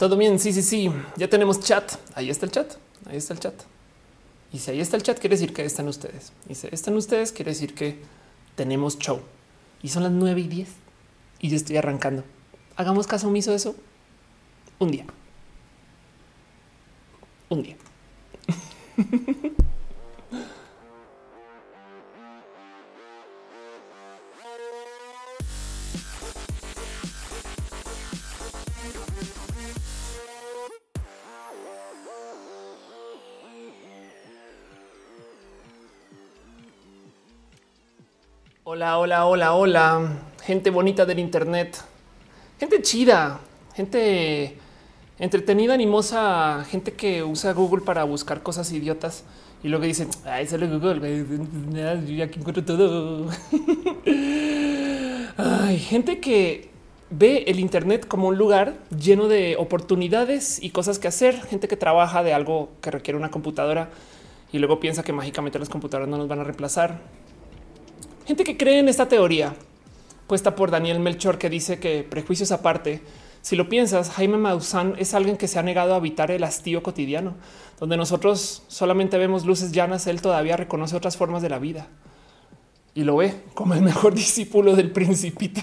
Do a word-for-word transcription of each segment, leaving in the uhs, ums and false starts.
todo bien. Sí, sí, sí. Ya tenemos chat. Ahí está el chat. Ahí está el chat. Y si ahí está el chat, quiere decir que están ustedes. Y si están ustedes, quiere decir que tenemos show. Y son las nueve y diez. Y yo estoy arrancando. Hagamos caso omiso de eso. Un día. Un día. Hola, hola, hola, hola. Gente bonita del internet. Gente chida. Gente entretenida, animosa. Gente que usa Google para buscar cosas idiotas. Y luego dicen, ay, solo Google. Yo aquí encuentro todo. Ay, gente que ve el internet como un lugar lleno de oportunidades y cosas que hacer. Gente que trabaja de algo que requiere una computadora y luego piensa que mágicamente las computadoras no nos van a reemplazar. Gente que cree en esta teoría puesta por Daniel Melchor, que dice que, prejuicios aparte, si lo piensas, Jaime Maussan es alguien que se ha negado a evitar el hastío cotidiano, donde nosotros solamente vemos luces llanas. Él todavía reconoce otras formas de la vida y lo ve como el mejor discípulo del Principito.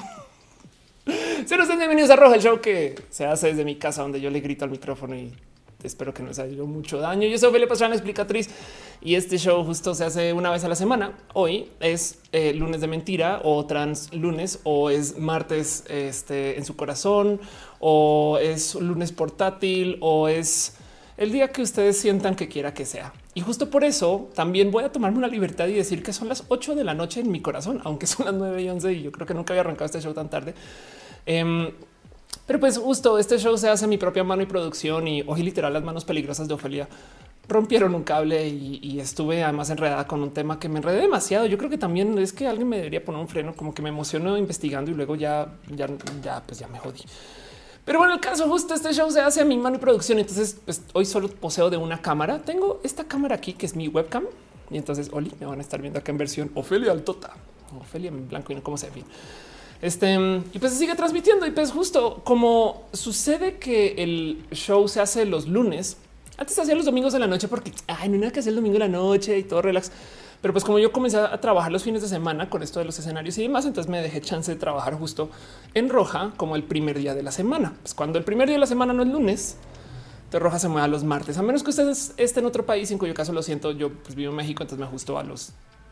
Se nos den bienvenidos a Roja, el show que se hace desde mi casa, donde yo le grito al micrófono y espero que no les haya hecho mucho daño. Yo soy Ophelia Pastrana, explicatriz, y este show justo se hace una vez a la semana. Hoy es eh, lunes de mentira o trans lunes, o es martes este, en su corazón, o es lunes portátil, o es el día que ustedes sientan que quiera que sea. Y justo por eso también voy a tomarme una libertad y decir que son las ocho de la noche en mi corazón, aunque son las nueve y once y yo creo que nunca había arrancado este show tan tarde. Um, Pero pues justo este show se hace a mi propia mano y producción, y hoy literal las manos peligrosas de Ofelia rompieron un cable y, y estuve además enredada con un tema que me enredé demasiado. Yo creo que también es que alguien me debería poner un freno, como que me emocionó investigando y luego ya, ya, ya, pues ya me jodí. Pero bueno, el caso justo este show se hace a mi mano y producción. Entonces pues hoy solo poseo de una cámara. Tengo esta cámara aquí que es mi webcam y entonces Oli me van a estar viendo acá en versión Ofelia Altota, Ofelia en blanco y no como sea bien. Este y pues se sigue transmitiendo. Y pues justo como sucede que el show se hace los lunes, antes hacía los domingos de la noche porque ay, no hay nada que hacer el domingo de la noche y todo relax. Pero pues como yo comencé a trabajar los fines de semana con esto de los escenarios y demás, entonces me dejé chance de trabajar justo en Roja como el primer día de la semana. Pues cuando el primer día de la semana no es lunes, de Roja se mueve a los martes, a menos que ustedes estén en otro país, en cuyo caso lo siento, yo pues vivo en México, entonces me ajusto a los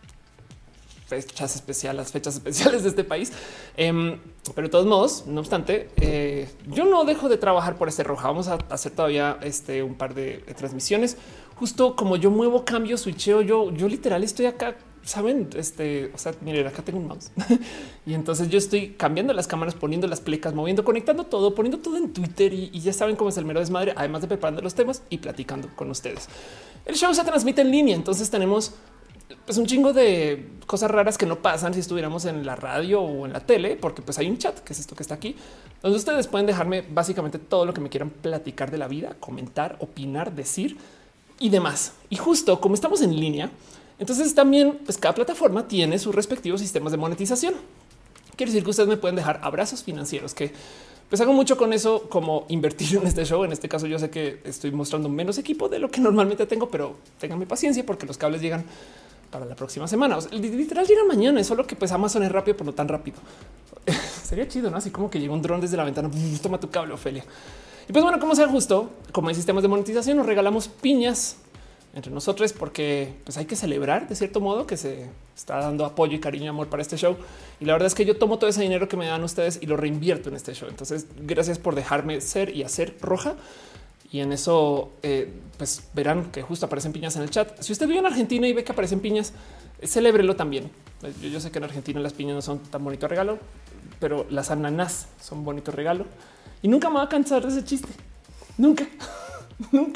fechas especiales, las fechas especiales de este país. Um, pero de todos modos, no obstante, eh, yo no dejo de trabajar por este Roja. Vamos a hacer todavía este, un par de, de transmisiones. Justo como yo muevo, cambio, switcheo, yo, yo literal estoy acá, saben, este, o sea, miren, acá tengo un mouse y entonces yo estoy cambiando las cámaras, poniendo las plecas, moviendo, conectando todo, poniendo todo en Twitter y, y ya saben cómo es el mero desmadre, además de preparando los temas y platicando con ustedes. El show se transmite en línea, entonces tenemos pues un chingo de cosas raras que no pasan si estuviéramos en la radio o en la tele, porque pues hay un chat, que es esto que está aquí, donde ustedes pueden dejarme básicamente todo lo que me quieran platicar de la vida, comentar, opinar, decir y demás. Y justo como estamos en línea, entonces también pues cada plataforma tiene sus respectivos sistemas de monetización. Quiere decir que ustedes me pueden dejar abrazos financieros, que pues hago mucho con eso, como invertir en este show. En este caso yo sé que estoy mostrando menos equipo de lo que normalmente tengo, pero ténganme paciencia porque los cables llegan para la próxima semana. O sea, literal llega mañana, es solo que pues Amazon es rápido, pero no tan rápido. Sería chido, ¿no? Así como que llega un dron desde la ventana, toma tu cable, Ofelia. Y pues bueno, como sea justo, como hay sistemas de monetización, nos regalamos piñas entre nosotros porque pues hay que celebrar de cierto modo que se está dando apoyo y cariño y amor para este show. Y la verdad es que yo tomo todo ese dinero que me dan ustedes y lo reinvierto en este show. Entonces, gracias por dejarme ser y hacer Roja. Y en eso, eh, pues verán que justo aparecen piñas en el chat. Si usted vive en Argentina y ve que aparecen piñas, eh, celébrelo también. Yo, yo sé que en Argentina las piñas no son tan bonito regalo, pero las ananas son bonito regalo. Y nunca me va a cansar de ese chiste. Nunca, nunca.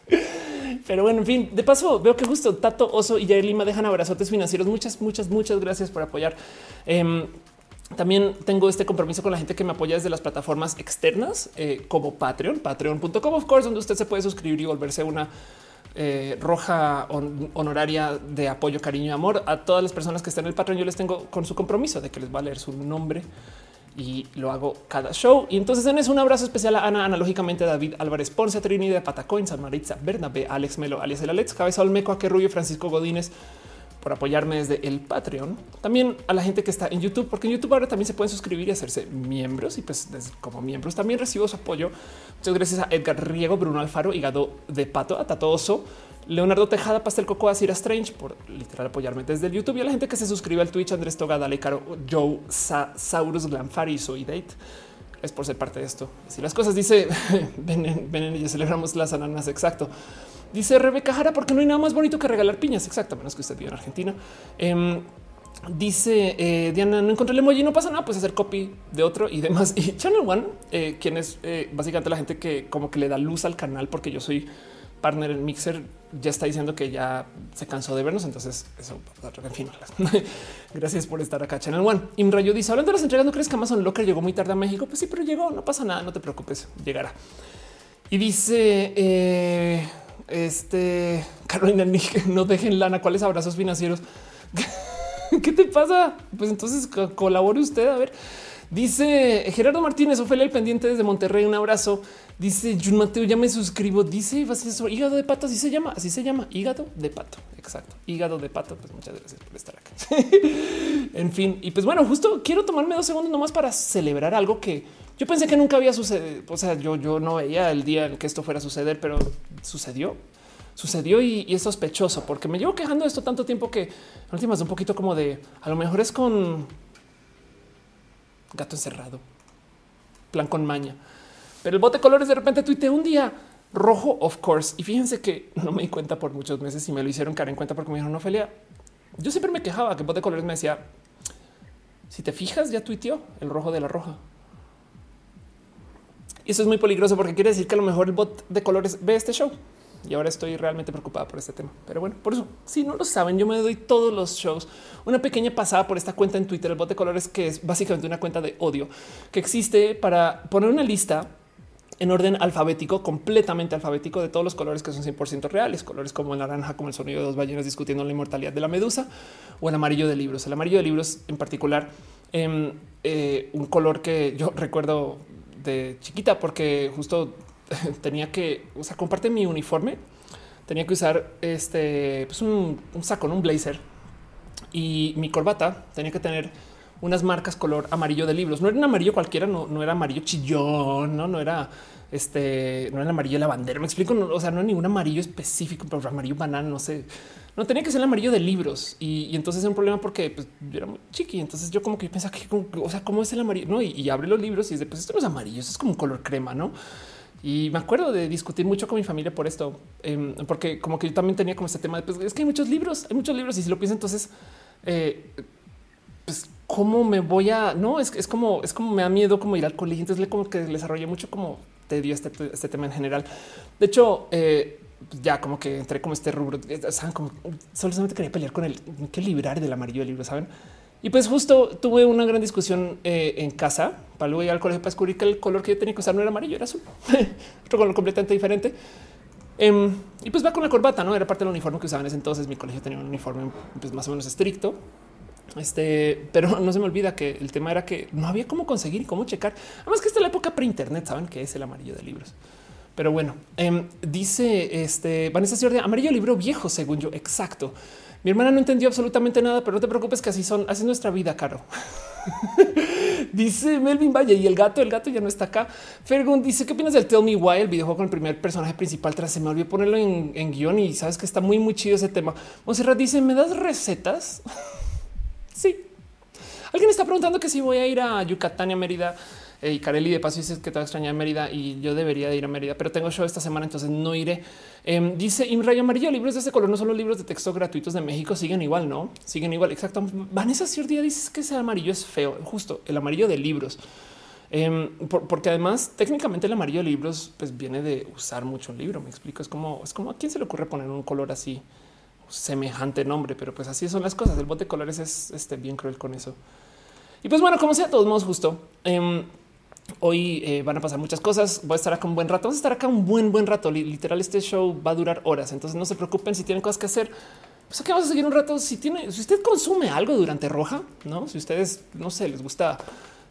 Pero bueno, en fin, de paso veo que justo Tato, Oso y Yair Lima dejan abrazotes financieros. Muchas, muchas, muchas gracias por apoyar. Eh, También tengo este compromiso con la gente que me apoya desde las plataformas externas, eh, como Patreon, patreon punto com, of course, donde usted se puede suscribir y volverse una eh, roja on, honoraria de apoyo, cariño y amor a todas las personas que están en el Patreon. Yo les tengo con su compromiso de que les va a leer su nombre y lo hago cada show. Y entonces en eso un abrazo especial a Ana, analógicamente a David Álvarez Ponce, a Trini de Patacoin, San Maritza, Bernabé, Alex Melo, alias el Alex, Cabeza Olmeco, a Que Rubio, Francisco Godínez, por apoyarme desde el Patreon. También a la gente que está en YouTube, porque en YouTube ahora también se pueden suscribir y hacerse miembros. Y pues como miembros también recibo su apoyo. Muchas gracias a Edgar Riego, Bruno Alfaro, Hígado de Pato, a Tato Oso, Leonardo Tejada, Pastel Cocoa, Cira Strange, por literal apoyarme desde el YouTube, y a la gente que se suscribe al Twitch, Andrés Toga, Dale Caro, Joe, Sa Saurus, Glanfari y Soy Date. Es por ser parte de esto. Si las cosas dice, ven, ven y celebramos las ananas. Exacto. Dice Rebeca Jara, porque no hay nada más bonito que regalar piñas. Exacto, menos que usted vive en Argentina. Eh, dice eh, Diana, no encontré el emoji, no pasa nada, pues hacer copy de otro y demás. Y Channel One, eh, quien es eh, básicamente la gente que como que le da luz al canal, porque yo soy partner en Mixer, ya está diciendo que ya se cansó de vernos. Entonces eso, en fin, gracias por estar acá. Channel One. Imrayo dice, hablando de las entregas, ¿no crees que Amazon Locker llegó muy tarde a México? Pues sí, pero llegó, no pasa nada, no te preocupes, llegará. Y dice eh, este Carolina Nick, no dejen lana, ¿cuáles abrazos financieros? ¿Qué te pasa? Pues entonces co colabore usted. A ver, dice Gerardo Martínez, Ofelia el pendiente desde Monterrey, un abrazo. Dice Jun Mateo, ya me suscribo. Dice hígado de pato, así se llama, así se llama, hígado de pato. Exacto, hígado de pato. Pues muchas gracias por estar acá. En fin, y pues bueno, justo quiero tomarme dos segundos nomás para celebrar algo que yo pensé que nunca había sucedido. O sea, yo, yo no veía el día en que esto fuera a suceder, pero sucedió. Sucedió y, y es sospechoso porque me llevo quejando de esto tanto tiempo que en últimas un poquito como de a lo mejor es con gato encerrado, plan con maña. Pero el bote colores de repente tuiteé un día rojo, of course. Y fíjense que no me di cuenta por muchos meses y me lo hicieron caer en cuenta porque me dijeron, Ofelia, yo siempre me quejaba que el bote colores me decía, si te fijas, ya tuiteó el rojo de la roja. Y eso es muy peligroso porque quiere decir que a lo mejor el bot de colores ve este show. Y ahora estoy realmente preocupada por este tema. Pero bueno, por eso, si no lo saben, yo me doy todos los shows una pequeña pasada por esta cuenta en Twitter, el bot de colores, que es básicamente una cuenta de odio que existe para poner una lista en orden alfabético, completamente alfabético, de todos los colores que son cien por ciento reales. Colores como el naranja, como el sonido de dos ballenas discutiendo la inmortalidad de la medusa, o el amarillo de libros. El amarillo de libros en particular, eh, eh, un color que yo recuerdo de chiquita porque justo tenía que, o sea, comparte mi uniforme, tenía que usar este pues un, un saco, un blazer, y mi corbata tenía que tener unas marcas color amarillo de libros. No era un amarillo cualquiera, no, no era amarillo chillón, no, no era este, no era amarillo lavandero. Me explico. No, o sea, no era ningún amarillo específico, pero amarillo banana, no sé. No tenía que ser el amarillo de libros. Y, y entonces era un problema porque pues, yo era muy chiqui. Entonces yo como que pensaba que, como, o sea, cómo es el amarillo, no? Y, y abre los libros y dice, pues esto no es amarillo, esto es como un color crema, no? Y me acuerdo de discutir mucho con mi familia por esto, eh, porque como que yo también tenía como este tema de pues, es que hay muchos libros, hay muchos libros. Y si lo pienso, entonces, eh, pues, ¿cómo me voy a? No, es, es como es como me da miedo como ir al colegio. Entonces, le como que le desarrollé mucho como tedio este, este tema en general. De hecho, eh, ya como que entré como este rubro, saben, como solamente quería pelear con el que librar del amarillo del libro, saben? Y pues justo tuve una gran discusión eh, en casa para luego ir al colegio para descubrir que el color que yo tenía que usar no era amarillo, era azul. Otro color completamente diferente. Um, y pues va con la corbata, no era parte del uniforme que usaban en ese entonces. Mi colegio tenía un uniforme pues, más o menos estricto. Este, pero no se me olvida que el tema era que no había cómo conseguir y cómo checar. Además que esta es la época pre-internet, saben que es el amarillo de libros. Pero bueno, um, dice este Vanessa Ciordia, amarillo libro viejo, según yo. Exacto. Mi hermana no entendió absolutamente nada, pero no te preocupes que así son, así es nuestra vida, Caro. Dice Melvin Valle y el gato, el gato ya no está acá. Fergun dice, ¿qué opinas del Tell Me Why, el videojuego con el primer personaje principal? Tras se me olvidó ponerlo en, en guión y sabes que está muy, muy chido ese tema. Monserrat dice, ¿me das recetas? Sí. Alguien está preguntando que si voy a ir a Yucatán y a Mérida. Eh, y Kareli de paso dice que te va a extrañar Mérida y yo debería de ir a Mérida, pero tengo show esta semana, entonces no iré. Eh, dice Imrayo amarillo, libros de ese color, no solo libros de texto gratuitos de México, siguen igual, no siguen igual. Exacto. Vanessa Ciordía dice que ese amarillo es feo, justo el amarillo de libros, eh, por, porque además técnicamente el amarillo de libros pues viene de usar mucho un libro. Me explico. Es como, es como a quién se le ocurre poner un color así, semejante nombre, pero pues así son las cosas. El bote de colores es este, bien cruel con eso. Y pues bueno, como sea, de todos modos, justo. Eh, Hoy eh, van a pasar muchas cosas. Voy a estar acá un buen rato. Vamos a estar acá un buen, buen rato. Literal, este show va a durar horas. Entonces no se preocupen si tienen cosas que hacer. Pues aquí vamos a seguir un rato. Si tiene, si usted consume algo durante Roja, no, si ustedes no sé, les gusta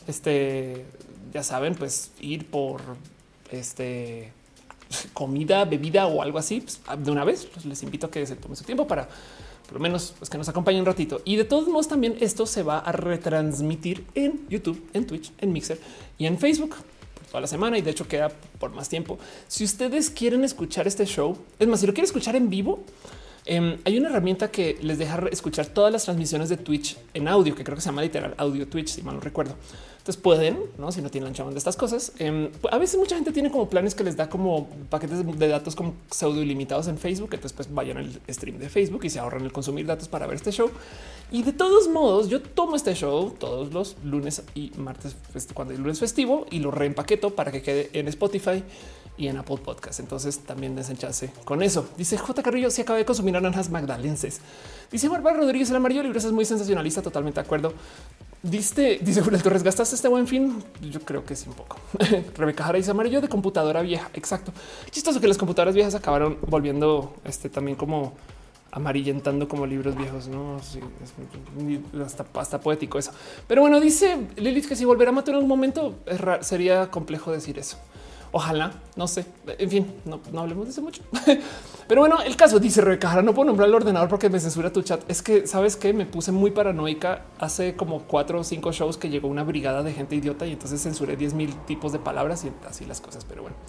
este, ya saben, pues ir por este comida, bebida o algo así, pues, de una vez, pues les invito a que se tomen su tiempo para por lo menos pues, que nos acompañen un ratito. Y de todos modos, también esto se va a retransmitir en YouTube, en Twitch, en Mixer y en Facebook por toda la semana. Y de hecho queda por más tiempo. Si ustedes quieren escuchar este show, es más, si lo quieren escuchar en vivo, eh, hay una herramienta que les deja escuchar todas las transmisiones de Twitch en audio, que creo que se llama literal audio Twitch, si mal no recuerdo. Entonces pueden, no, si no tienen chabón de estas cosas. Eh, a veces mucha gente tiene como planes que les da como paquetes de datos como pseudo ilimitados en Facebook. Entonces pues vayan al stream de Facebook y se ahorran el consumir datos para ver este show. Y de todos modos, yo tomo este show todos los lunes y martes, pues, cuando hay lunes festivo, y lo reempaqueto para que quede en Spotify y en Apple Podcast. Entonces también desenchase con eso. Dice J. Carrillo, si acaba de consumir naranjas magdalenses. Dice Bárbara Rodríguez, el amarillo libre es muy sensacionalista, totalmente de acuerdo. Diste, dice Julián Torres, ¿gastaste este buen fin? Yo creo que sí, un poco. Rebeca Jara dice amarillo de computadora vieja. Exacto. Chistoso que las computadoras viejas acabaron volviendo este también como amarillentando como libros viejos, no? Sí, es hasta, hasta poético eso. Pero bueno, dice Lilith que si volverá a matar en algún momento es raro, sería complejo decir eso. Ojalá, no sé. En fin, no, no hablemos de eso mucho. Pero bueno, el caso dice Rebeca Jara, no puedo nombrar el ordenador porque me censura tu chat. Es que sabes que me puse muy paranoica hace como cuatro o cinco shows que llegó una brigada de gente idiota y entonces censuré diez mil tipos de palabras y así las cosas. Pero bueno,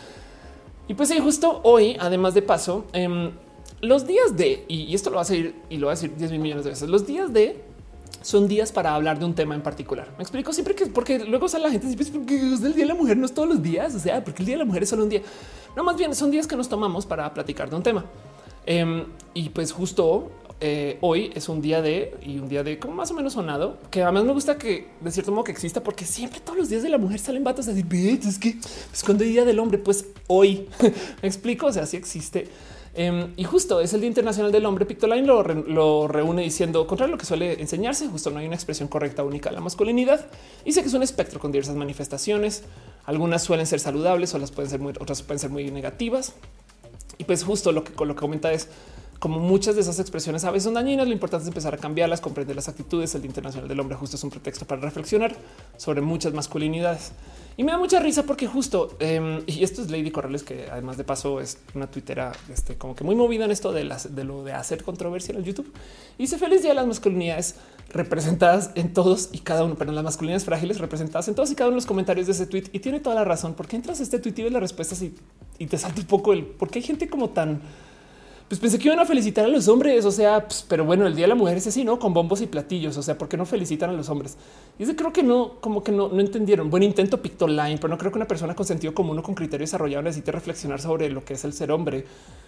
y pues sí, justo hoy, además de paso, eh, los días de y esto lo va a seguir y lo va a decir diez mil millones de veces. Los días de son días para hablar de un tema en particular. Me explico siempre que porque luego sale la gente y dice porque el día de la mujer no es todos los días. O sea, porque el día de la mujer es solo un día. No, más bien son días que nos tomamos para platicar de un tema. Eh, y pues justo eh, hoy es un día de y un día de como más o menos sonado, que además me gusta que de cierto modo que exista, porque siempre todos los días de la mujer salen vatos a decir es que pues cuando hay día del hombre, pues hoy me explico. O sea, sí existe. Um, y justo es el Día Internacional del Hombre. Pictoline lo, re, lo reúne diciendo, contrario a lo que suele enseñarse, justo no hay una expresión correcta única de la masculinidad. Dice que es un espectro con diversas manifestaciones. Algunas suelen ser saludables, o las pueden ser muy, otras pueden ser muy negativas. Y pues justo lo que, lo que comenta es como muchas de esas expresiones a veces son dañinas. Lo importante es empezar a cambiarlas, comprender las actitudes. El Día Internacional del Hombre justo es un pretexto para reflexionar sobre muchas masculinidades. Y me da mucha risa porque justo eh, y esto es Lady Corrales, que además de paso es una tuitera este, como que muy movida en esto de, las, de lo de hacer controversia en el YouTube. Y dice feliz día de las masculinidades representadas en todos y cada uno, pero las masculinidades frágiles representadas en todos y cada uno de los comentarios de ese tweet. Y tiene toda la razón, porque entras a este tweet y ves las respuestas y, y te salta un poco el porque hay gente como tan. Pues pensé que iban a felicitar a los hombres, o sea, pues, pero bueno, el Día de la Mujer es así, ¿no? Con bombos y platillos, o sea, ¿por qué no felicitan a los hombres? Y es creo que no, como que no, no entendieron. Buen intento Pictoline, pero no creo que una persona con sentido común o con criterio desarrollado necesite reflexionar sobre lo que es el ser hombre.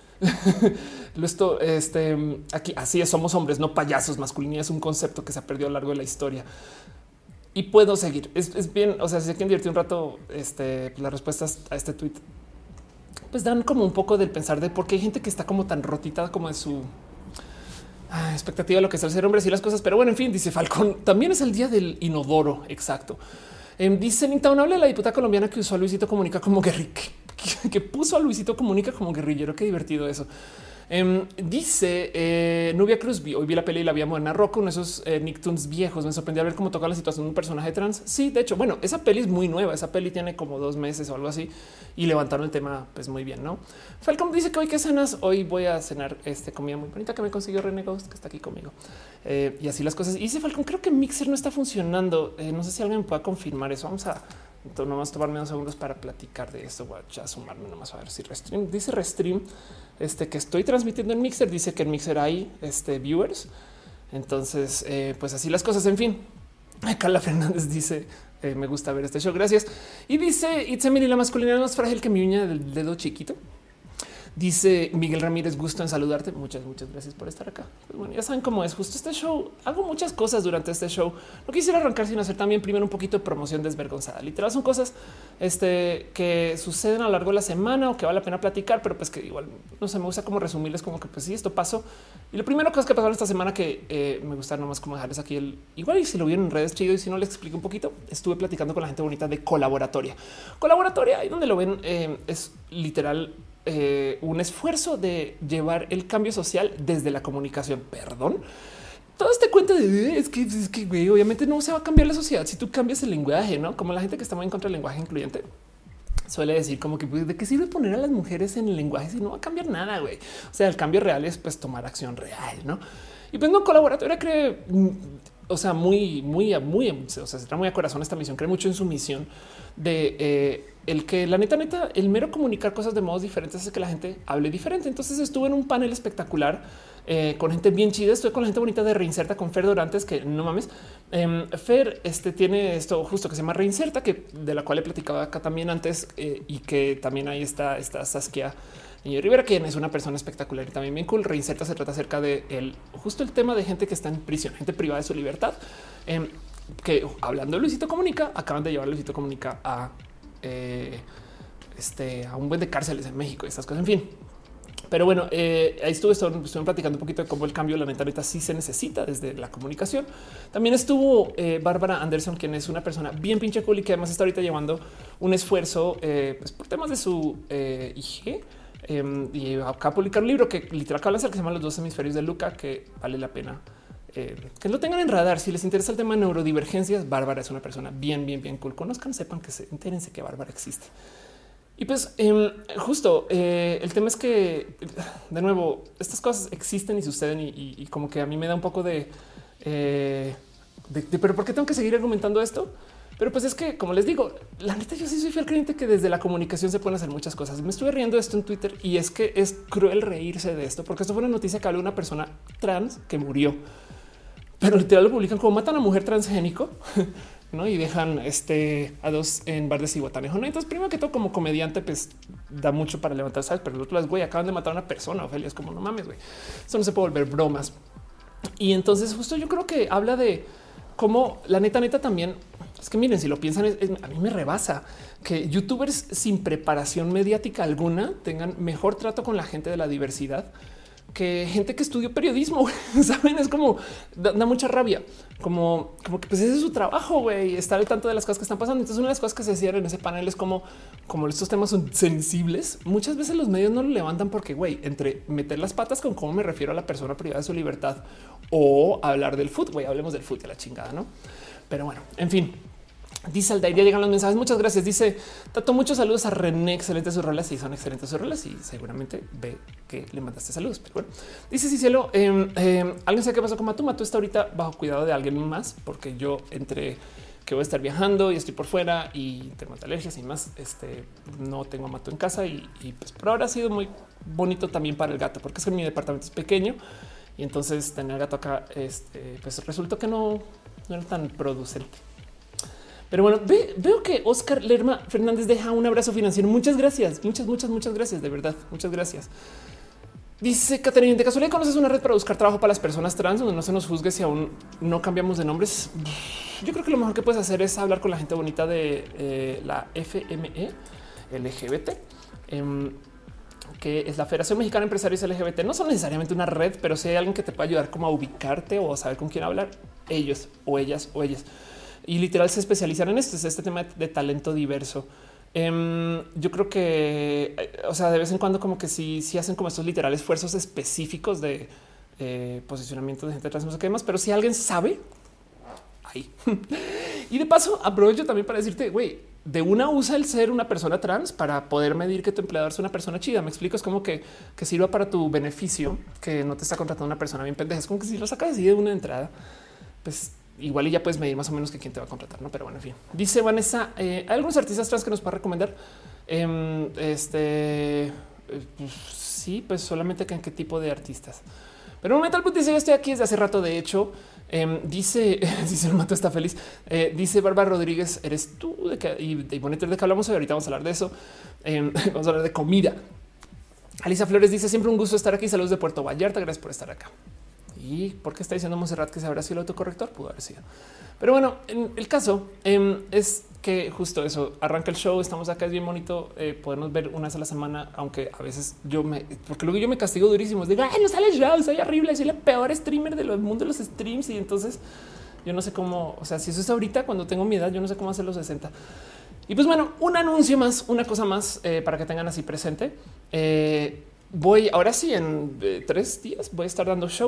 Esto, este, aquí, así es, somos hombres, no payasos. Masculinidad es un concepto que se ha perdido a lo largo de la historia. Y puedo seguir, es, es bien, o sea, si se quieren divertir un rato, este, las respuestas a este tweet pues dan como un poco del pensar de por qué hay gente que está como tan rotita como de su ah, expectativa de lo que es el ser hombre y las cosas. Pero bueno, en fin, dice Falcón, también es el día del inodoro. Exacto. Eh, dice Intaunable, la diputada colombiana que usó a Luisito Comunica como guerrillero, que, que puso a Luisito Comunica como guerrillero. Qué divertido eso. Um, dice eh, Nubia Cruz, hoy vi la peli y la vi a Moderna Rocco, uno de esos eh, Nicktoons viejos. Me sorprendió ver cómo toca la situación de un personaje trans. Sí, de hecho, bueno, esa peli es muy nueva. Esa peli tiene como dos meses o algo así y levantaron el tema pues muy bien, ¿no? Falcon dice que hoy que cenas, hoy voy a cenar este comida muy bonita que me consiguió René Ghost, que está aquí conmigo. Eh, y así las cosas. Y dice Falcon, creo que Mixer no está funcionando. Eh, no sé si alguien me pueda confirmar eso. Vamos a nomás tomarme unos segundos para platicar de esto. Voy a sumarme nomás a ver si Restream dice Restream este que estoy transmitiendo en Mixer. Dice que en Mixer hay este viewers. Entonces, eh, pues así las cosas. En fin, Carla Fernández dice eh, me gusta ver este show. Gracias. Y dice Itzemiri, la masculinidad más frágil que mi uña del dedo chiquito. Dice Miguel Ramírez, gusto en saludarte. Muchas, muchas gracias por estar acá. Pues bueno, ya saben cómo es justo este show. Hago muchas cosas durante este show. No quisiera arrancar sin hacer también primero un poquito de promoción desvergonzada. Literal son cosas este, que suceden a lo largo de la semana o que vale la pena platicar, pero pues que igual no sé, me gusta como resumirles como que pues sí, esto pasó. Y lo primero cosa que pasaron esta semana que eh, me gusta nomás como dejarles aquí el igual y si lo vieron en redes chido y si no les explico un poquito, estuve platicando con la gente bonita de Colaboratoria. Colaboratoria, ahí donde lo ven eh, es literal Eh, un esfuerzo de llevar el cambio social desde la comunicación. Perdón. todo este cuento de es que, es que güey, obviamente no se va a cambiar la sociedad si tú cambias el lenguaje, no como la gente que está muy en contra del lenguaje incluyente suele decir como que pues, de qué sirve poner a las mujeres en el lenguaje si no va a cambiar nada, güey. O sea, el cambio real es pues tomar acción real, no? Y pues no colaboratoria cree, o sea, muy, muy, muy, o sea, se trae muy a corazón esta misión, cree mucho en su misión de eh, el que la neta, neta, el mero comunicar cosas de modos diferentes hace que la gente hable diferente. Entonces estuve en un panel espectacular eh, con gente bien chida. Estoy con la gente bonita de Reinserta, con Fer Dorantes, que no mames. Eh, Fer este, tiene esto justo que se llama Reinserta, que de la cual he platicado acá también antes eh, y que también ahí está, está Saskia Niño Rivera, quien es una persona espectacular y también bien cool. Reinserta se trata acerca de el, justo el tema de gente que está en prisión, gente privada de su libertad. Eh, que hablando de Luisito Comunica, acaban de llevar a Luisito Comunica a eh, este a un buen de cárceles en México y estas cosas. En fin, pero bueno, eh, ahí estuve, estuve, estuve platicando un poquito de cómo el cambio, la neta, neta sí se necesita desde la comunicación. También estuvo eh, Bárbara Anderson, quien es una persona bien pinche cool y que además está ahorita llevando un esfuerzo eh, pues por temas de su eh, I G. Eh, y acá publicar un libro que literal acaba de hacer que se llama Los dos hemisferios de Luca, que vale la pena eh, que lo tengan en radar. Si les interesa el tema de neurodivergencias, Bárbara es una persona bien, bien, bien cool. Conozcan, sepan que se entérense que Bárbara existe. Y pues eh, justo eh, el tema es que de nuevo estas cosas existen y suceden y, y, y como que a mí me da un poco de, eh, de, de pero ¿por qué tengo que seguir argumentando esto? Pero pues es que, como les digo, la neta, yo sí soy fiel creyente que desde la comunicación se pueden hacer muchas cosas. Me estuve riendo de esto en Twitter y es que es cruel reírse de esto, porque esto fue una noticia que habló de una persona trans que murió, pero literal lo publican como matan a mujer transgénico, ¿no? Y dejan este a dos en bar de Cihuatanejo, ¿no? Entonces, primero que todo, como comediante, pues da mucho para levantar, ¿sabes? Pero el otro es, güey, acaban de matar a una persona, Ofelia, es como, no mames, güey. Eso no se puede volver bromas. Y entonces justo yo creo que habla de cómo la neta, neta también es que miren, si lo piensan, es, es, a mí me rebasa que youtubers sin preparación mediática alguna tengan mejor trato con la gente de la diversidad que gente que estudió periodismo. Saben, es como da, da mucha rabia, como, como que pues ese es su trabajo, güey, estar al tanto de las cosas que están pasando. Entonces, una de las cosas que se hacían en ese panel es como, como estos temas son sensibles. Muchas veces los medios no lo levantan porque, güey, entre meter las patas con cómo me refiero a la persona privada de su libertad o hablar del fútbol, güey, hablemos del fútbol, de la chingada, no? Pero bueno, en fin. Dice Aldair, ya llegan los mensajes. Muchas gracias. Dice Tato, muchos saludos a René. Excelentes sus rolas y son excelentes sus rolas y seguramente ve que le mandaste saludos. Pero bueno, dice sí, cielo. Eh, eh, alguien sabe qué pasó con Matu. Matu está ahorita bajo cuidado de alguien más, porque yo entre que voy a estar viajando y estoy por fuera y tengo alergias y más, este no tengo a Matu en casa y, y pues por ahora ha sido muy bonito también para el gato, porque es que mi departamento es pequeño y entonces tener gato acá, este, pues resultó que no, no era tan producente. Pero bueno, ve, veo que Oscar Lerma Fernández deja un abrazo financiero. Muchas gracias, muchas, muchas, muchas gracias. De verdad, muchas gracias. Dice Caterina, ¿de casualidad conoces una red para buscar trabajo para las personas trans donde no se nos juzgue si aún no cambiamos de nombres? Yo creo que lo mejor que puedes hacer es hablar con la gente bonita de eh, la F M E L G B T, eh, que es la Federación Mexicana de Empresarios L G B T. No son necesariamente una red, pero si hay alguien que te pueda ayudar como a ubicarte o a saber con quién hablar, ellos o ellas o ellas. Y literal se especializan en esto, es este tema de talento diverso. Um, yo creo que, o sea, de vez en cuando como que sí, sí hacen como estos literales esfuerzos específicos de eh, posicionamiento de gente trans, no sé qué más, pero si alguien sabe, ahí. Y de paso aprovecho también para decirte, güey, de una usa el ser una persona trans para poder medir que tu empleador es una persona chida. Me explico, es como que, que sirva para tu beneficio, que no te está contratando una persona bien pendeja. Es como que si lo sacas así de una entrada, pues igual y ya puedes medir más o menos que quién te va a contratar, no? Pero bueno, en fin, dice Vanessa, eh, ¿hay algunos artistas trans que nos pueda recomendar? Eh, este eh, pues, sí, pues solamente que en qué tipo de artistas. Pero un momento, el dice: yo estoy aquí desde hace rato. De hecho, eh, dice si se lo mato, está feliz. Eh, dice Bárbara Rodríguez, eres tú de que y de Bonito de que hablamos hoy. Ahorita vamos a hablar de eso. Eh, vamos a hablar de comida. Alisa Flores dice: siempre un gusto estar aquí. Saludos de Puerto Vallarta. Gracias por estar acá. ¿Y por qué está diciendo Monserrat que se habrá sido el autocorrector? Pudo haber sido. Pero bueno, en el caso eh, es que justo eso, arranca el show, estamos acá, es bien bonito eh, podernos ver una vez a la semana, aunque a veces yo me, porque luego yo me castigo durísimo, digo, ay, no sale el show, soy horrible, soy la peor streamer del mundo de los streams y entonces yo no sé cómo, o sea, si eso es ahorita cuando tengo mi edad, yo no sé cómo hacer los sesenta. Y pues bueno, un anuncio más, una cosa más eh, para que tengan así presente. Eh, voy ahora sí en eh, tres días voy a estar dando show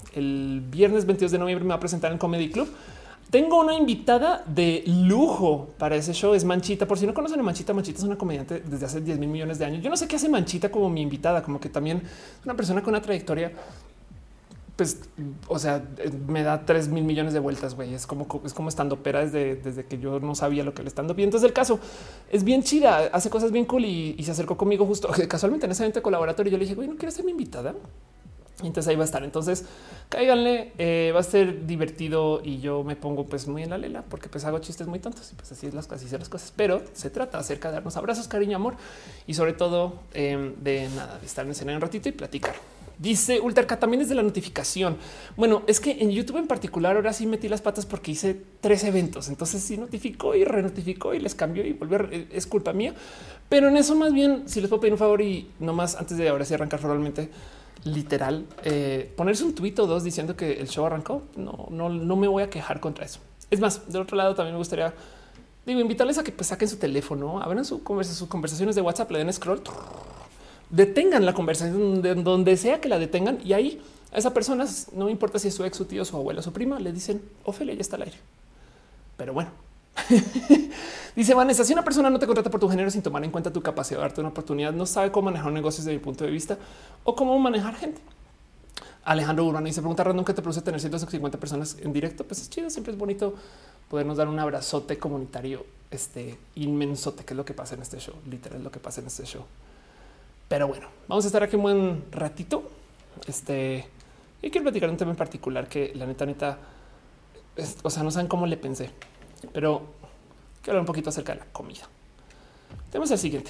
el viernes veintidós de noviembre me va a presentar en Comedy Club. Tengo una invitada de lujo para ese show. Es Manchita. Por si no conocen a Manchita, Manchita es una comediante desde hace diez mil millones de años. Yo no sé qué hace Manchita como mi invitada, como que también es una persona con una trayectoria. Pues, o sea, me da tres mil millones de vueltas. Güey, es como, es como estando pera desde, desde que yo no sabía lo que le estando viendo. Entonces, el caso es bien chida, hace cosas bien cool y, y se acercó conmigo justo casualmente en ese evento colaboratorio. Yo le dije, güey, no quiero ser mi invitada. Entonces ahí va a estar. Entonces cáiganle, eh, va a ser divertido y yo me pongo pues muy en la lela porque pues hago chistes muy tontos y pues así es las, así son las cosas. Pero se trata acerca de darnos abrazos, cariño, amor y sobre todo eh, de nada, de estar en escena un ratito y platicar. Dice Ulterca también es de la notificación. Bueno, es que en YouTube en particular ahora sí metí las patas porque hice tres eventos. Entonces sí notificó y renotificó y les cambió y volver. Es culpa mía. Pero en eso más bien, si les puedo pedir un favor y nomás antes de ahora sí arrancar formalmente, literal, eh, ponerse un tuit o dos diciendo que el show arrancó. No, no, no me voy a quejar contra eso. Es más, del otro lado también me gustaría, digo, invitarles a que pues, saquen su teléfono, abran su conversa, sus conversaciones de WhatsApp, le den scroll, detengan la conversación de donde sea que la detengan y ahí a esa persona, no me importa si es su ex, su tío, su abuela, su prima, le dicen Ofelia, ya está al aire. Pero bueno. Dice Vanessa, si una persona no te contrata por tu género sin tomar en cuenta tu capacidad de darte una oportunidad, no sabe cómo manejar negocios desde mi punto de vista o cómo manejar gente. Alejandro Urbano dice, pregunta random, ¿qué te produce tener ciento cincuenta personas en directo? Pues es chido, siempre es bonito podernos dar un abrazote comunitario este inmensote, que es lo que pasa en este show, literal es lo que pasa en este show. Pero bueno, vamos a estar aquí un buen ratito. Este y quiero platicar un tema en particular que la neta, neta, es, o sea, no saben cómo le pensé, pero quiero hablar un poquito acerca de la comida. Tenemos el siguiente.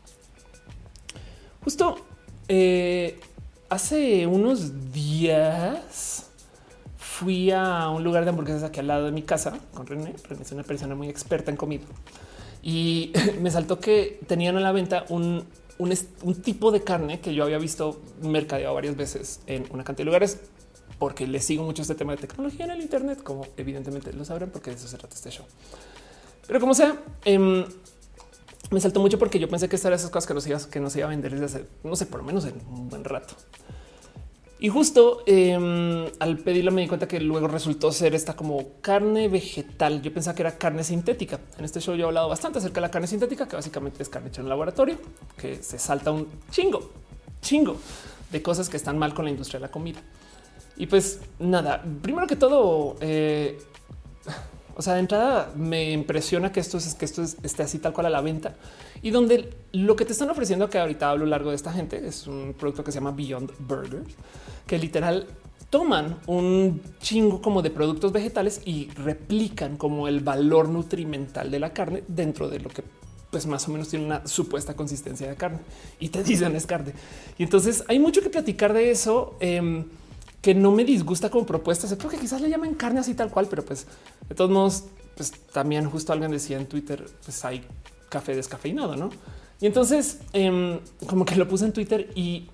Justo eh, hace unos días fui a un lugar de hamburguesas aquí al lado de mi casa con René. René es una persona muy experta en comida y me saltó que tenían a la venta un Un, un tipo de carne que yo había visto mercadeado varias veces en una cantidad de lugares porque les sigo mucho este tema de tecnología en el Internet, como evidentemente lo sabrán, porque de eso se trata este show. Pero como sea, eh, me saltó mucho porque yo pensé que estas eran esas cosas que nos iba, que nos iba a vender desde hace, no sé, por lo menos en un buen rato. Y justo eh, al pedirlo me di cuenta que luego resultó ser esta como carne vegetal. Yo pensaba que era carne sintética. En este show yo he hablado bastante acerca de la carne sintética, que básicamente es carne hecha en un laboratorio, que se salta un chingo, chingo de cosas que están mal con la industria de la comida. Y pues nada, primero que todo, eh, o sea, de entrada me impresiona que esto es que esto es, esté así tal cual a la venta y donde lo que te están ofreciendo, que ahorita hablo largo de esta gente, es un producto que se llama Beyond Burgers, que literal toman un chingo como de productos vegetales y replican como el valor nutrimental de la carne dentro de lo que pues más o menos tiene una supuesta consistencia de carne y te dicen es carne. Y entonces hay mucho que platicar de eso. Eh, que no me disgusta como propuesta. Creo que quizás le llaman carne así tal cual, pero pues de todos modos, pues también justo alguien decía en Twitter, pues hay café descafeinado, ¿no? Y entonces eh, como que lo puse en Twitter y,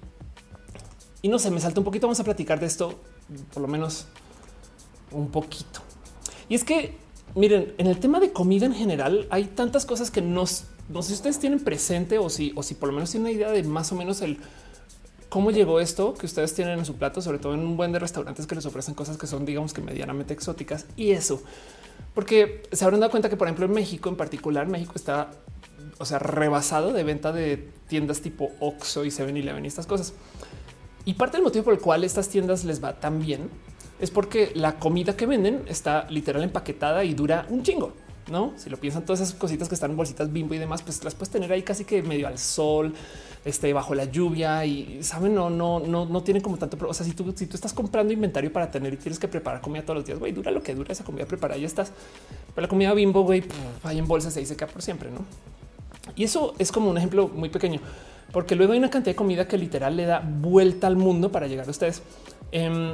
y no sé, me saltó un poquito. Vamos a platicar de esto, por lo menos un poquito. Y es que, miren, en el tema de comida en general, hay tantas cosas que nos, no sé si ustedes tienen presente o si, o si por lo menos tienen una idea de más o menos el cómo llegó esto que ustedes tienen en su plato, sobre todo en un buen de restaurantes que les ofrecen cosas que son, digamos que medianamente exóticas y eso, porque se habrán dado cuenta que, por ejemplo, en México en particular, México está, o sea, rebasado de venta de tiendas tipo Oxxo y seven eleven y estas cosas. Y parte del motivo por el cual estas tiendas les va tan bien es porque la comida que venden está literal empaquetada y dura un chingo. No, si lo piensan, todas esas cositas que están en bolsitas Bimbo y demás, pues las puedes tener ahí casi que medio al sol, este, bajo la lluvia y saben, no, no, no, no tienen como tanto. O sea, si tú, si tú estás comprando inventario para tener y tienes que preparar comida todos los días, güey, dura lo que dura esa comida preparada, ya estás. Pero la comida Bimbo, güey, ahí en bolsas se dice que por siempre, no? Y eso es como un ejemplo muy pequeño, porque luego hay una cantidad de comida que literal le da vuelta al mundo para llegar a ustedes. Eh,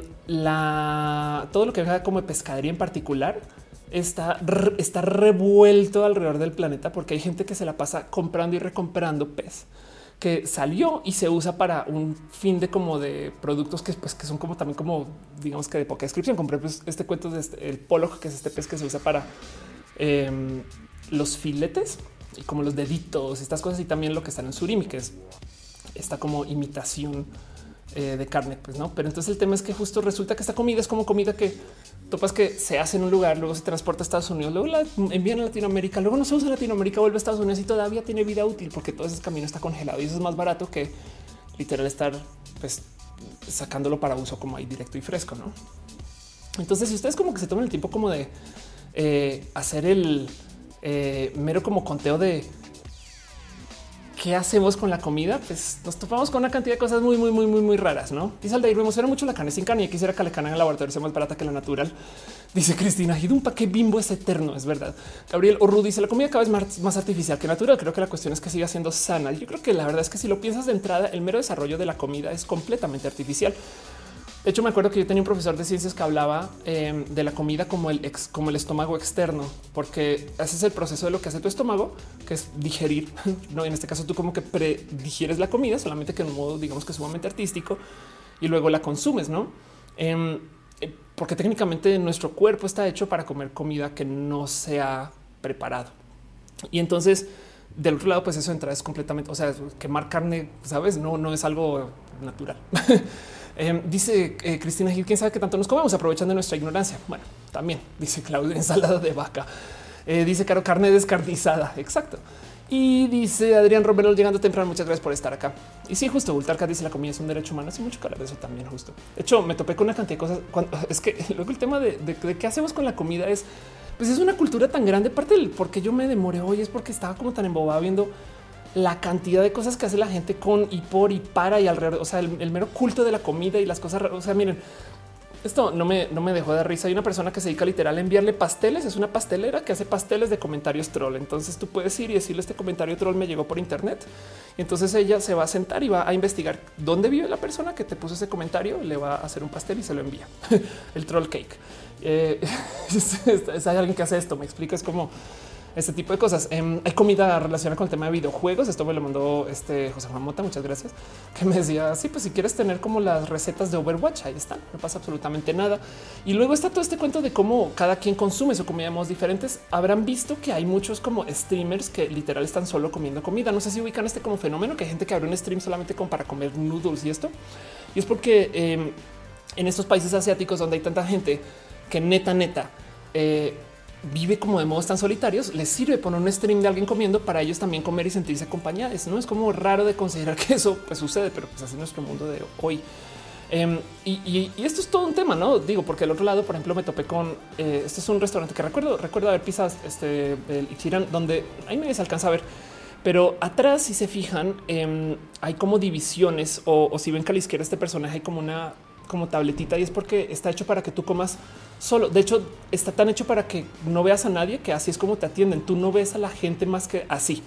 la todo lo que venga como de pescadería en particular está, está revuelto alrededor del planeta porque hay gente que se la pasa comprando y recomprando pez que salió y se usa para un fin de como de productos que, pues, que son como también como digamos que de poca descripción. Compré pues, este cuento de este, el pollock, que es este pez que se usa para eh, los filetes y como los deditos, estas cosas, y también lo que están en surimi, que es esta como imitación eh, de carne, pues no. Pero entonces el tema es que justo resulta que esta comida es como comida que topas que se hace en un lugar, luego se transporta a Estados Unidos, luego la envían a Latinoamérica, luego no se usa en Latinoamérica, vuelve a Estados Unidos y todavía tiene vida útil porque todo ese camino está congelado y eso es más barato que literal estar pues sacándolo para uso como ahí directo y fresco, ¿no? Entonces, si ustedes como que se toman el tiempo como de eh, hacer el eh, mero como conteo de qué hacemos con la comida, pues nos topamos con una cantidad de cosas muy, muy, muy, muy, muy raras, ¿no? Dice Aldair, me emociona mucho la carne sin carne y quisiera que la carne en el laboratorio sea más barata que la natural. Dice Cristina, y de un paquete Bimbo es eterno, es verdad. Gabriel Orru dice, la comida cada vez más, más artificial que natural. Creo que la cuestión es que siga siendo sana. Yo creo que la verdad es que si lo piensas de entrada, el mero desarrollo de la comida es completamente artificial. De hecho, me acuerdo que yo tenía un profesor de ciencias que hablaba eh, de la comida como el ex, como el estómago externo, porque haces el proceso de lo que hace tu estómago, que es digerir. No, en este caso, tú como que predigieres la comida, solamente que en un modo, digamos que sumamente artístico, y luego la consumes, no? Eh, porque técnicamente nuestro cuerpo está hecho para comer comida que no se ha preparado. Y entonces, del otro lado, pues eso entra es completamente, o sea, quemar carne, sabes, no, no es algo natural. Eh, dice eh, Cristina Gil, quién sabe qué tanto nos comemos, aprovechando de nuestra ignorancia. Bueno, también dice Claudia, ensalada de vaca. Eh, dice Caro, carne descarnizada. Exacto. Y dice Adrián Romero, llegando temprano. Muchas gracias por estar acá. Y sí, justo Ultarca dice la comida es un derecho humano. Hace mucho que hablar de eso también, justo. De hecho, me topé con una cantidad de cosas. Cuando, es que luego el tema de, de, de qué hacemos con la comida es, pues es una cultura tan grande. Parte del por qué yo me demoré hoy es porque estaba como tan embobado viendo la cantidad de cosas que hace la gente con y por y para y alrededor. O sea, el, el mero culto de la comida y las cosas. O sea, miren, esto no me, no me dejó de risa. Hay una persona que se dedica literal a enviarle pasteles. Es una pastelera que hace pasteles de comentarios troll. Entonces tú puedes ir y decirle este comentario troll me llegó por internet. Y entonces ella se va a sentar y va a investigar dónde vive la persona que te puso ese comentario. Le va a hacer un pastel y se lo envía. El troll cake. Eh, es, es, hay alguien que hace esto. Me explico. Es como este tipo de cosas. Eh, hay comida relacionada con el tema de videojuegos. Esto me lo mandó este José Juan Mota. Muchas gracias. Que me decía, sí, pues si quieres tener como las recetas de Overwatch, ahí están. No pasa absolutamente nada. Y luego está todo este cuento de cómo cada quien consume su comida de modos diferentes. Habrán visto que hay muchos como streamers que literal están solo comiendo comida. No sé si ubican este como fenómeno, que hay gente que abre un stream solamente como para comer noodles y esto. Y es porque eh, en estos países asiáticos donde hay tanta gente que neta, neta, eh, vive como de modos tan solitarios, les sirve poner un stream de alguien comiendo para ellos también comer y sentirse acompañados. No es como raro de considerar que eso pues sucede, pero pues así es nuestro mundo de hoy. Um, y, y, y esto es todo un tema, no digo, porque al otro lado, por ejemplo, me topé con eh, este es un restaurante que recuerdo, recuerdo haber pisado este el Ichiran, donde ahí me se alcanza a ver, pero atrás, si se fijan, um, hay como divisiones o, o si ven que a la izquierda este personaje hay como una como tabletita y es porque está hecho para que tú comas solo. De hecho, está tan hecho para que no veas a nadie, que así es como te atienden. Tú no ves a la gente más que así,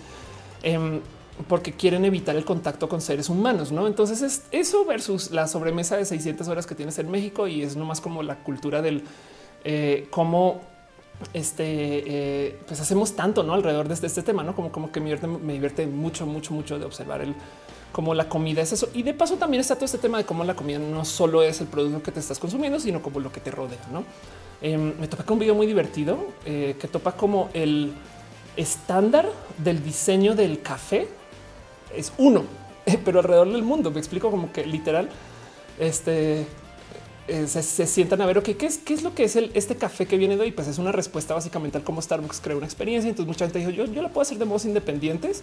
eh, porque quieren evitar el contacto con seres humanos, ¿no? Entonces es eso versus la sobremesa de seiscientas horas que tienes en México y es nomás como la cultura del eh, cómo este eh, pues hacemos tanto, ¿no? Alrededor de este, este tema, ¿no? Como, como que me divierte, me divierte mucho, mucho, mucho de observar el cómo la comida es eso. Y de paso también está todo este tema de cómo la comida no solo es el producto que te estás consumiendo, sino como lo que te rodea, ¿no? Eh, me topé con un video muy divertido eh, que topa como el estándar del diseño del café es uno, eh, pero alrededor del mundo. Me explico como que literal este eh, se, se sientan a ver, ok, ¿qué es, qué es lo que es el, este café que viene de hoy? Pues es una respuesta básicamente al cómo Starbucks crea una experiencia. Entonces mucha gente dijo, yo, yo la puedo hacer de modos independientes.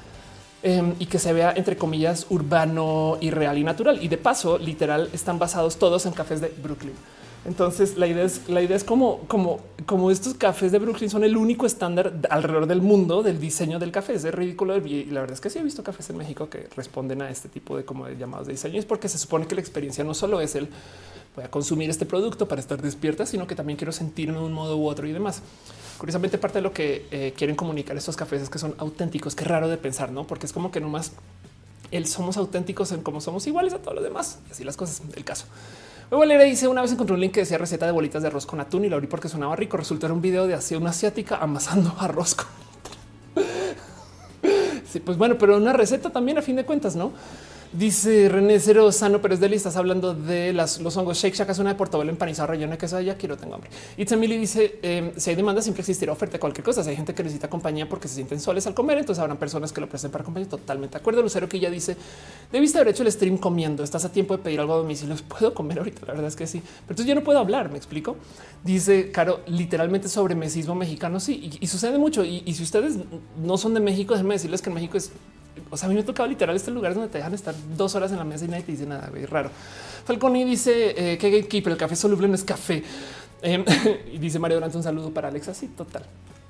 Um, y que se vea entre comillas urbano y real y natural. Y de paso, literal, están basados todos en cafés de Brooklyn. Entonces la idea es la idea es como, como, como estos cafés de Brooklyn son el único estándar alrededor del mundo del diseño del café. Es de ridículo. Y la verdad es que sí he visto cafés en México que responden a este tipo de como de llamados de diseño. Y es porque se supone que la experiencia no solo es el voy a consumir este producto para estar despierta, sino que también quiero sentirme de un modo u otro y demás. Curiosamente, parte de lo que eh, quieren comunicar estos cafés es que son auténticos. Qué raro de pensar, no? Porque es como que nomás el somos auténticos en cómo somos iguales a todos los demás. Y así las cosas del caso. Luego le dice una vez encontré un link que decía receta de bolitas de arroz con atún y lo abrí porque sonaba rico. Resultó era un video de así una asiática amasando arroz con sí, pues bueno, pero una receta también a fin de cuentas, no? Dice René Cero Sano, pero es deli. Estás hablando de las, los hongos. Shake Shack es una de portobelo empanizado relleno de queso. Ya quiero, tengo hambre. It's Emily dice: eh, si hay demanda, siempre existirá oferta de cualquier cosa. Si hay gente que necesita compañía porque se sienten soles al comer, entonces habrán personas que lo presten para compañía. Totalmente de acuerdo. Lucero que ya dice: debiste haber hecho el stream comiendo. Estás a tiempo de pedir algo a domicilio. Puedo comer ahorita. La verdad es que sí, pero entonces yo no puedo hablar. Me explico. Dice Caro, literalmente sobre mesismo mexicano. Sí, y, y sucede mucho. Y, y si ustedes no son de México, déjenme decirles que en México es, o sea, a mí me ha tocado literal este lugar donde te dejan estar dos horas en la mesa y nadie te dice nada. Güey, raro. Falconi dice eh, que gatekeeper, el café soluble no es café. Eh, y dice Mario Durante, un saludo para Alexa. Sí, total.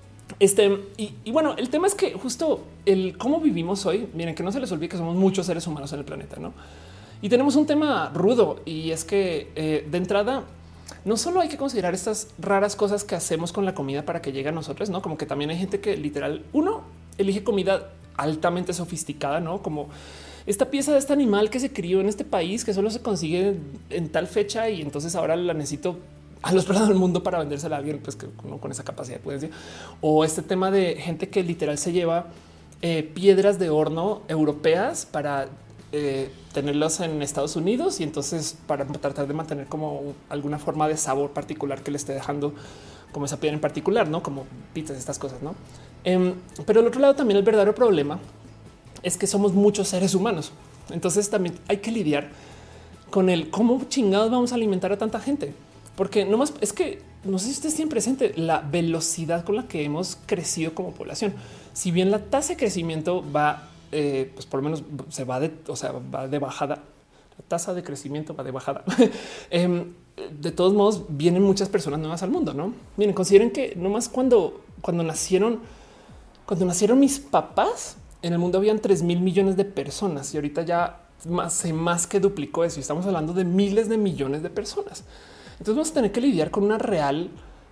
Este y, y bueno, el tema es que justo el cómo vivimos hoy. Miren, que no se les olvide que somos muchos seres humanos en el planeta, no? Y tenemos un tema rudo y es que eh, de entrada, no solo hay que considerar estas raras cosas que hacemos con la comida para que llegue a nosotros, no como que también hay gente que literal uno elige comida altamente sofisticada, no como esta pieza de este animal que se crió en este país que solo se consigue en tal fecha y entonces ahora la necesito a los lados del mundo para vendérsela a alguien pues que no con esa capacidad de poder. O este tema de gente que literal se lleva eh, piedras de horno europeas para eh, tenerlas en Estados Unidos y entonces para tratar de mantener como alguna forma de sabor particular que le esté dejando como esa piedra en particular, no como pizzas, estas cosas, no? Eh, pero al otro lado también el verdadero problema es que somos muchos seres humanos. Entonces también hay que lidiar con el cómo chingados vamos a alimentar a tanta gente, porque no más es que no sé si ustedes tienen presente la velocidad con la que hemos crecido como población. Si bien la tasa de crecimiento va, eh, pues por lo menos se va de, o sea, va de bajada, la tasa de crecimiento va de bajada. eh, de todos modos, vienen muchas personas nuevas al mundo. No miren, consideren que nomás cuando, cuando nacieron, cuando nacieron mis papás, en el mundo habían tres mil millones de personas y ahorita ya más, se más que duplicó eso. Y estamos hablando de miles de millones de personas. Entonces vamos a tener que lidiar con una real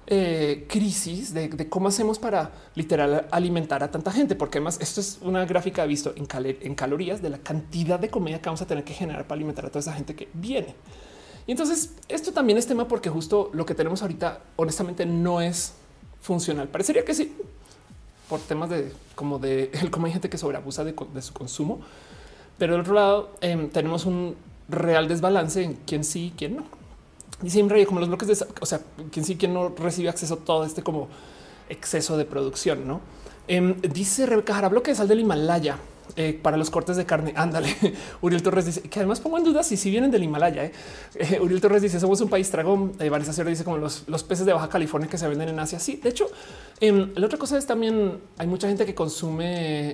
eh, crisis de, de cómo hacemos para literal alimentar a tanta gente, porque además esto es una gráfica visto en, cal en calorías de la cantidad de comida que vamos a tener que generar para alimentar a toda esa gente que viene. Y entonces esto también es tema porque justo lo que tenemos ahorita honestamente no es funcional. Parecería que sí, por temas de como de el cómo hay gente que sobreabusa de, de su consumo, pero del otro lado eh, tenemos un real desbalance en quién sí y quién no. Dice Imre, como los bloques de, o sea, quién sí, quién no recibe acceso a todo este como exceso de producción, ¿no? Eh, dice Rebeca Jara, bloque de sal del Himalaya eh, para los cortes de carne. Ándale. Uriel Torres dice que además pongo en duda si si vienen del Himalaya. Eh. Eh, Uriel Torres dice somos un país dragón. Eh, Vanessa Sierra dice como los, los peces de Baja California que se venden en Asia. Sí, de hecho, eh, la otra cosa es también hay mucha gente que consume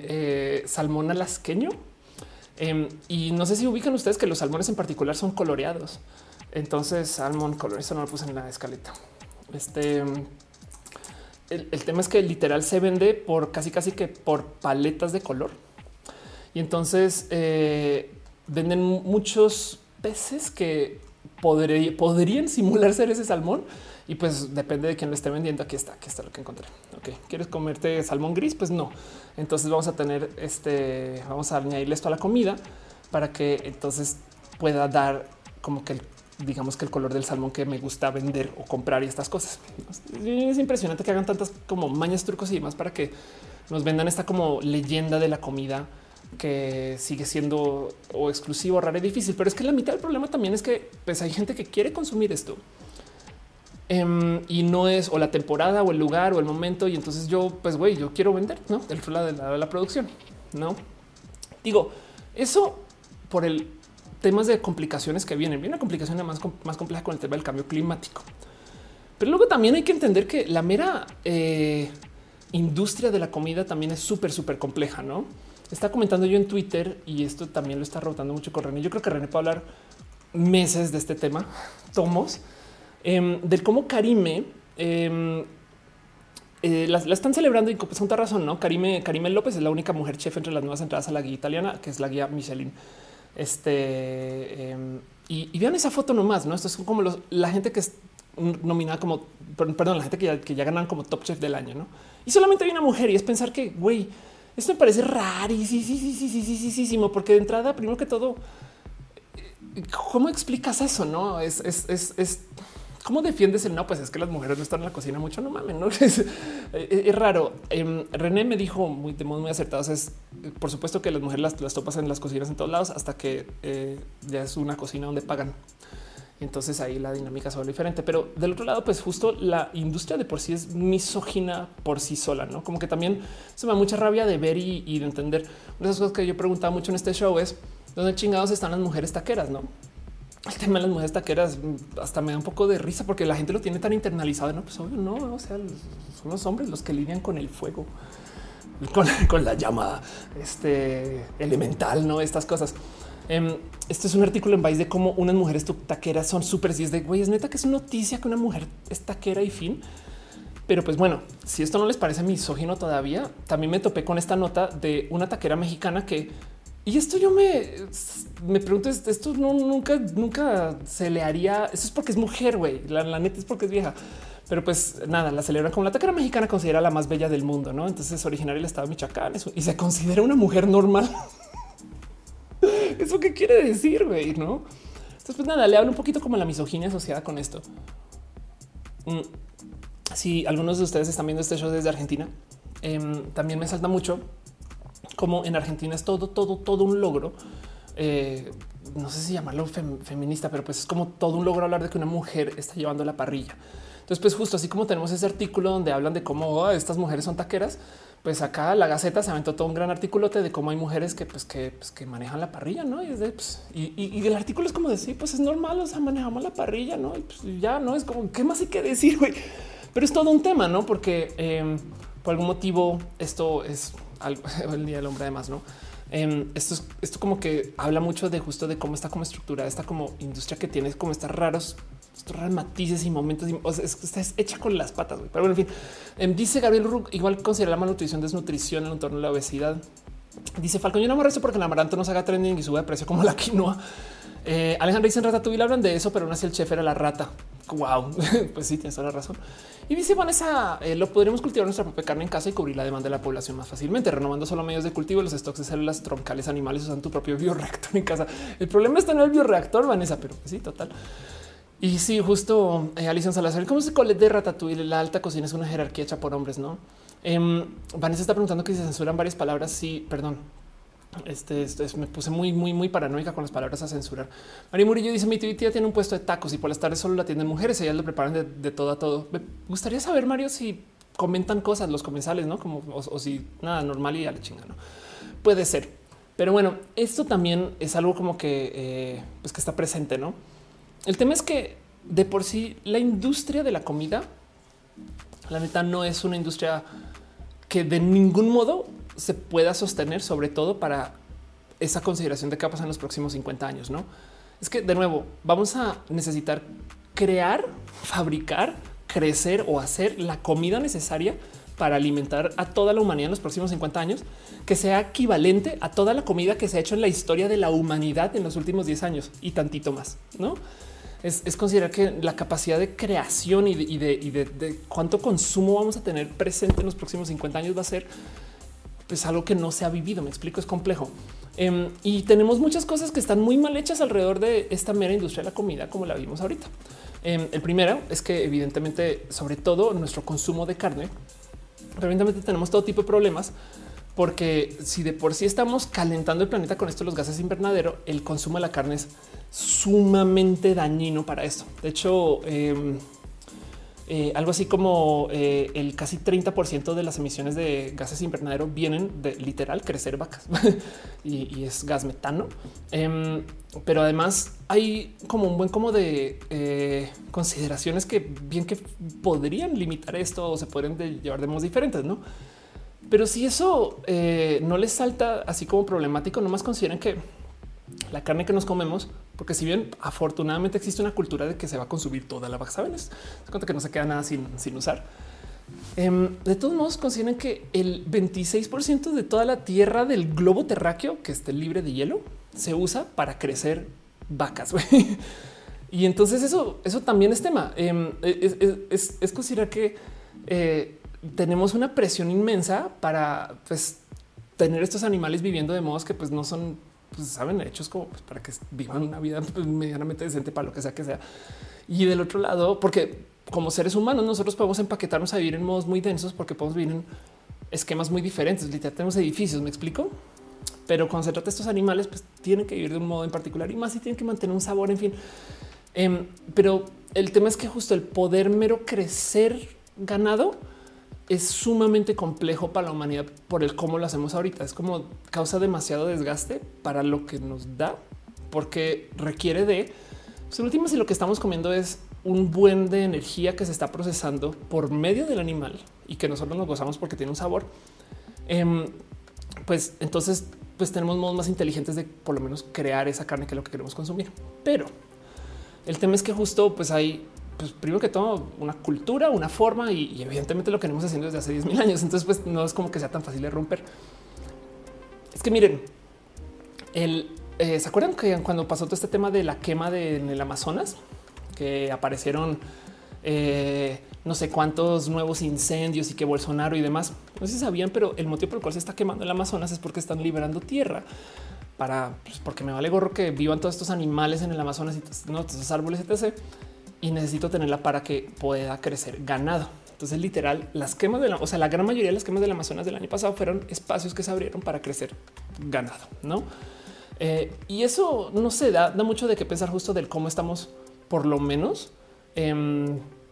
eh, salmón alasqueño eh, y no sé si ubican ustedes que los salmones en particular son coloreados. Entonces, salmon color, eso no lo puse en la escaleta. Este el, el tema es que literal se vende por casi, casi que por paletas de color. Y entonces eh, venden muchos peces que podría, podrían simular ser ese salmón. Y pues depende de quién lo esté vendiendo. Aquí está, aquí está lo que encontré. Ok, ¿quieres comerte salmón gris? Pues no. Entonces vamos a tener este, vamos a añadirle esto a la comida para que entonces pueda dar como que el digamos que el color del salmón que me gusta vender o comprar y estas cosas. Es impresionante que hagan tantas como mañas, trucos y demás para que nos vendan esta como leyenda de la comida que sigue siendo o exclusivo, raro y difícil. Pero es que la mitad del problema también es que pues hay gente que quiere consumir esto um, y no es o la temporada o el lugar o el momento. Y entonces yo pues güey, yo quiero vender, ¿no? Del otro lado de la, de la producción, ¿no? Digo, eso por el temas de complicaciones que vienen. Viene una complicación más, más compleja con el tema del cambio climático. Pero luego también hay que entender que la mera eh, industria de la comida también es súper, súper compleja, ¿no? Está comentando yo en Twitter y esto también lo está rotando mucho con René. Yo creo que René puede hablar meses de este tema, tomos, eh, del cómo Karime eh, eh, la, la están celebrando y con tanta razón, ¿no? Karime, Karime López es la única mujer chef entre las nuevas entradas a la guía italiana, que es la guía Michelin. Este eh, y, y vean esa foto nomás, no? Esto es como los, la gente que es nominada como, perdón, la gente que ya, que ya ganan como top chef del año, no? Y solamente hay una mujer y es pensar que, güey, esto me parece rarísimo, sí, sí, sí, sí, sí, sí, sí, sí, porque de entrada, primero que todo, ¿cómo explicas eso? No es, es, es, es ¿Cómo defiendes el no? Pues es que las mujeres no están en la cocina mucho. No mames, no es, es, es raro. Eh, René me dijo muy de modo muy acertados. Es por supuesto que las mujeres las, las topas en las cocinas en todos lados hasta que eh, ya es una cocina donde pagan. Entonces ahí la dinámica es diferente. Pero del otro lado, pues justo la industria de por sí es misógina por sí sola, no como que también se me da mucha rabia de ver y, y de entender. Una de esas cosas que yo preguntaba mucho en este show es dónde chingados están las mujeres taqueras, no? El tema de las mujeres taqueras hasta me da un poco de risa porque la gente lo tiene tan internalizado. No, pues obvio, no, o sea, son los hombres los que lidian con el fuego, con, con la llama este, elemental, no estas cosas. Um, este es un artículo en Vice de cómo unas mujeres taqueras son súper. Si es de güey, es neta que es noticia que una mujer es taquera y fin. Pero pues bueno, si esto no les parece misógino todavía, también me topé con esta nota de una taquera mexicana que y esto yo me, me pregunto, esto no, nunca, nunca se le haría. Eso es porque es mujer, güey. La, la neta es porque es vieja. Pero pues nada, la celebran como la taquera mexicana, considera la más bella del mundo, ¿no? Entonces es originaria del estado de Michoacán eso, y se considera una mujer normal. ¿Eso qué quiere decir, güey? ¿No? Entonces pues nada, le hablo un poquito como la misoginia asociada con esto. Mm. Si algunos de ustedes están viendo este show desde Argentina, eh, también me salta mucho como en Argentina es todo, todo, todo un logro. Eh, no sé si llamarlo fem feminista, pero pues es como todo un logro hablar de que una mujer está llevando la parrilla. Entonces, pues justo así como tenemos ese artículo donde hablan de cómo oh, estas mujeres son taqueras, pues acá la Gaceta se aventó todo un gran artículote de cómo hay mujeres que, pues, que, pues, que manejan la parrilla, ¿no? Y, es de, pues, y, y, y el artículo es como decir, pues es normal, o sea, manejamos la parrilla, ¿no? Y pues ya, ¿no? Es como, ¿qué más hay que decir, güey? Pero es todo un tema, ¿no? Porque eh, por algún motivo esto es algo, el Día del Hombre además, ¿no? Eh, esto es esto como que habla mucho de justo de cómo está como estructurada esta como industria que tiene como estos raros, estos raros matices y momentos. Y, o sea, es, está hecha con las patas, güey. Pero bueno, en fin, eh, dice Gabriel Rug, igual considera la malnutrición, desnutrición en torno a la obesidad. Dice Falcón, yo no me rezo porque el amaranto no se haga trending y sube de precio como la quinoa. Eh, Alejandra dice en Ratatouille hablan de eso, pero no es el chef, era la rata. Wow, pues sí, tienes toda la razón. Y dice Vanessa, eh, lo podríamos cultivar nuestra propia carne en casa y cubrir la demanda de la población más fácilmente, renovando solo medios de cultivo, los stocks de células troncales animales, usan tu propio bioreactor en casa. El problema está en el bioreactor, Vanessa, pero sí, total. Y sí, justo eh, Alison Salazar, ¿cómo se colet de Ratatouille? La alta cocina es una jerarquía hecha por hombres, ¿no? Eh, Vanessa está preguntando que se censuran varias palabras. Sí, perdón. Este, este me puse muy, muy, muy paranoica con las palabras a censurar. María Murillo dice: mi tía tiene un puesto de tacos y por las tardes solo la atienden mujeres. Ellas lo preparan de, de todo a todo. Me gustaría saber, Mario, si comentan cosas los comensales, no como o, o si nada normal y a la chinga, no puede ser. Pero bueno, esto también es algo como que, eh, pues que está presente, no? El tema es que de por sí la industria de la comida, la neta, no es una industria que de ningún modo se pueda sostener, sobre todo para esa consideración de qué va a pasar en los próximos cincuenta años. No es que de nuevo vamos a necesitar crear, fabricar, crecer o hacer la comida necesaria para alimentar a toda la humanidad en los próximos cincuenta años, que sea equivalente a toda la comida que se ha hecho en la historia de la humanidad en los últimos diez años y tantito más. No es, es considerar que la capacidad de creación y de, y de, y de, de cuánto consumo vamos a tener presente en los próximos cincuenta años va a ser pues algo que no se ha vivido. Me explico, es complejo. Um, y tenemos muchas cosas que están muy mal hechas alrededor de esta mera industria de la comida como la vimos ahorita. Um, el primero es que evidentemente, sobre todo nuestro consumo de carne, evidentemente tenemos todo tipo de problemas, porque si de por sí estamos calentando el planeta con esto, los gases invernadero, el consumo de la carne es sumamente dañino para esto. De hecho, um, Eh, algo así como eh, el casi treinta por ciento de las emisiones de gases invernadero vienen de literal crecer vacas y, y es gas metano. Eh, pero además hay como un buen como de eh, consideraciones que bien que podrían limitar esto o se pueden de llevar de modos diferentes, ¿no? Pero si eso eh, no les salta así como problemático, nomás consideren que la carne que nos comemos, porque si bien afortunadamente existe una cultura de que se va a consumir toda la vaca, saben, es cuenta que no se queda nada sin, sin usar. Eh, de todos modos, consideren que el veintiséis por ciento de toda la tierra del globo terráqueo que esté libre de hielo se usa para crecer vacas. Y entonces eso, eso también es tema. Eh, es, es, es considerar que eh, tenemos una presión inmensa para pues, tener estos animales viviendo de modos que pues no son pues, saben, hechos como pues, para que vivan una vida pues, medianamente decente para lo que sea que sea. Y del otro lado, porque como seres humanos nosotros podemos empaquetarnos a vivir en modos muy densos porque podemos vivir en esquemas muy diferentes. Literal, tenemos edificios, ¿me explico? Pero cuando se trata de estos animales, pues tienen que vivir de un modo en particular y más si tienen que mantener un sabor, en fin. Um, pero el tema es que justo el poder mero crecer ganado es sumamente complejo para la humanidad por el cómo lo hacemos ahorita. Es como causa demasiado desgaste para lo que nos da, porque requiere de pues, en últimas, si lo que estamos comiendo es un buen de energía que se está procesando por medio del animal y que nosotros nos gozamos porque tiene un sabor. Um, pues entonces, pues tenemos modos más inteligentes de por lo menos crear esa carne que es lo que queremos consumir. Pero el tema es que justo pues hay, pues primero que todo, una cultura, una forma y, y evidentemente lo que venimos haciendo desde hace diez mil años. Entonces, pues no es como que sea tan fácil de romper. Es que miren, el, eh, ¿se acuerdan que cuando pasó todo este tema de la quema de, en el Amazonas, que aparecieron eh, no sé cuántos nuevos incendios y que Bolsonaro y demás? No sé si sabían, pero el motivo por el cual se está quemando el Amazonas es porque están liberando tierra para, pues porque me vale gorro que vivan todos estos animales en el Amazonas y no, todos esos árboles, etcétera. Y necesito tenerla para que pueda crecer ganado. Entonces, literal, las quemas de la, o sea, la gran mayoría de las quemas del Amazonas del año pasado fueron espacios que se abrieron para crecer ganado, no? Eh, y eso no se da, da mucho de qué pensar justo del cómo estamos, por lo menos, eh,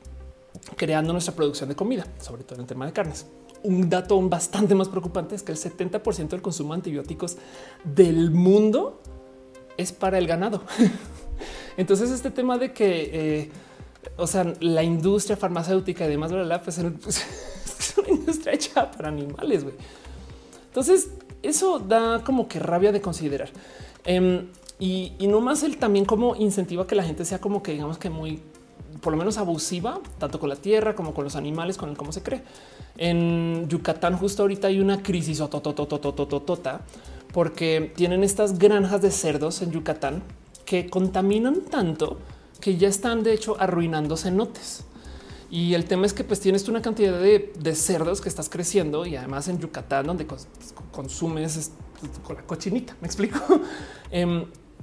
creando nuestra producción de comida, sobre todo en el tema de carnes. Un dato aún bastante más preocupante es que el setenta por ciento del consumo de antibióticos del mundo es para el ganado. Entonces, este tema de que, eh, o sea, la industria farmacéutica y demás, bla, bla, pues, pues es una industria hecha para animales. Wey. Entonces, eso da como que rabia de considerar. Um, y, y no más el también como incentiva que la gente sea como que digamos que muy, por lo menos abusiva, tanto con la tierra como con los animales, con el cómo se cree. En Yucatán justo ahorita hay una crisis otototototototota porque tienen estas granjas de cerdos en Yucatán que contaminan tanto que ya están de hecho arruinando cenotes. Y el tema es que pues tienes una cantidad de, de cerdos que estás creciendo y además en Yucatán donde cons consumes con la cochinita, me explico. um,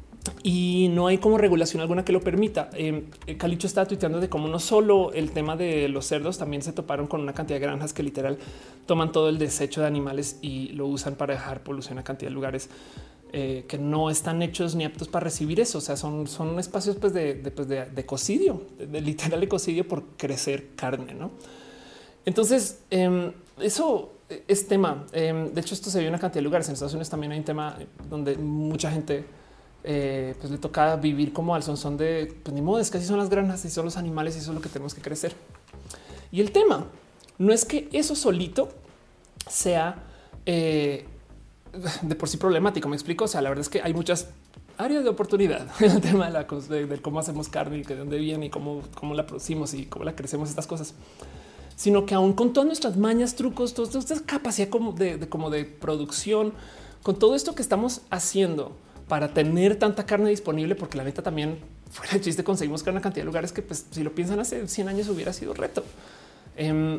y no hay como regulación alguna que lo permita. Eh, Calicho está tuiteando de cómo no solo el tema de los cerdos, también se toparon con una cantidad de granjas que literal toman todo el desecho de animales y lo usan para dejar polución a cantidad de lugares eh, que no están hechos ni aptos para recibir eso. O sea, son, son espacios pues, de, de, pues, de, de ecocidio, de, de literal ecocidio por crecer carne, ¿no? Entonces, eh, eso es tema. Eh, de hecho, esto se ve en una cantidad de lugares. En Estados Unidos también hay un tema donde mucha gente Eh, pues le toca vivir como al son son de pues ni modo, es que así son las granjas y son los animales y eso es lo que tenemos que crecer. Y el tema no es que eso solito sea eh, de por sí problemático. Me explico. O sea, la verdad es que hay muchas áreas de oportunidad en el tema de, la, de, de cómo hacemos carne y de dónde viene y cómo, cómo la producimos y cómo la crecemos, estas cosas, sino que aún con todas nuestras mañas, trucos, toda esta capacidad como de, de, como de producción, con todo esto que estamos haciendo para tener tanta carne disponible, porque la neta también fuera de chiste conseguimos que una cantidad de lugares que pues, si lo piensan hace cien años hubiera sido reto. Eh,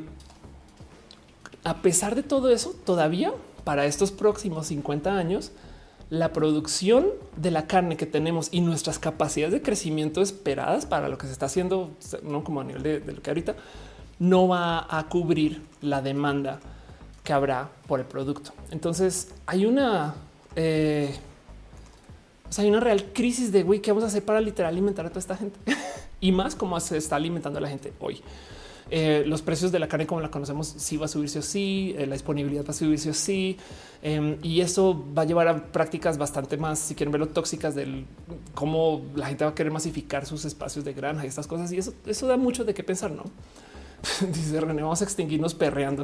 a pesar de todo eso, todavía para estos próximos cincuenta años, la producción de la carne que tenemos y nuestras capacidades de crecimiento esperadas para lo que se está haciendo, no como a nivel de, de lo que ahorita, no va a cubrir la demanda que habrá por el producto. Entonces hay una... Eh, O sea, hay una real crisis de güey, ¿qué vamos a hacer para literal alimentar a toda esta gente? Y más como se está alimentando a la gente hoy. Eh, los precios de la carne como la conocemos sí va a subir sí o sí, eh, la disponibilidad va a subir sí o sí. Eh, y eso va a llevar a prácticas bastante más, si quieren verlo, tóxicas del cómo la gente va a querer masificar sus espacios de granja y estas cosas. Y eso, eso da mucho de qué pensar, ¿no? Dice René, vamos a extinguirnos perreando.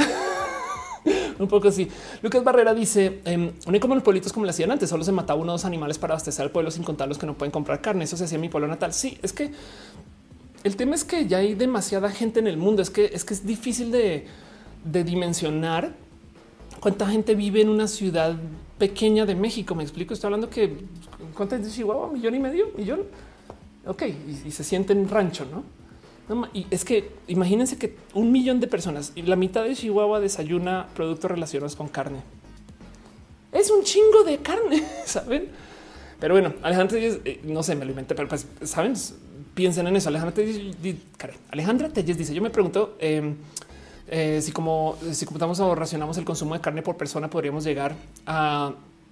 Un poco así. Lucas Barrera dice eh, no hay como los pueblitos como lo hacían antes, solo se mataba uno o dos animales para abastecer al pueblo sin contar los que no pueden comprar carne. Eso se hacía en mi pueblo natal. Sí, es que el tema es que ya hay demasiada gente en el mundo. Es que es que es difícil de, de dimensionar cuánta gente vive en una ciudad pequeña de México. Me explico. Estoy hablando que cuánta es de Chihuahua, millón y medio, millón. Ok, y, y se siente en rancho, no? No, y es que imagínense que un millón de personas y la mitad de Chihuahua desayuna productos relacionados con carne. Es un chingo de carne, ¿saben? Pero bueno, Alejandra Telles, eh, no sé, me lo inventé, pero pues, ¿saben? Piensen en eso. Alejandra Telles, Alejandra Telles dice, yo me pregunto eh, eh, si como si computamos o racionamos el consumo de carne por persona, podríamos llegar a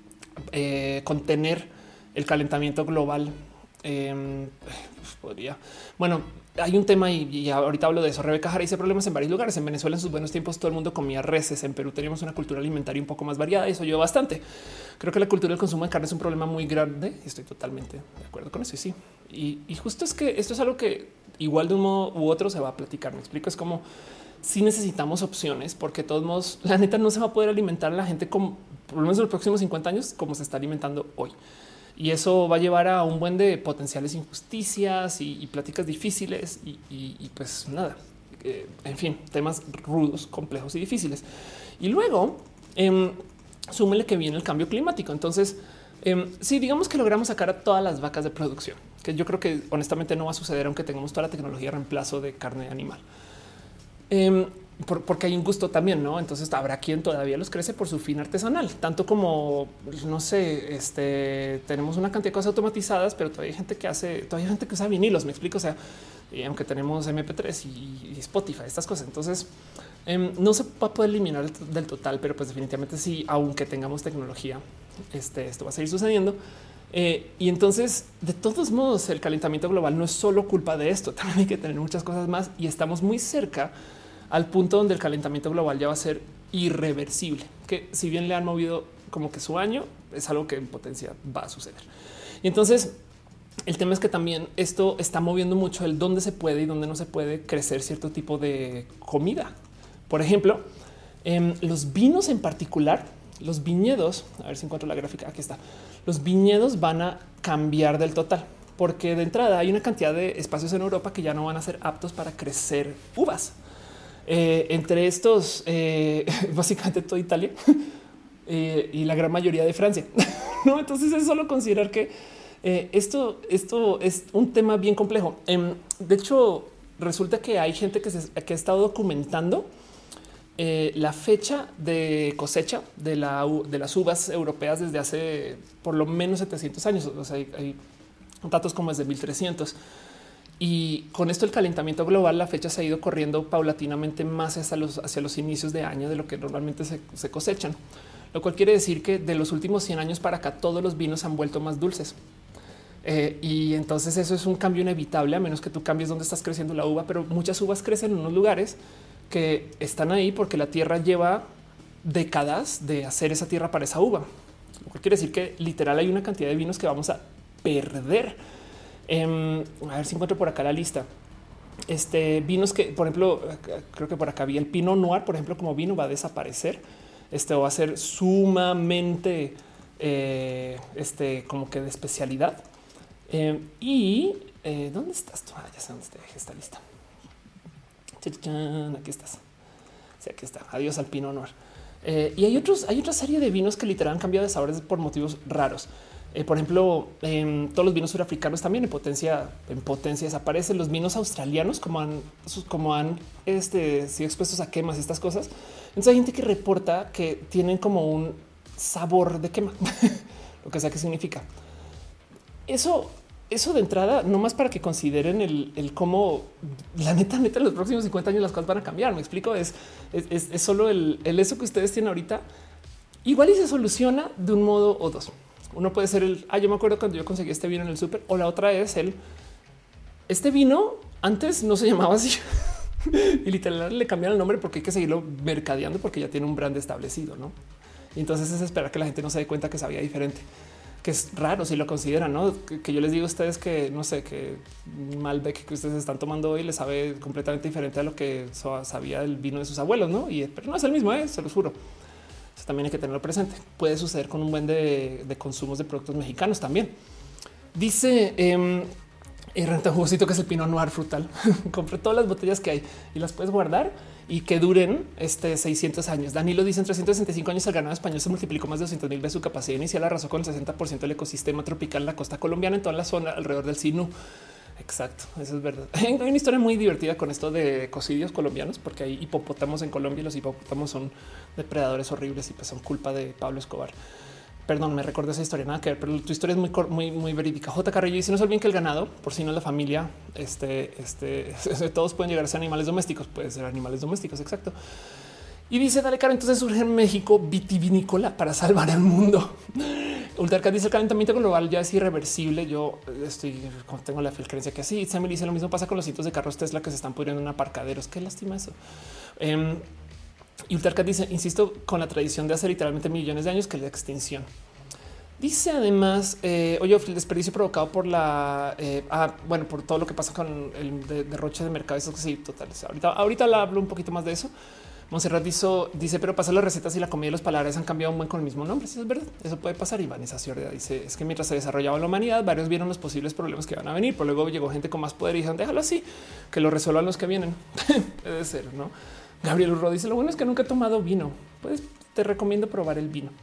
eh, contener el calentamiento global. Eh, pues podría. Bueno, hay un tema y, y ahorita hablo de eso. Rebeca Jara dice problemas en varios lugares. En Venezuela en sus buenos tiempos todo el mundo comía reses. En Perú teníamos una cultura alimentaria un poco más variada y eso ayudó bastante. Creo que la cultura del consumo de carne es un problema muy grande. Estoy totalmente de acuerdo con eso. Y sí, y, y justo es que esto es algo que igual de un modo u otro se va a platicar. Me explico. Es como si necesitamos opciones, porque de todos modos la neta no se va a poder alimentar a la gente como por lo menos en los próximos cincuenta años como se está alimentando hoy. Y eso va a llevar a un buen de potenciales injusticias y, y pláticas difíciles y, y, y pues nada, eh, en fin, temas rudos, complejos y difíciles. Y luego eh, súmele que viene el cambio climático. Entonces, eh, si digamos que logramos sacar a todas las vacas de producción, que yo creo que honestamente no va a suceder aunque tengamos toda la tecnología de reemplazo de carne animal. Eh, Por, porque hay un gusto también, ¿no? Entonces habrá quien todavía los crece por su fin artesanal, tanto como, no sé, este, tenemos una cantidad de cosas automatizadas, pero todavía hay gente que hace, todavía hay gente que usa vinilos, me explico, o sea, y aunque tenemos M P tres y, y Spotify, estas cosas, entonces eh, no se va a poder eliminar del total, pero pues definitivamente sí, aunque tengamos tecnología, este, esto va a seguir sucediendo. Eh, y entonces, de todos modos, el calentamiento global no es solo culpa de esto, también hay que tener muchas cosas más y estamos muy cerca al punto donde el calentamiento global ya va a ser irreversible, que si bien le han movido como que su año, es algo que en potencia va a suceder. Y entonces el tema es que también esto está moviendo mucho el dónde se puede y dónde no se puede crecer cierto tipo de comida. Por ejemplo, eh, los vinos en particular, los viñedos, a ver si encuentro la gráfica, aquí está, los viñedos van a cambiar del total, porque de entrada hay una cantidad de espacios en Europa que ya no van a ser aptos para crecer uvas. Eh, entre estos, eh, básicamente toda Italia eh, y la gran mayoría de Francia. No, entonces es solo considerar que eh, esto, esto es un tema bien complejo. Eh, de hecho, resulta que hay gente que, se, que ha estado documentando eh, la fecha de cosecha de, la, de las uvas europeas desde hace por lo menos setecientos años. O sea, hay, hay datos como desde mil trescientos. Y con esto el calentamiento global, la fecha se ha ido corriendo paulatinamente más hacia los, hacia los inicios de año de lo que normalmente se, se cosechan, lo cual quiere decir que de los últimos cien años para acá todos los vinos se han vuelto más dulces. Eh, y entonces eso es un cambio inevitable a menos que tú cambies dónde estás creciendo la uva, pero muchas uvas crecen en unos lugares que están ahí porque la tierra lleva décadas de hacer esa tierra para esa uva, lo cual quiere decir que literal hay una cantidad de vinos que vamos a perder. Um, a ver si encuentro por acá la lista. Este vinos que, por ejemplo, creo que por acá vi el Pinot Noir, por ejemplo, como vino va a desaparecer. Este va a ser sumamente eh, este como que de especialidad. Eh, y eh, ¿dónde estás tú? Ah, ya sé dónde te dejé esta lista. Aquí estás. Sí, aquí está. Adiós al Pinot Noir. Eh, y hay otros, hay otra serie de vinos que literal han cambiado de sabores por motivos raros. Eh, por ejemplo, eh, todos los vinos surafricanos también en potencia, en potencia desaparecen. Los vinos australianos, como han, como han este, sido expuestos a quemas, estas cosas. Entonces hay gente que reporta que tienen como un sabor de quema, lo que sea que significa eso. Eso de entrada, no más para que consideren el, el cómo la neta, neta, en los próximos cincuenta años las cosas van a cambiar. Me explico. Es, es, es solo el, el eso que ustedes tienen ahorita. Igual y se soluciona de un modo o dos. Uno puede ser el ah, yo me acuerdo cuando yo conseguí este vino en el súper, o la otra es el este vino antes no se llamaba así y literal le cambiaron el nombre porque hay que seguirlo mercadeando porque ya tiene un brand establecido, ¿no? Y entonces es esperar que la gente no se dé cuenta que sabía diferente, que es raro si lo consideran, ¿no? Que, que yo les digo a ustedes que no sé, que Malbec que ustedes están tomando hoy les sabe completamente diferente a lo que sabía el vino de sus abuelos, ¿no? Y pero no es el mismo, ¿eh? Se los juro. Eso también hay que tenerlo presente. Puede suceder con un buen de, de consumos de productos mexicanos también. Dice eh, renta jugosito que es el Pinot Noir frutal. Compré todas las botellas que hay y las puedes guardar y que duren este seiscientos años. Danilo dice en trescientos sesenta y cinco años el ganado español se multiplicó más de doscientos mil veces su capacidad inicial, arrasó con el sesenta por ciento del ecosistema tropical en la costa colombiana en toda la zona alrededor del Sinú. Exacto, eso es verdad. Hay una historia muy divertida con esto de ecocidios colombianos, porque hay hipopótamos en Colombia y los hipopótamos son depredadores horribles y pues son culpa de Pablo Escobar. Perdón, me recuerdo esa historia, nada que ver, pero tu historia es muy, muy, muy verídica. J. Carrillo dice: no se olviden que el ganado, por si no es la familia, este, este, todos pueden llegar a ser animales domésticos, pueden ser animales domésticos, exacto. Y dice: dale, Caro, entonces surge en México vitivinícola para salvar al mundo. Ultercat dice: el calentamiento global ya es irreversible. Yo estoy, tengo la fiel creencia que así. Samuel dice: lo mismo pasa con los cientos de carros Tesla que se están pudriendo en aparcaderos. Qué lástima eso. Um, y Ultercat dice: insisto con la tradición de hace literalmente millones de años que la extinción. Dice además, eh, oye, el desperdicio provocado por la, eh, ah, bueno, por todo lo que pasa con el de, derroche de mercado. Eso sí, total. Ahorita, ahorita la hablo un poquito más de eso. Monserrat dice, dice, pero pasa las recetas y la comida y los palabras han cambiado un buen con el mismo nombre. Sí, es verdad, eso puede pasar. Y Vanessa Ciorda dice: es que mientras se desarrollaba la humanidad, varios vieron los posibles problemas que van a venir, pero luego llegó gente con más poder y dijeron: déjalo así, que lo resuelvan los que vienen. Puede ser, ¿no? Gabriel Urro dice: lo bueno es que nunca he tomado vino. Pues te recomiendo probar el vino.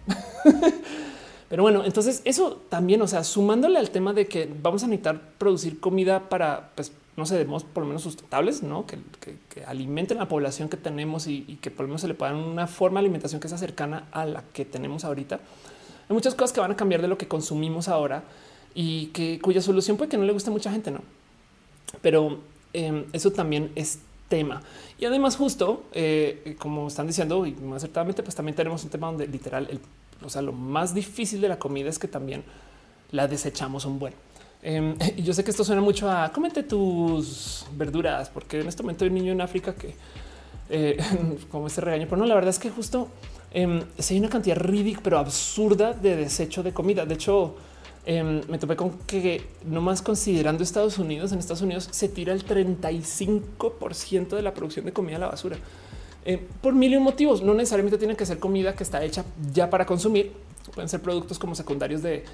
Pero bueno, entonces eso también, o sea, sumándole al tema de que vamos a necesitar producir comida para, pues, no sé, de modos por lo menos sustentables, ¿no? Que, que, que alimenten a la población que tenemos y, y que por lo menos se le pueda dar una forma de alimentación que sea cercana a la que tenemos ahorita. Hay muchas cosas que van a cambiar de lo que consumimos ahora y que cuya solución puede que no le guste a mucha gente, ¿no? Pero eh, eso también es tema. Y además justo, eh, como están diciendo y más acertadamente, pues también tenemos un tema donde literal, el, o sea, lo más difícil de la comida es que también la desechamos un buen. Eh, y yo sé que esto suena mucho a cómete tus verduras, porque en este momento hay un niño en África que eh, como ese regaño, pero no, la verdad es que justo eh, si hay una cantidad ridícula, pero absurda de desecho de comida. De hecho, eh, me topé con que nomás considerando Estados Unidos, en Estados Unidos se tira el treinta y cinco por ciento de la producción de comida a la basura. Eh, por mil y un motivos. No necesariamente tiene que ser comida que está hecha ya para consumir. Pueden ser productos como secundarios de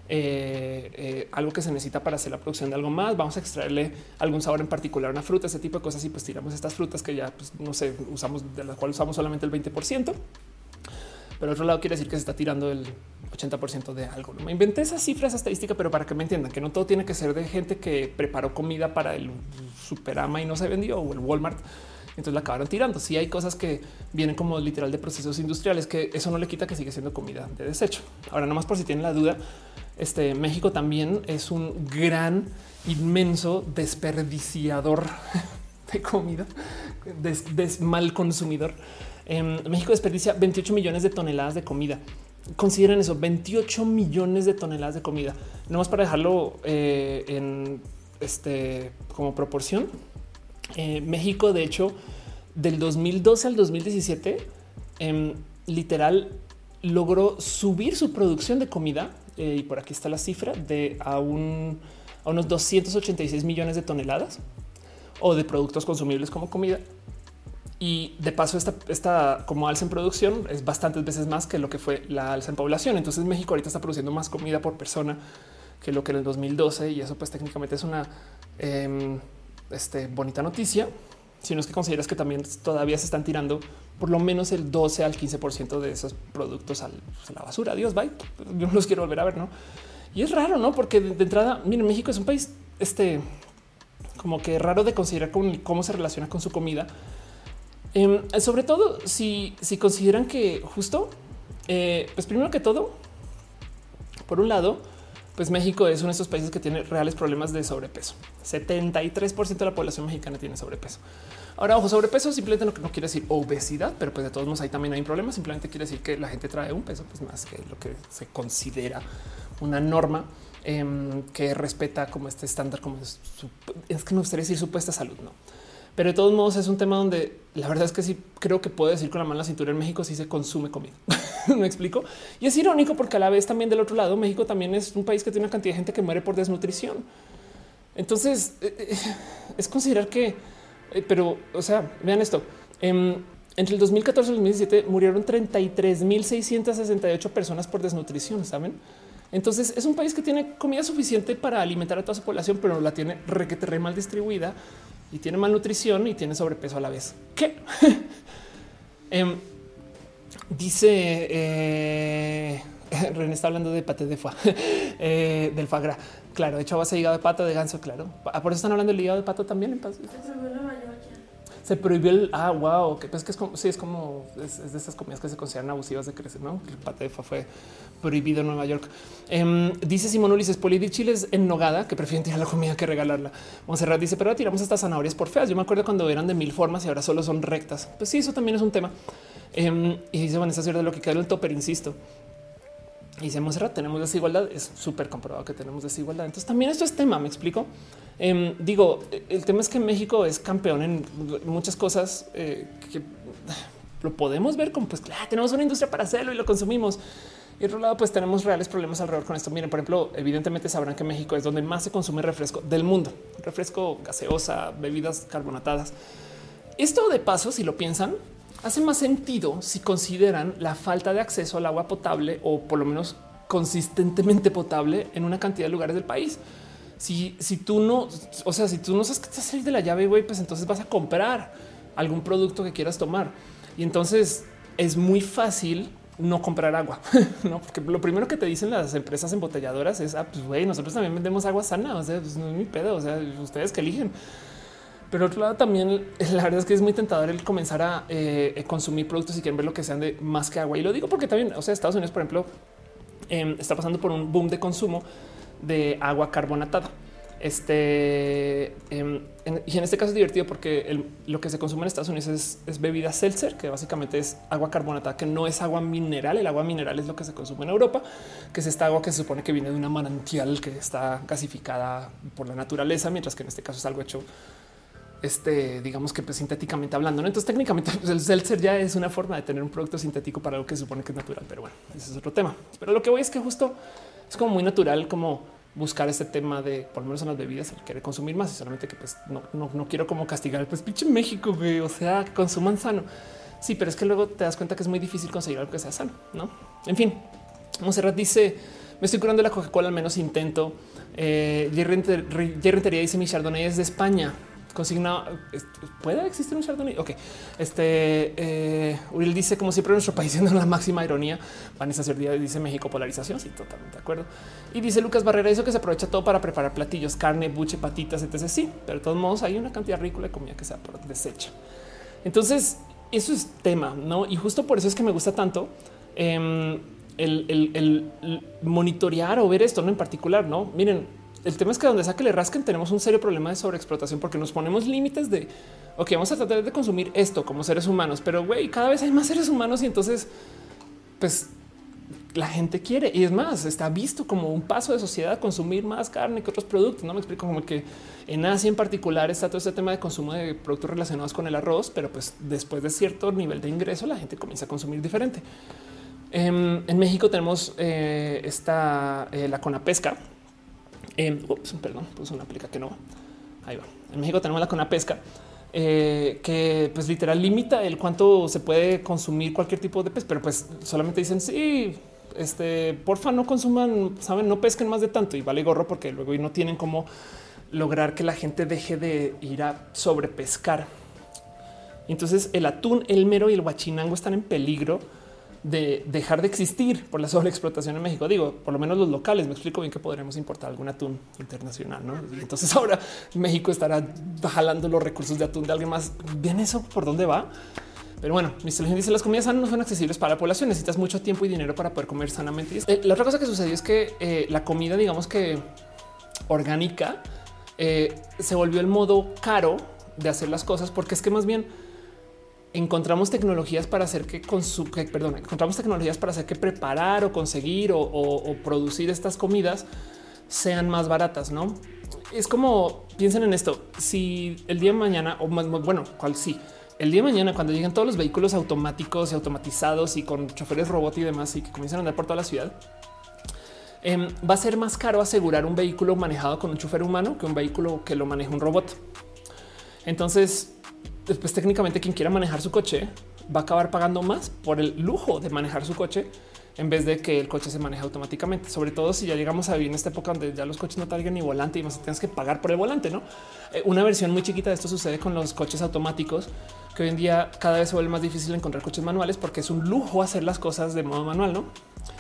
Eh, eh, algo que se necesita para hacer la producción de algo más. Vamos a extraerle algún sabor en particular a una fruta, ese tipo de cosas. Y pues tiramos estas frutas que ya, pues, no sé, usamos, de las cuales usamos solamente el veinte por ciento. Pero otro lado quiere decir que se está tirando el ochenta por ciento de algo. ¿No? Me inventé esa cifra, esa estadística, pero para que me entiendan que no todo tiene que ser de gente que preparó comida para el Superama y no se vendió, o el Walmart. Entonces la acabaron tirando. Sí hay cosas que vienen como literal de procesos industriales, que eso no le quita que sigue siendo comida de desecho. Ahora, nomás por si tienen la duda, este México también es un gran, inmenso desperdiciador de comida, des, des mal consumidor. En México desperdicia veintiocho millones de toneladas de comida. Consideren eso, veintiocho millones de toneladas de comida. Nomás para dejarlo eh, en este como proporción. Eh, México, de hecho, del dos mil doce al dos mil diecisiete, eh, literal logró subir su producción de comida. Eh, y por aquí está la cifra de a, un, a unos doscientos ochenta y seis millones de toneladas o de productos consumibles como comida. Y de paso, esta, esta como alza en producción es bastantes veces más que lo que fue la alza en población. Entonces México ahorita está produciendo más comida por persona que lo que en el dos mil doce. Y eso pues técnicamente es una eh, este, bonita noticia. Si no es que consideras que también todavía se están tirando por lo menos el doce al quince por ciento de esos productos al, a la basura. Adiós, bye. Yo no los quiero volver a ver, ¿no? Y es raro, ¿no? Porque de, de entrada, miren, México es un país este, como que raro de considerar con, cómo se relaciona con su comida. Eh, sobre todo si, si consideran que justo, eh, pues primero que todo, por un lado, pues México es uno de esos países que tiene reales problemas de sobrepeso. setenta y tres por ciento de la población mexicana tiene sobrepeso. Ahora, ojo, sobrepeso simplemente no, no quiere decir obesidad, pero pues de todos modos ahí también hay un problema. Simplemente quiere decir que la gente trae un peso pues más que lo que se considera una norma eh, que respeta como este estándar, como es, es que me gustaría decir supuesta salud, no. Pero de todos modos es un tema donde la verdad es que sí creo que puedo decir con la mano en la cintura, en México sí se consume comida. Me explico. Y es irónico porque a la vez también del otro lado, México también es un país que tiene una cantidad de gente que muere por desnutrición. Entonces eh, es considerar que, eh, pero o sea, vean esto. Eh, entre el dos mil catorce y el dos mil diecisiete murieron treinta y tres mil seiscientas sesenta y ocho personas por desnutrición. Saben? Entonces es un país que tiene comida suficiente para alimentar a toda su población, pero la tiene requete re mal distribuida y tiene malnutrición y tiene sobrepeso a la vez. ¿Qué? eh, dice eh, René está hablando de paté de foie, eh, del foie gras. Claro, de hecho, base de hígado de pato, de ganso, claro. Ah, por eso están hablando del hígado de pato también. En paz. Se prohibió el ah, wow, que pues que es como sí, es como es, es de esas comidas que se consideran abusivas de crecer, no? El paté de foie fue prohibido en Nueva York. Um, dice Simón Ulises, polidir chiles en nogada que prefieren tirar la comida que regalarla. Monserrat dice, pero tiramos estas zanahorias por feas. Yo me acuerdo cuando eran de mil formas y ahora solo son rectas. Pues sí, eso también es un tema. Um, y dice Vanessa Ciudad de lo que quedó el topper, insisto. Y dice Monserrat, tenemos desigualdad. Es súper comprobado que tenemos desigualdad. Entonces también esto es tema. Me explico. Eh, digo, el tema es que México es campeón en muchas cosas eh, que lo podemos ver como pues claro, tenemos una industria para hacerlo y lo consumimos. Y otro lado, pues tenemos reales problemas alrededor con esto. Miren, por ejemplo, evidentemente sabrán que México es donde más se consume refresco del mundo, refresco, gaseosa, bebidas carbonatadas. Esto de paso, si lo piensan, hace más sentido si consideran la falta de acceso al agua potable o por lo menos consistentemente potable en una cantidad de lugares del país. Si, si tú no, o sea, si tú no sabes que te vas a salir de la llave, güey, pues entonces vas a comprar algún producto que quieras tomar. Y entonces es muy fácil no comprar agua, no? Porque lo primero que te dicen las empresas embotelladoras es, ah, pues güey, nosotros también vendemos agua sana, o sea, pues no es mi pedo, o sea, ustedes que eligen. Pero otro lado también, la verdad es que es muy tentador el comenzar a eh, consumir productos y quieren ver lo que sean de más que agua. Y lo digo porque también, o sea, Estados Unidos, por ejemplo, eh, está pasando por un boom de consumo de agua carbonatada. Este eh, en, y en este caso es divertido porque el, lo que se consume en Estados Unidos es, es bebida seltzer, que básicamente es agua carbonatada, que no es agua mineral. El agua mineral es lo que se consume en Europa, que es esta agua que se supone que viene de una manantial que está gasificada por la naturaleza, mientras que en este caso es algo hecho, este, digamos que pues, sintéticamente hablando, ¿no? Entonces técnicamente pues, el seltzer ya es una forma de tener un producto sintético para algo que se supone que es natural, pero bueno, ese es otro tema. Pero lo que voy es que justo es como muy natural como buscar este tema de por lo menos en las bebidas, el querer consumir más y solamente que pues no, no, no quiero como castigar, pues pinche México, güey, o sea, que consuman sano. Sí, pero es que luego te das cuenta que es muy difícil conseguir algo que sea sano, ¿no? En fin, Monserrat dice, me estoy curando la Coca-Cola, al menos intento. Eh, Jerry Rentería dice, mi Chardonnay es de España. Consigna, ¿puede existir un Chardonnay? Ok. Este eh, Uriel dice, como siempre, en nuestro país siendo la máxima ironía. Vanessa Cerdía dice México polarización. Sí, totalmente de acuerdo. Y dice Lucas Barrera, eso que se aprovecha todo para preparar platillos, carne, buche, patitas, etcétera. Sí, pero de todos modos hay una cantidad ridícula de comida que se desecha. Entonces, eso es tema, ¿no? Y justo por eso es que me gusta tanto eh, el, el, el, el monitorear o ver esto, ¿no? En particular, ¿no? Miren, el tema es que donde sea que le rasquen tenemos un serio problema de sobreexplotación porque nos ponemos límites de, ok, vamos a tratar de consumir esto como seres humanos, pero güey, cada vez hay más seres humanos y entonces, pues la gente quiere y es más, está visto como un paso de sociedad a consumir más carne que otros productos. No me explico, como que en Asia en particular está todo este tema de consumo de productos relacionados con el arroz, pero pues después de cierto nivel de ingreso la gente comienza a consumir diferente. En, en México tenemos eh, esta eh, la Conapesca. Eh, ups, perdón, puse una plica que no. Ahí va. En México tenemos la Conapesca, eh, que pues literal limita el cuánto se puede consumir cualquier tipo de pez, pero pues solamente dicen sí, este porfa no consuman, saben, no pesquen más de tanto y vale gorro porque luego no tienen cómo lograr que la gente deje de ir a sobrepescar. Entonces el atún, el mero y el huachinango están en peligro de dejar de existir por la sobreexplotación en México. Digo, por lo menos los locales. Me explico bien que podremos importar algún atún internacional, ¿no? Y entonces ahora México estará jalando los recursos de atún de alguien más. ¿Ven eso por dónde va? Pero bueno, mister Legend dice las comidas sanas no son accesibles para la población. Necesitas mucho tiempo y dinero para poder comer sanamente. Eh, la otra cosa que sucedió es que eh, la comida, digamos que orgánica, eh, se volvió el modo caro de hacer las cosas, porque es que más bien encontramos tecnologías para hacer que, consu que perdón, encontramos tecnologías para hacer que preparar o conseguir o, o, o producir estas comidas sean más baratas, ¿no? Es como piensen en esto. Si el día de mañana o más, bueno, cuál sí, el día de mañana cuando lleguen todos los vehículos automáticos y automatizados y con choferes robot y demás y que comiencen a andar por toda la ciudad, eh, va a ser más caro asegurar un vehículo manejado con un chofer humano que un vehículo que lo maneja un robot. Entonces, después técnicamente quien quiera manejar su coche va a acabar pagando más por el lujo de manejar su coche en vez de que el coche se maneje automáticamente. Sobre todo si ya llegamos a vivir en esta época donde ya los coches no traigan ni volante y más tienes que pagar por el volante, ¿no? Eh, una versión muy chiquita de esto sucede con los coches automáticos, que hoy en día cada vez se vuelve más difícil encontrar coches manuales porque es un lujo hacer las cosas de modo manual, ¿no?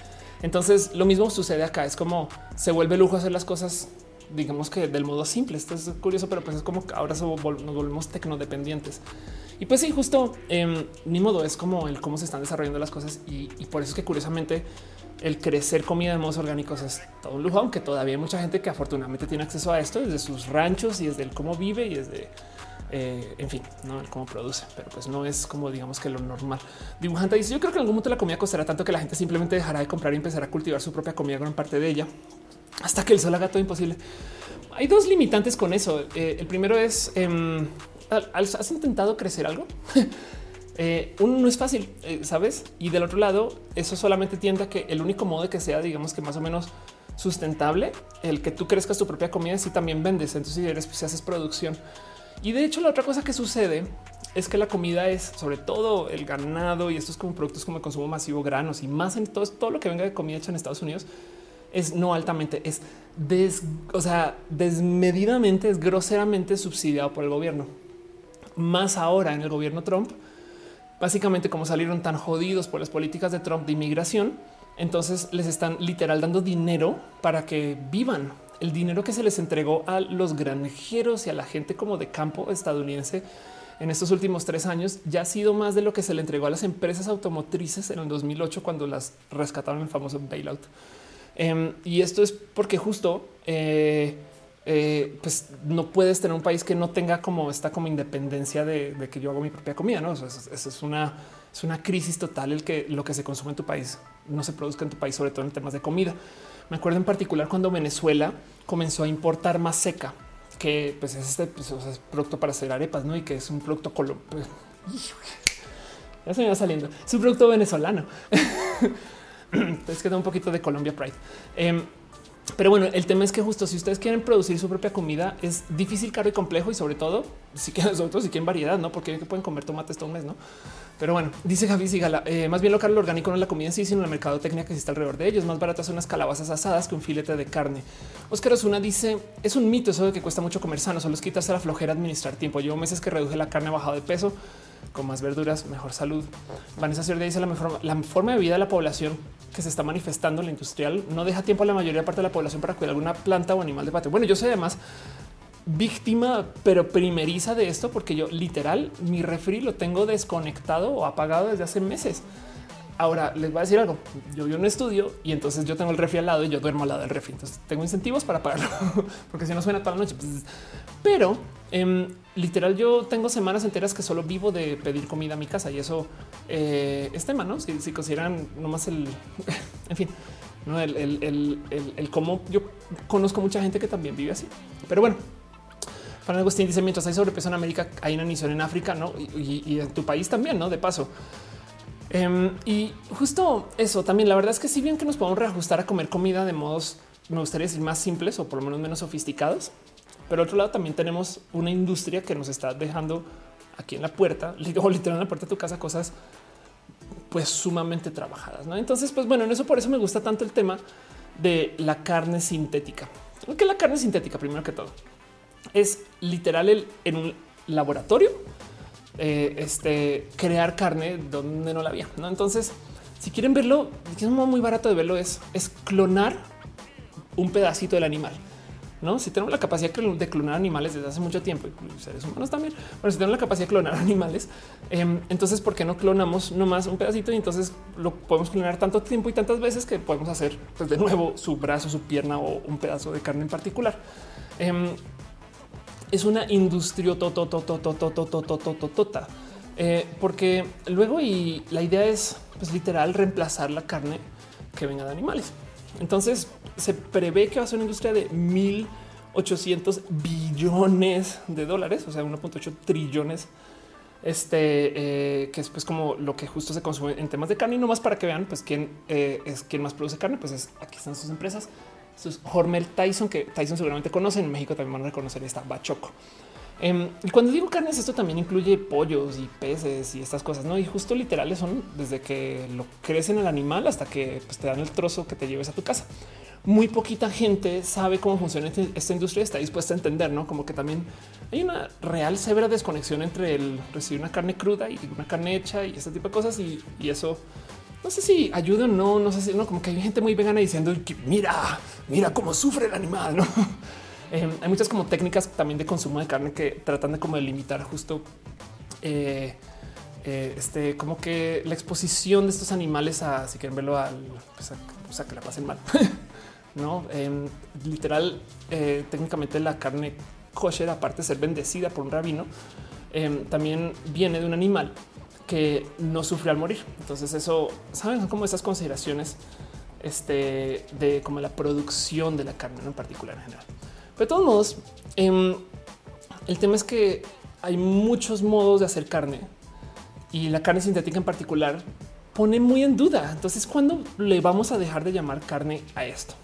Entonces lo mismo sucede acá. Es como se vuelve lujo hacer las cosas, digamos que del modo simple. Esto es curioso, pero pues es como que ahora nos volvemos tecnodependientes. Y pues sí, justo eh, ni modo, es como el cómo se están desarrollando las cosas y, y por eso es que curiosamente el crecer comida de modos orgánicos es todo un lujo, aunque todavía hay mucha gente que afortunadamente tiene acceso a esto desde sus ranchos y desde el cómo vive y desde, eh, en fin, no el cómo produce, pero pues no es como digamos que lo normal. Dibujante dice: yo creo que en algún momento la comida costará tanto que la gente simplemente dejará de comprar y empezará a cultivar su propia comida, gran parte de ella, hasta que el sol haga todo imposible. Hay dos limitantes con eso. Eh, el primero es eh, ¿has intentado crecer algo? Eh, uno no es fácil, eh, sabes? Y del otro lado, eso solamente tiende a que el único modo de que sea, digamos que más o menos sustentable, el que tú crezcas tu propia comida, si también vendes. Entonces, si eres, pues, si haces producción. Y de hecho, la otra cosa que sucede es que la comida es sobre todo el ganado y estos como productos como de consumo masivo, granos y más en todo, todo lo que venga de comida hecha en Estados Unidos es no altamente, es des, o sea, desmedidamente, es groseramente subsidiado por el gobierno. Más ahora en el gobierno Trump. Básicamente, como salieron tan jodidos por las políticas de Trump de inmigración, entonces les están literal dando dinero para que vivan. El dinero que se les entregó a los granjeros y a la gente como de campo estadounidense en estos últimos tres años ya ha sido más de lo que se le entregó a las empresas automotrices en el dos mil ocho cuando las rescataron el famoso bailout. Um, y esto es porque justo eh, Eh, pues no puedes tener un país que no tenga como esta como independencia de, de que yo hago mi propia comida. No, eso, eso, eso es una, es una crisis total. El que lo que se consume en tu país no se produzca en tu país, sobre todo en temas de comida. Me acuerdo en particular cuando Venezuela comenzó a importar maseca, que pues es este pues, o sea, es producto para hacer arepas, no? Y que es un producto colo pues, ya se me va saliendo. Es un producto venezolano. Es que da un poquito de Colombia Pride. Eh, Pero bueno, el tema es que justo si ustedes quieren producir su propia comida es difícil, caro y complejo y sobre todo si quieren, sobre todo si quieren variedad, no porque pueden comer tomates todo un mes, no? Pero bueno, dice Javi Sigala, eh, más bien lo caro, lo orgánico no es la comida en sí, sino la mercadotecnia que existe alrededor de ellos. Más baratas son unas calabazas asadas que un filete de carne. Oscar Osuna dice: es un mito eso de que cuesta mucho comer sano, solo es quitarse la flojera, administrar tiempo. Llevo meses que reduje la carne, bajado de peso, con más verduras, mejor salud. Vanessa Cerda dice: la, mejor, la forma de vida de la población que se está manifestando en la industrial no deja tiempo a la mayoría de parte de la población para cuidar alguna planta o animal de patio. Bueno, yo soy además víctima, pero primeriza de esto, porque yo literal mi refri lo tengo desconectado o apagado desde hace meses. Ahora les voy a decir algo. Yo vivo en un estudio y entonces yo tengo el refri al lado y yo duermo al lado del refri. Entonces tengo incentivos para apagarlo porque si no suena toda la noche. Pero eh, literal, yo tengo semanas enteras que solo vivo de pedir comida a mi casa y eso eh, es tema, no? Si, si consideran nomás el, en fin, no el, el, el, el, el cómo yo conozco mucha gente que también vive así. Pero bueno, Fran Agustín dice: mientras hay sobrepeso en América, hay inanición en África, no? Y, y, y en tu país también, no? De paso. Um, y justo eso también. La verdad es que si bien que nos podemos reajustar a comer comida de modos, me gustaría decir más simples o por lo menos menos sofisticados, pero al otro lado también tenemos una industria que nos está dejando aquí en la puerta o literal en la puerta de tu casa cosas pues sumamente trabajadas, ¿no? Entonces, pues bueno, en eso por eso me gusta tanto el tema de la carne sintética. ¿Qué es la carne sintética? Primero que todo, es literal el en un laboratorio. Eh, este crear carne donde no la había, ¿no? Entonces, si quieren verlo, es un modo muy barato de verlo, es, es clonar un pedacito del animal, ¿no? Si tenemos la capacidad de clonar animales desde hace mucho tiempo, y seres humanos también, pero si tenemos la capacidad de clonar animales, eh, entonces, ¿por qué no clonamos nomás un pedacito? Y entonces lo podemos clonar tanto tiempo y tantas veces que podemos hacer, pues, de nuevo su brazo, su pierna o un pedazo de carne en particular. Eh, Es una industria tota, eh, porque luego y la idea es pues, literal reemplazar la carne que venga de animales. Entonces se prevé que va a ser una industria de mil ochocientos billones de dólares, o sea, uno punto ocho trillones, este eh, que es pues como lo que justo se consume en temas de carne. Y no más para que vean pues quién eh, es quien más produce carne, pues es, aquí están sus empresas. Esto es Hormel Tyson, que Tyson seguramente conocen. En México también van a reconocer esta Bachoco. Um, y cuando digo carnes, esto también incluye pollos y peces y estas cosas, ¿no? Y justo literales son desde que lo crecen el animal hasta que pues, te dan el trozo que te lleves a tu casa. Muy poquita gente sabe cómo funciona este, esta industria y está dispuesta a entender, ¿no? Como que también hay una real severa desconexión entre el recibir una carne cruda y una carne hecha y este tipo de cosas. Y, y eso no sé si ayuda o no, no sé si no, como que hay gente muy vegana diciendo que mira, mira cómo sufre el animal, ¿no? Eh, hay muchas como técnicas también de consumo de carne que tratan de como de limitar justo eh, eh, este, como que la exposición de estos animales a, si quieren verlo, al, pues a, pues a que la pasen mal, no? Eh, literal, eh, técnicamente la carne kosher, aparte de ser bendecida por un rabino, eh, también viene de un animal que no sufre al morir. Entonces eso, saben, son como esas consideraciones este, de como la producción de la carne, ¿no? En particular en general. Pero de todos modos, eh, el tema es que hay muchos modos de hacer carne y la carne sintética en particular pone muy en duda. Entonces, ¿cuándo le vamos a dejar de llamar carne a esto?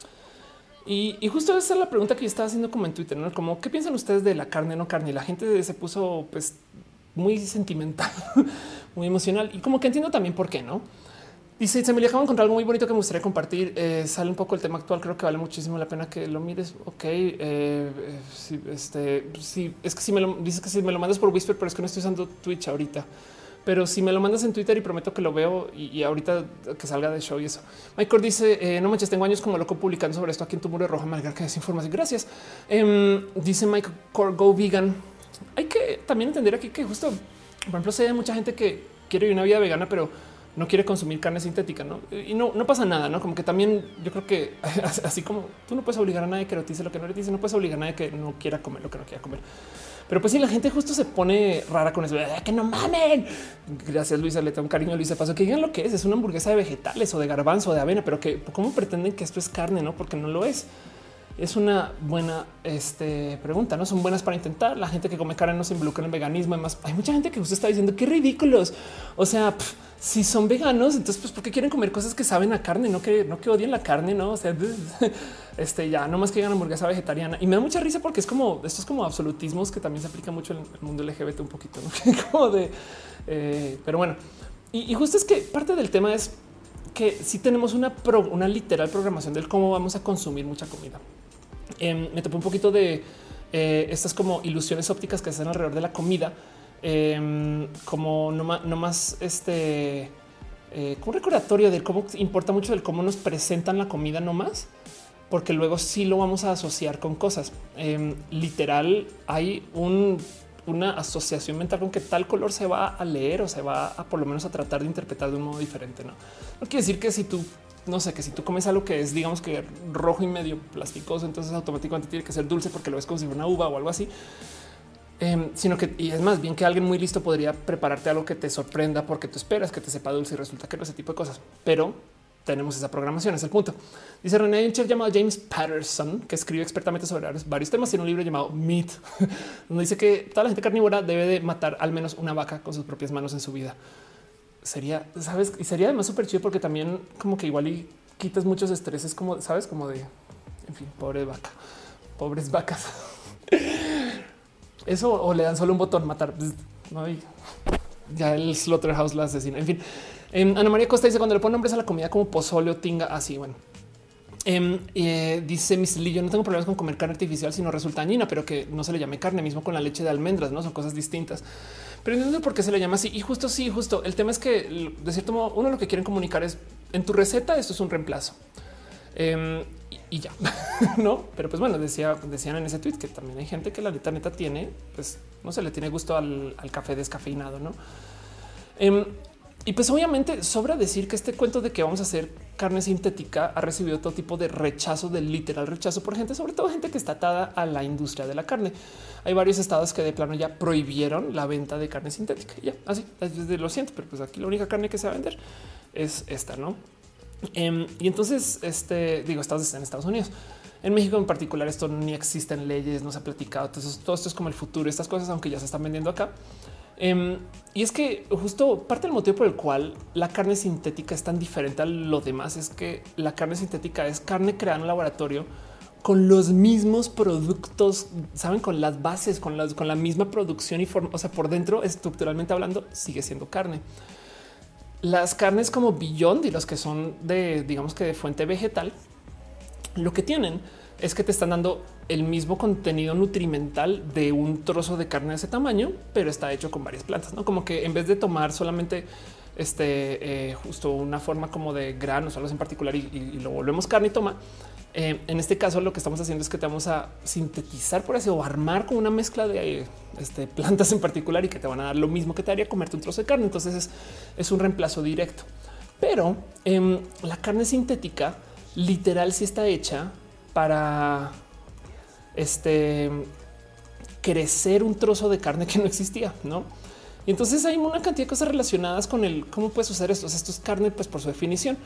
Y, y justo esa es la pregunta que yo estaba haciendo como en Twitter, ¿no? Como, ¿qué piensan ustedes de la carne no carne? Y la gente se puso pues muy sentimental, muy emocional y como que entiendo también por qué, ¿no? Dice, se me acabo de encontrar algo muy bonito que me gustaría compartir. Eh, sale un poco el tema actual. Creo que vale muchísimo la pena que lo mires. Ok. Eh, eh, sí, este, sí, es que si me lo dices que si me lo mandas por Whisper, pero es que no estoy usando Twitch ahorita. Pero si me lo mandas en Twitter y prometo que lo veo y, y ahorita que salga de show y eso. Michael dice, eh, no manches, tengo años como loco publicando sobre esto aquí en tu muro de roja. Malgar que desinformación. Gracias. Eh, dice Michael, go vegan. Hay que también entender aquí que justo, por ejemplo, sé de mucha gente que quiere vivir una vida vegana, pero no quiere consumir carne sintética, ¿no? Y no, no pasa nada, ¿no? Como que también yo creo que así como tú no puedes obligar a nadie que erotice lo que no erotice, no puedes obligar a nadie que no quiera comer lo que no quiera comer. Pero pues sí, la gente justo se pone rara con eso. ¡Que no mamen! Gracias, Luisa. Le tengo un cariño a Luisa Paso. Que digan lo que es. Es una hamburguesa de vegetales o de garbanzo o de avena, pero que cómo pretenden que esto es carne, ¿no? Porque no lo es. Es una buena este, pregunta, no son buenas para intentar. La gente que come carne no se involucra en el veganismo. Además, hay mucha gente que justo está diciendo qué ridículos. O sea, pff, si son veganos, entonces, pues, ¿por qué quieren comer cosas que saben a carne? No que no que odien la carne, no? O sea, este ya no más que digan hamburguesa vegetariana y me da mucha risa porque es como estos como absolutismos que también se aplica mucho en el mundo L G B T un poquito, ¿no? Como de, eh, pero bueno, y, y justo es que parte del tema es que si tenemos una, pro, una literal programación del cómo vamos a consumir mucha comida. Eh, me topé un poquito de eh, estas como ilusiones ópticas que están alrededor de la comida, eh, como no, ma, no más este eh, como un recordatorio de cómo importa mucho del cómo nos presentan la comida, no más, porque luego sí lo vamos a asociar con cosas. Eh, literal, hay un, una asociación mental con que tal color se va a leer o se va a por lo menos a tratar de interpretar de un modo diferente. No, no quiere decir que si tú no sé, que si tú comes algo que es, digamos que rojo y medio plasticoso, entonces automáticamente tiene que ser dulce porque lo ves como si fuera una uva o algo así. Eh, sino que, y es más bien que alguien muy listo podría prepararte algo que te sorprenda porque tú esperas que te sepa dulce y resulta que no, ese tipo de cosas. Pero tenemos esa programación, es el punto. Dice René, hay un chef llamado James Patterson que escribe expertamente sobre varios temas. Tiene un libro llamado Meat, donde dice que toda la gente carnívora debe de matar al menos una vaca con sus propias manos en su vida. Sería, sabes, y sería además súper chido porque también como que igual y quitas muchos estreses, como sabes, como de, en fin, pobre vaca, pobres vacas. Eso o le dan solo un botón matar, no, y ya el slaughterhouse la asesina. En fin, eh, Ana María Costa dice cuando le ponen nombres a la comida como pozole o tinga, así bueno. Eh, eh, dice Miss Lee, yo no tengo problemas con comer carne artificial si no resulta dañina, pero que no se le llame carne, mismo con la leche de almendras, no son cosas distintas. Pero entiendo por qué se le llama así. Y justo sí, justo el tema es que de cierto modo uno lo que quieren comunicar es en tu receta esto es un reemplazo eh, y, y ya no. Pero pues bueno, decía, decían en ese tweet que también hay gente que la neta neta tiene, pues no se le tiene gusto al, al café descafeinado, no? Eh, y pues obviamente sobra decir que este cuento de que vamos a hacer carne sintética ha recibido todo tipo de rechazo, de literal rechazo por gente, sobre todo gente que está atada a la industria de la carne. Hay varios estados que de plano ya prohibieron la venta de carne sintética. Ya así lo siento, pero pues aquí la única carne que se va a vender es esta, no? Eh, y entonces, este digo, estados en Estados Unidos. En México en particular, esto ni existen leyes, no se ha platicado. Entonces, todo esto es como el futuro, estas cosas, aunque ya se están vendiendo acá. Um, y es que justo parte del motivo por el cual la carne sintética es tan diferente a lo demás es que la carne sintética es carne creada en un laboratorio con los mismos productos, saben, con las bases, con, las, con la misma producción y forma. O sea, por dentro, estructuralmente hablando, sigue siendo carne. Las carnes como Beyond y los que son de, digamos que de fuente vegetal, lo que tienen es que te están dando el mismo contenido nutrimental de un trozo de carne de ese tamaño, pero está hecho con varias plantas, no como que en vez de tomar solamente este eh, justo una forma como de granos o algo en particular y, y lo volvemos carne y toma. Eh, en este caso, lo que estamos haciendo es que te vamos a sintetizar por así o armar con una mezcla de eh, este, plantas en particular y que te van a dar lo mismo que te haría comerte un trozo de carne. Entonces es, es un reemplazo directo. Pero eh, la carne sintética literal sí está hecha para este, crecer un trozo de carne que no existía, ¿no? Y entonces hay una cantidad de cosas relacionadas con el cómo puedes usar esto. O sea, esto es carne, pues por su definición.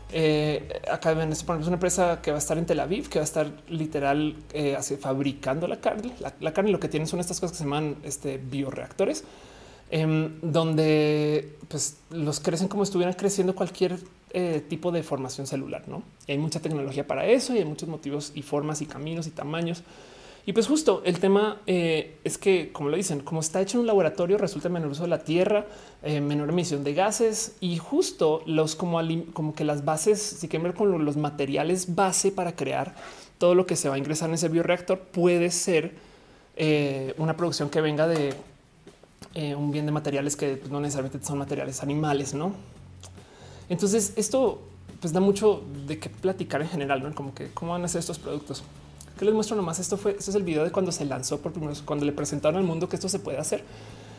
Eh, acá ven, es una empresa que va a estar en Tel Aviv, que va a estar literal eh, así, fabricando la carne. La, la carne lo que tienen son estas cosas que se llaman este, bioreactores, eh, donde pues, los crecen como si estuvieran creciendo cualquier eh, tipo de formación celular, ¿no? Y hay mucha tecnología para eso y hay muchos motivos y formas y caminos y tamaños. Y pues justo el tema eh, es que, como lo dicen, como está hecho en un laboratorio, resulta menor uso de la tierra, eh, menor emisión de gases y justo los como, como que las bases, si quieren ver con los materiales base para crear todo lo que se va a ingresar en ese bioreactor, puede ser eh, una producción que venga de eh, un bien de materiales que pues, no necesariamente son materiales animales, ¿no? Entonces esto pues da mucho de qué platicar en general, ¿no? Como que cómo van a ser estos productos. Que les muestro nomás. Esto fue, esto es el video de cuando se lanzó por primero, cuando le presentaron al mundo que esto se puede hacer.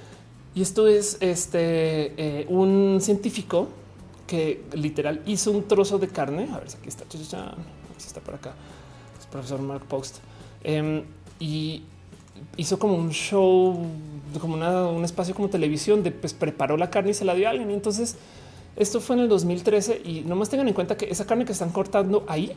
Y esto es este eh, un científico que literal hizo un trozo de carne. A ver si aquí está, a ver si está por acá. Es profesor Mark Post eh, y hizo como un show, como una, un espacio como televisión de pues preparó la carne y se la dio a alguien. Y entonces esto fue en el dos mil trece y nomás tengan en cuenta que esa carne que están cortando ahí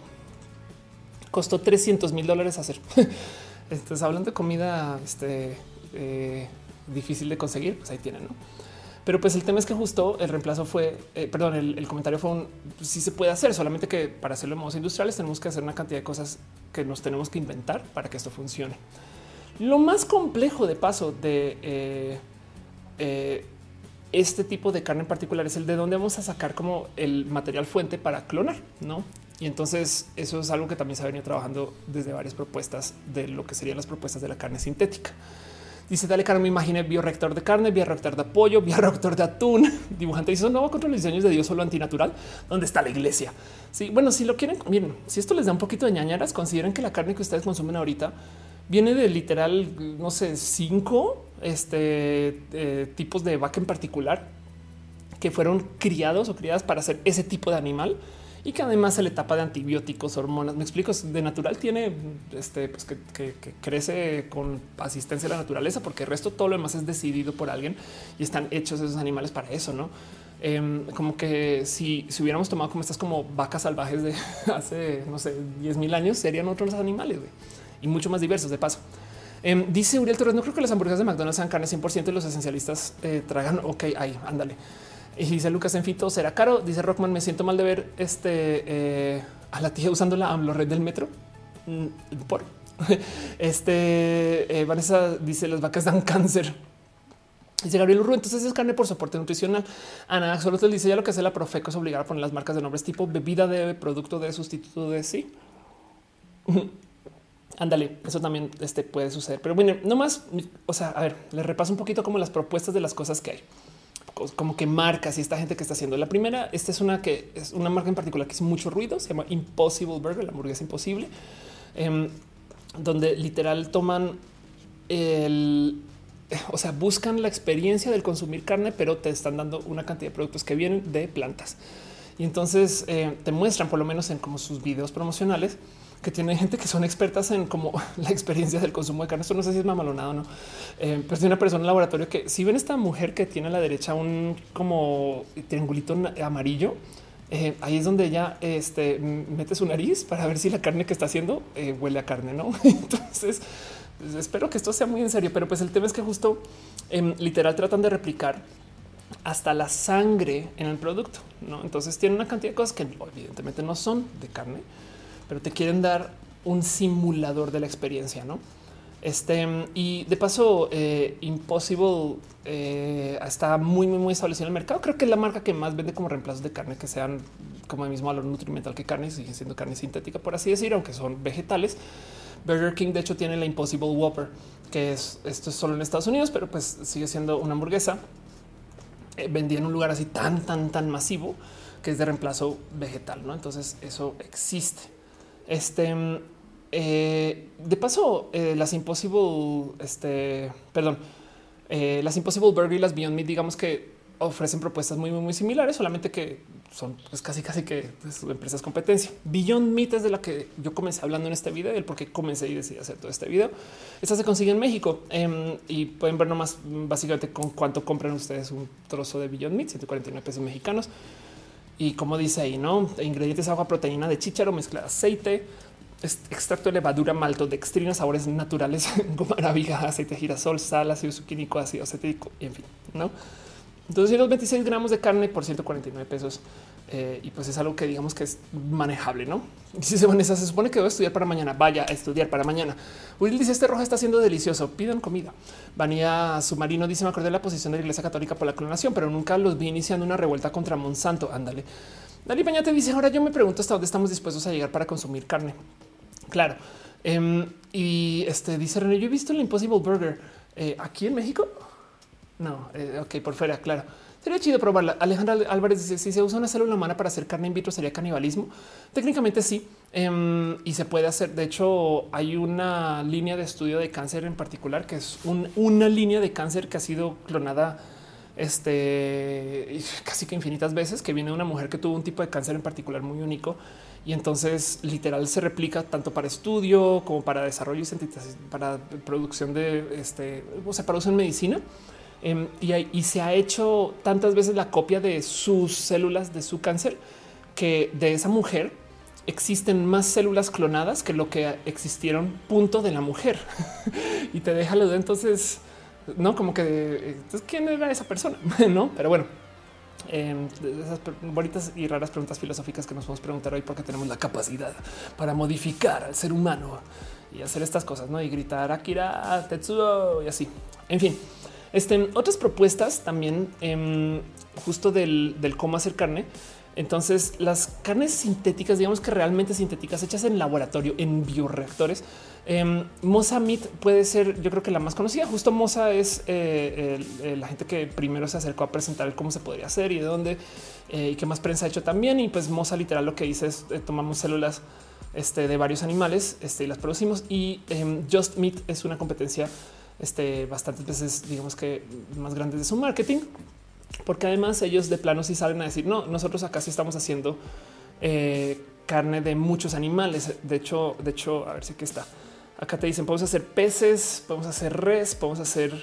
costó trescientos mil dólares hacer. Entonces, hablando de comida este, eh, difícil de conseguir, pues ahí tienen, ¿no? Pero pues el tema es que justo el reemplazo fue, eh, perdón, el, el comentario fue un pues, sí se puede hacer, solamente que para hacerlo en modos industriales tenemos que hacer una cantidad de cosas que nos tenemos que inventar para que esto funcione. Lo más complejo de paso de eh, eh, este tipo de carne en particular es el de dónde vamos a sacar como el material fuente para clonar, ¿no? Y entonces eso es algo que también se ha venido trabajando desde varias propuestas de lo que serían las propuestas de la carne sintética. Dice Dale Carmen, me imaginé bioreactor de carne, bioreactor de pollo, bioreactor de atún. Dibujante dice no va contra los diseños de Dios, solo antinatural. ¿Dónde está la iglesia? Sí, bueno, si lo quieren, miren, si esto les da un poquito de ñañaras, consideren que la carne que ustedes consumen ahorita viene de literal, no sé, cinco este, eh, tipos de vaca en particular que fueron criados o criadas para hacer ese tipo de animal. Y que además se le tapa de antibióticos, hormonas. Me explico, de natural tiene este, pues que, que, que crece con asistencia de la naturaleza, porque el resto todo lo demás es decidido por alguien y están hechos esos animales para eso, ¿no? Eh, como que si, si hubiéramos tomado como estas como vacas salvajes de hace, no sé, diez mil años, serían otros animales wey, y mucho más diversos de paso. Eh, dice Uriel Torres, no creo que las hamburguesas de McDonald's sean carne cien por ciento y los esencialistas eh, tragan. Ok, ahí, ándale. Y dice Lucas en Fito, será caro. Dice Rockman, me siento mal de ver este eh, a la tía usando la AMLO red del metro. Mm, por este eh, Vanessa dice las vacas dan cáncer. Dice Gabriel Urru, entonces es carne por soporte nutricional. Ana solo te dice ya lo que hace la Profeco es obligar a poner las marcas de nombres tipo bebida de producto de sustituto de sí. Ándale, eso también este, puede suceder. Pero bueno, no más. O sea, a ver, les repaso un poquito como las propuestas de las cosas que hay. Como que marcas y esta gente que está haciendo. La primera, esta es una que es una marca en particular que hizo mucho ruido, se llama Impossible Burger, la hamburguesa imposible, eh, donde literal toman el, o sea, buscan la experiencia del consumir carne, pero te están dando una cantidad de productos que vienen de plantas. Y entonces eh, te muestran, por lo menos en como sus videos promocionales, que tiene gente que son expertas en como la experiencia del consumo de carne. Esto no sé si es mamalonado o no, eh, pero tiene una persona en el laboratorio que si ven esta mujer que tiene a la derecha un como triangulito amarillo, eh, ahí es donde ella este, mete su nariz para ver si la carne que está haciendo eh, huele a carne, ¿no? Entonces pues, espero que esto sea muy en serio, pero pues el tema es que justo eh, literal tratan de replicar hasta la sangre en el producto, ¿no? Entonces tiene una cantidad de cosas que evidentemente no son de carne, pero te quieren dar un simulador de la experiencia, ¿no? Este, y de paso, eh, Impossible eh, está muy, muy, muy establecido en el mercado. Creo que es la marca que más vende como reemplazos de carne que sean como el mismo valor nutrimental que carne, sigue siendo carne sintética, por así decir, aunque son vegetales. Burger King, de hecho, tiene la Impossible Whopper, que es esto es solo en Estados Unidos, pero pues sigue siendo una hamburguesa eh, vendida en un lugar así tan, tan, tan masivo que es de reemplazo vegetal, ¿no? Entonces eso existe. Este, eh, de paso, eh, las Impossible, este, perdón, eh, las Impossible Burger y las Beyond Meat, digamos que ofrecen propuestas muy, muy, muy similares, solamente que son pues, casi, casi que pues, empresas competencia. Beyond Meat es de la que yo comencé hablando en este video, el por qué comencé y decidí hacer todo este video. Esta se consigue en México eh, y pueden ver nomás básicamente con cuánto compran ustedes un trozo de Beyond Meat, ciento cuarenta y nueve pesos mexicanos. Y como dice ahí, no ingredientes: agua, proteína de chícharo, mezcla de aceite, extracto de levadura, maltodextrina, sabores naturales, goma arábiga, aceite de girasol, sal, ácido suquínico, ácido acético, y en fin, no? doscientos veintiséis gramos de carne por ciento cuarenta y nueve pesos. Eh, y pues es algo que digamos que es manejable, ¿no? Y si se Vanessa, se supone que voy a estudiar para mañana. Vaya a estudiar para mañana. Will dice: este rojo está siendo delicioso. Pidan comida. Vanilla Submarino dice: me acordé de la posición de la Iglesia Católica por la clonación, pero nunca los vi iniciando una revuelta contra Monsanto. Ándale. Dali Peña te dice: ahora yo me pregunto hasta dónde estamos dispuestos a llegar para consumir carne. Claro. Eh, y este dice René: yo he visto el Impossible Burger eh, aquí en México. No, eh, ok, por fuera, claro. Sería chido probarla. Alejandra Álvarez dice: si se usa una célula humana para hacer carne in vitro, ¿sería canibalismo? Técnicamente sí. Um, y se puede hacer. De hecho, hay una línea de estudio de cáncer en particular, que es un, una línea de cáncer que ha sido clonada este, casi que infinitas veces, que viene de una mujer que tuvo un tipo de cáncer en particular muy único. Y entonces literal se replica tanto para estudio como para desarrollo y sintetización, para producción de este, o sea, para uso en medicina. Um, y, hay, y se ha hecho tantas veces la copia de sus células de su cáncer que de esa mujer existen más células clonadas que lo que existieron punto de la mujer. Y te deja la duda. Entonces, no como que entonces, ¿quién era esa persona? No, pero bueno, eh, esas bonitas y raras preguntas filosóficas que nos podemos preguntar hoy, porque tenemos la capacidad para modificar al ser humano y hacer estas cosas, ¿no? Y gritar Akira Tetsuo y así. En fin. Este, otras propuestas también eh, justo del, del cómo hacer carne. Entonces, las carnes sintéticas, digamos que realmente sintéticas, hechas en laboratorio, en bioreactores. Eh, Mosa Meat puede ser, yo creo que la más conocida. Justo Mosa es eh, el, el, la gente que primero se acercó a presentar el cómo se podría hacer y de dónde eh, y qué más prensa ha hecho también. Y pues Mosa literal lo que dice es eh, tomamos células este, de varios animales este, y las producimos. Y eh, Just Meat es una competencia este, bastantes veces, digamos que más grandes de su marketing, porque además ellos de plano sí salen a decir: no, nosotros acá sí estamos haciendo eh, carne de muchos animales. De hecho, de hecho, a ver si aquí está. Acá te dicen: podemos hacer peces, podemos hacer res, podemos hacer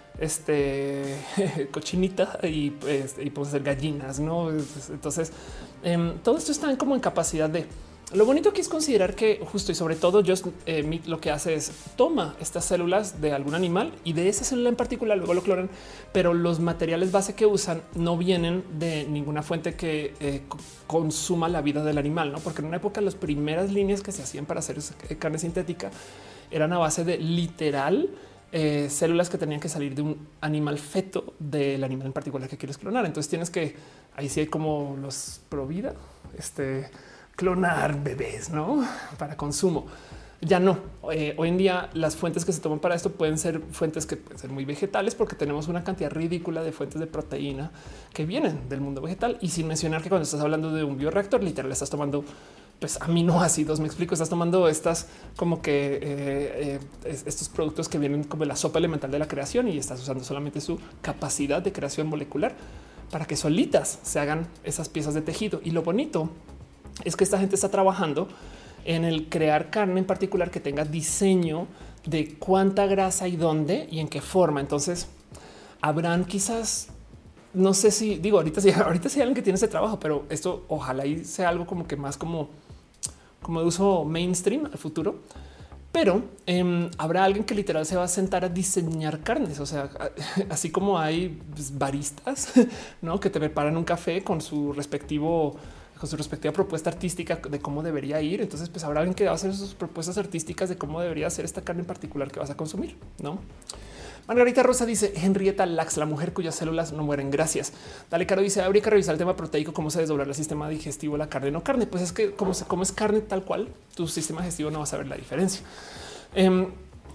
este cochinita y, pues, y podemos hacer gallinas, ¿no? Entonces, eh, todo esto está como en capacidad de. Lo bonito aquí es considerar que justo y sobre todo Just eh, Meat lo que hace es toma estas células de algún animal y de esa célula en particular luego lo clonan, pero los materiales base que usan no vienen de ninguna fuente que eh, consuma la vida del animal, ¿no? Porque en una época las primeras líneas que se hacían para hacer carne sintética eran a base de literal eh, células que tenían que salir de un animal feto del animal en particular que quieres clonar. Entonces tienes que, ahí sí hay como los pro vida, este clonar bebés, ¿no? Para consumo. Ya no. Eh, hoy en día las fuentes que se toman para esto pueden ser fuentes que pueden ser muy vegetales, porque tenemos una cantidad ridícula de fuentes de proteína que vienen del mundo vegetal. Y sin mencionar que cuando estás hablando de un bioreactor, literal estás tomando pues aminoácidos. Me explico, estás tomando estas como que eh, eh, estos productos que vienen como la sopa elemental de la creación y estás usando solamente su capacidad de creación molecular para que solitas se hagan esas piezas de tejido. Y lo bonito es que esta gente está trabajando en el crear carne en particular que tenga diseño de cuánta grasa y dónde y en qué forma. Entonces habrán quizás, no sé si digo ahorita, sí, ahorita sí hay alguien que tiene ese trabajo, pero esto ojalá y sea algo como que más como, como de uso mainstream al futuro. Pero eh, habrá alguien que literal se va a sentar a diseñar carnes. O sea, así como hay pues, baristas, ¿no? Que te preparan un café con su respectivo con su respectiva propuesta artística de cómo debería ir. Entonces, pues habrá alguien que va a hacer sus propuestas artísticas de cómo debería ser esta carne en particular que vas a consumir, ¿no? Margarita Rosa dice: Henrietta Lacks, la mujer cuyas células no mueren. Gracias. Dale Caro dice: habría que revisar el tema proteico, cómo se desdobla el sistema digestivo, la carne no carne. Pues es que como se come es carne tal cual, tu sistema digestivo no va a saber la diferencia. Eh,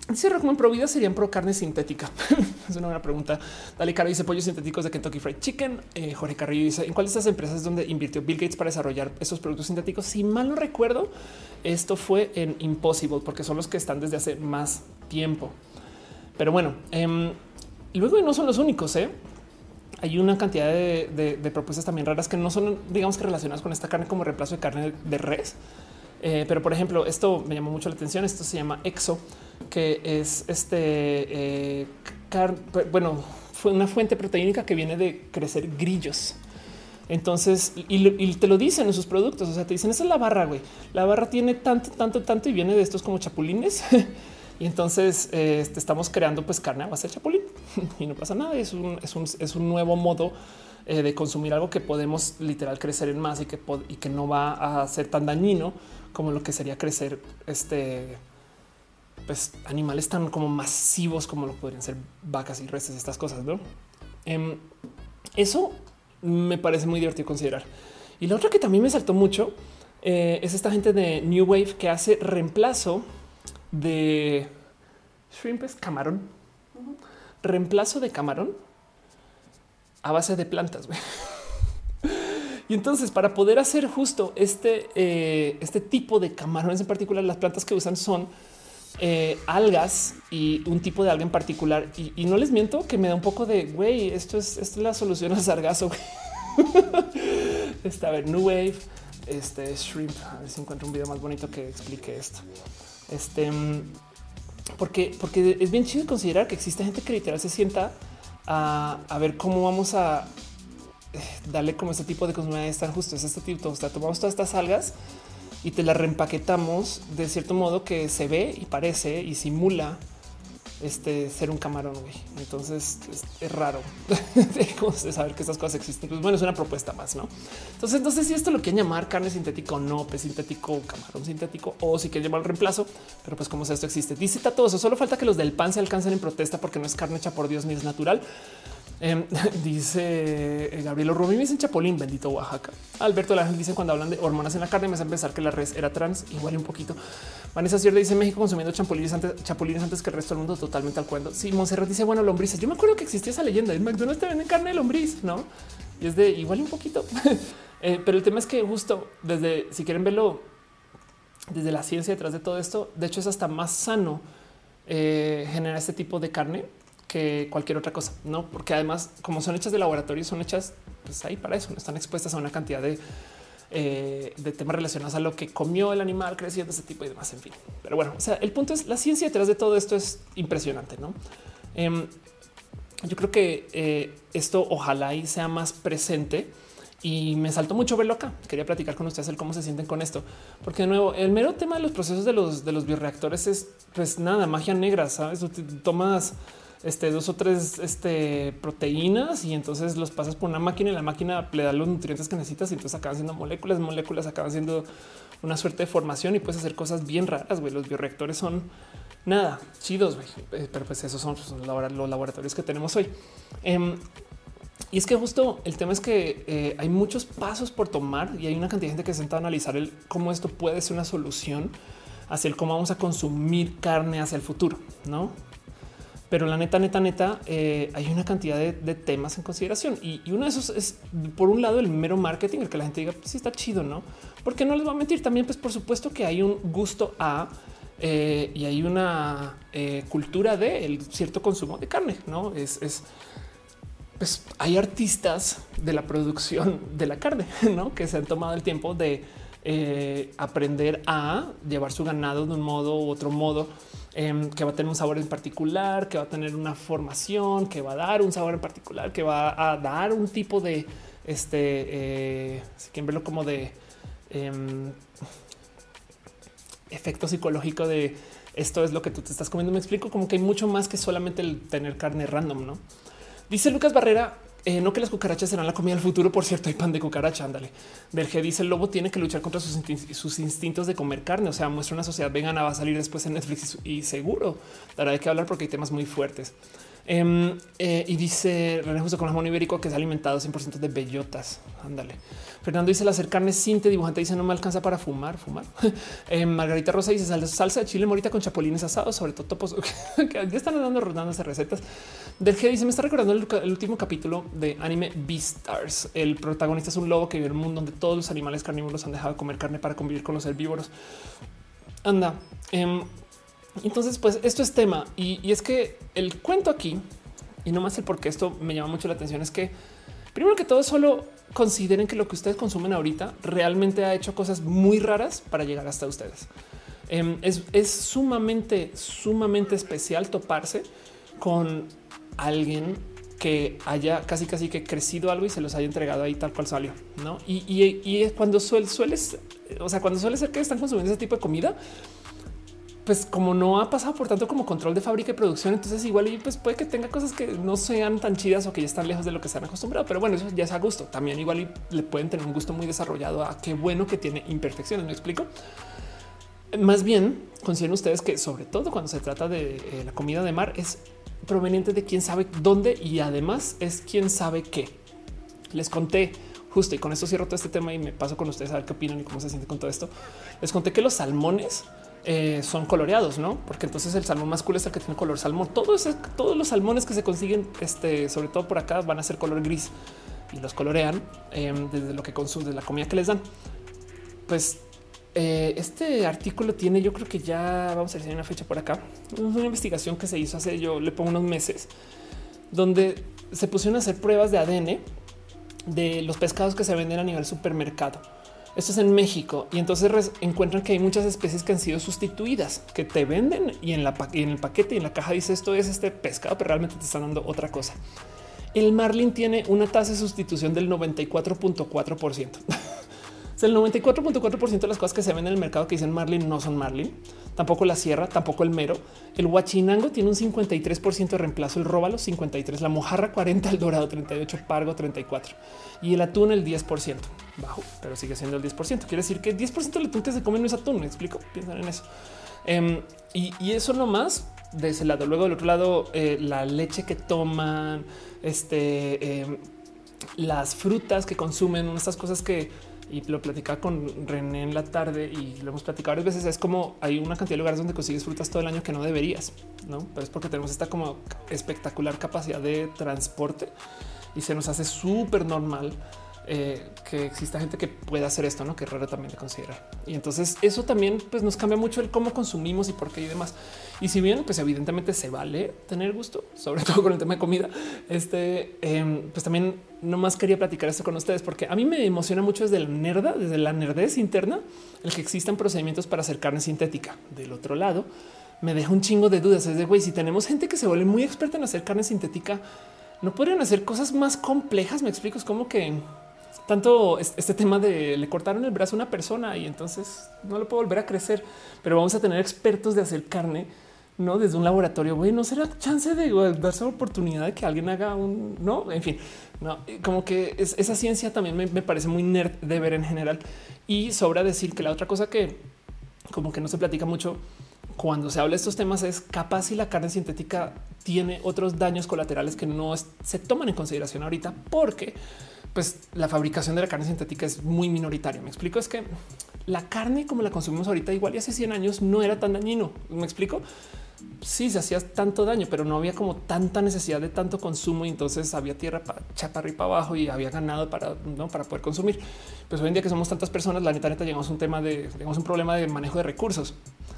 Dice Rockman, pro vida serían pro carne sintética. Es una buena pregunta. Dale, Caro dice pollos sintéticos de Kentucky Fried Chicken. Eh, Jorge Carrillo dice en cuál de estas empresas es donde invirtió Bill Gates para desarrollar esos productos sintéticos. Si mal no recuerdo, esto fue en Impossible, porque son los que están desde hace más tiempo. Pero bueno, eh, luego no son los únicos. ¿eh? Hay una cantidad de, de, de propuestas también raras que no son, digamos que relacionadas con esta carne como reemplazo de carne de res. Eh, pero por ejemplo, esto me llamó mucho la atención. Esto se llama Exo, que es este, eh, car bueno, fue una fuente proteínica que viene de crecer grillos. Entonces, y, y te lo dicen en sus productos. O sea, te dicen esa es la barra, güey. La barra tiene tanto, tanto, tanto y viene de estos como chapulines. Y entonces eh, estamos creando pues carne a base de chapulín y no pasa nada. Es un, es un, es un nuevo modo eh, de consumir algo que podemos literal crecer en más y que, y que no va a ser tan dañino como lo que sería crecer este pues animales tan como masivos como lo podrían ser vacas y reses, estas cosas, ¿no? Eh, eso me parece muy divertido considerar. Y la otra que también me saltó mucho eh, es esta gente de New Wave que hace reemplazo de shrimp, es camarón, uh-huh. Reemplazo de camarón a base de plantas. Güey. Y entonces para poder hacer justo este, eh, este tipo de camarones en particular, las plantas que usan son eh, algas y un tipo de alga en particular. Y, y no les miento que me da un poco de güey, esto es, esto es la solución al sargazo. Está a ver, New Wave, este shrimp. A ver si encuentro un video más bonito que explique esto. Este, porque, porque es bien chido considerar que existe gente que literal se sienta a, a ver cómo vamos a darle como este tipo de cosméticos tan justos. Este tipo, o sea, tomamos todas estas algas y te las reempaquetamos de cierto modo que se ve y parece y simula este ser un camarón. Güey. Entonces es, es raro saber que estas cosas existen. Pues bueno, es una propuesta más, no? Entonces, no sé si esto lo quieren llamar carne sintética o no, pez sintético, camarón sintético, o si quieren llamar reemplazo, pero pues como sea, esto existe. Dice todo eso. Solo falta que los del pan se alcancen en protesta porque no es carne hecha por Dios ni es natural. Eh, dice Gabriel Rubí, me dicen chapulín, bendito Oaxaca. Alberto la gente dice cuando hablan de hormonas en la carne me hacen pensar que la res era trans, igual un poquito. Vanessa Sierra dice México consumiendo chapulines antes, chapulines antes que el resto del mundo, totalmente al cuento. Sí, Monserrat dice bueno, lombrices. Yo me acuerdo que existía esa leyenda en McDonald's te venden carne de lombriz, no? Y es de igual un poquito. eh, pero el tema es que justo desde, si quieren verlo desde la ciencia detrás de todo esto, de hecho es hasta más sano eh, generar este tipo de carne que cualquier otra cosa, no? Porque además, como son hechas de laboratorio, son hechas pues ahí para eso, no están expuestas a una cantidad de, eh, de temas relacionados a lo que comió el animal creciendo, ese tipo y demás. En fin, pero bueno, o sea, el punto es la ciencia detrás de todo esto es impresionante, no? Eh, yo creo que eh, esto ojalá y sea más presente. Y me saltó mucho verlo acá. Quería platicar con ustedes el cómo se sienten con esto, porque de nuevo el mero tema de los procesos de los de los bioreactores es pues nada, magia negra. Sabes, tú tomas este dos o tres este, proteínas y entonces los pasas por una máquina y la máquina le da los nutrientes que necesitas y entonces acaban siendo moléculas, moléculas acaban siendo una suerte de formación y puedes hacer cosas bien raras. Güey. Los bioreactores son nada chidos, güey. Pero pues esos son, son los laboratorios que tenemos hoy. Eh, Y es que justo el tema es que eh, hay muchos pasos por tomar y hay una cantidad de gente que se senta a analizar el cómo esto puede ser una solución hacia el cómo vamos a consumir carne hacia el futuro, ¿no? Pero la neta, neta, neta, eh, hay una cantidad de, de temas en consideración y, y uno de esos es, por un lado, el mero marketing, el que la gente diga, pues sí está chido, ¿no? Porque no les voy a mentir, también, pues por supuesto que hay un gusto a eh, y hay una eh, cultura de el cierto consumo de carne, ¿no? Es... es pues hay artistas de la producción de la carne, ¿no? Que se han tomado el tiempo de eh, aprender a llevar su ganado de un modo u otro modo, eh, que va a tener un sabor en particular, que va a tener una formación, que va a dar un sabor en particular, que va a dar un tipo de, este, eh, si quieren verlo como de eh, efecto psicológico de esto es lo que tú te estás comiendo. Me explico como que hay mucho más que solamente el tener carne random, ¿no? Dice Lucas Barrera, eh, no que las cucarachas serán la comida del futuro. Por cierto, hay pan de cucaracha. Ándale. Del G dice el lobo tiene que luchar contra sus, sus instintos de comer carne. O sea, muestra una sociedad vegana, va a salir después en Netflix y, y seguro dará de qué hablar porque hay temas muy fuertes. Eh, eh, y dice René Justo con jamón ibérico que es alimentado cien por ciento de bellotas. Ándale. Fernando dice el hacer carne cinte dibujante dice no me alcanza para fumar, fumar. eh, Margarita Rosa dice salsa de chile morita con chapulines asados, sobre todo topos. Ya están dando rodando recetas. Del que dice me está recordando el, el último capítulo de anime Beastars. El protagonista es un lobo que vive en un mundo donde todos los animales carnívoros han dejado de comer carne para convivir con los herbívoros. Anda. Eh, entonces, pues esto es tema y, y es que el cuento aquí y no más el por qué esto me llama mucho la atención es que primero que todo solo consideren que lo que ustedes consumen ahorita realmente ha hecho cosas muy raras para llegar hasta ustedes. Eh, es, es sumamente, sumamente especial toparse con alguien que haya casi casi que crecido algo y se los haya entregado ahí tal cual salió, ¿no? Y, y, y cuando suel, sueles, o sea, cuando suele ser que están consumiendo ese tipo de comida, pues como no ha pasado por tanto como control de fábrica y producción, entonces igual y pues puede que tenga cosas que no sean tan chidas o que ya están lejos de lo que se han acostumbrado. Pero bueno, eso ya es a gusto. También igual y le pueden tener un gusto muy desarrollado a qué bueno que tiene imperfecciones. ¿Me explico? Más bien consideren ustedes que sobre todo cuando se trata de eh, la comida de mar es proveniente de quién sabe dónde y además es quién sabe qué. Les conté justo y con esto cierro todo este tema y me paso con ustedes a ver qué opinan y cómo se siente con todo esto. Les conté que los salmones Eh, son coloreados, no? Porque entonces el salmón más cool es el que tiene color salmón. Todos, todos los salmones que se consiguen, este, sobre todo por acá, van a ser color gris y los colorean eh, desde lo que consumen, desde la comida que les dan. Pues eh, este artículo tiene, yo creo que ya vamos a ver si hay una fecha por acá. Es una investigación que se hizo hace yo le pongo unos meses, donde se pusieron a hacer pruebas de A D N de los pescados que se venden a nivel supermercado. Esto es en México y entonces encuentran que hay muchas especies que han sido sustituidas, que te venden y en, la, y en el paquete y en la caja dice esto es este pescado, pero realmente te están dando otra cosa. El marlin tiene una tasa de sustitución del noventa y cuatro punto cuatro por ciento. O sea, el noventa y cuatro punto cuatro por ciento de las cosas que se ven en el mercado que dicen marlin no son marlin, tampoco la sierra, tampoco el mero. El huachinango tiene un cincuenta y tres por ciento de reemplazo, el róbalo cincuenta y tres, la mojarra cuarenta, el dorado treinta y ocho, pargo treinta y cuatro y el atún el diez por ciento. Bajo, pero sigue siendo el diez por ciento. Quiere decir que el diez por ciento del atún que se come no es atún. Me explico, piensan en eso. Um, y, y eso nomás de ese lado. Luego del otro lado, eh, la leche que toman, este, eh, las frutas que consumen, estas cosas que y lo platicaba con René en la tarde y lo hemos platicado varias veces. Es como hay una cantidad de lugares donde consigues frutas todo el año que no deberías, no? Pero es porque tenemos esta como espectacular capacidad de transporte y se nos hace súper normal eh, que exista gente que pueda hacer esto, no? Que es raro también de considerar. Y entonces eso también pues, nos cambia mucho el cómo consumimos y por qué y demás. Y si bien, pues evidentemente se vale tener gusto, sobre todo con el tema de comida, este, eh, pues también nomás quería platicar esto con ustedes porque a mí me emociona mucho desde la nerda, desde la nerdez interna, el que existan procedimientos para hacer carne sintética. Del otro lado, me deja un chingo de dudas. Es de güey, si tenemos gente que se vuelve muy experta en hacer carne sintética, no podrían hacer cosas más complejas. Me explico, es como que tanto este tema de le cortaron el brazo a una persona y entonces no lo puedo volver a crecer, pero vamos a tener expertos de hacer carne, no desde un laboratorio. Güey, no será chance de darse la oportunidad de que alguien haga un no, en fin, no, como que es, esa ciencia también me, me parece muy nerd de ver en general. Y sobra decir que la otra cosa que como que no se platica mucho cuando se habla de estos temas es capaz si la carne sintética tiene otros daños colaterales que no es, se toman en consideración ahorita, porque pues la fabricación de la carne sintética es muy minoritaria. Me explico, es que la carne como la consumimos ahorita igual y hace cien años no era tan dañino. Me explico. Sí, se hacía tanto daño, pero no había como tanta necesidad de tanto consumo y entonces había tierra para chaparra y para abajo y había ganado para, ¿no? para poder consumir. Pues hoy en día que somos tantas personas, la neta, neta, llegamos a un tema de, digamos, un problema de manejo de recursos.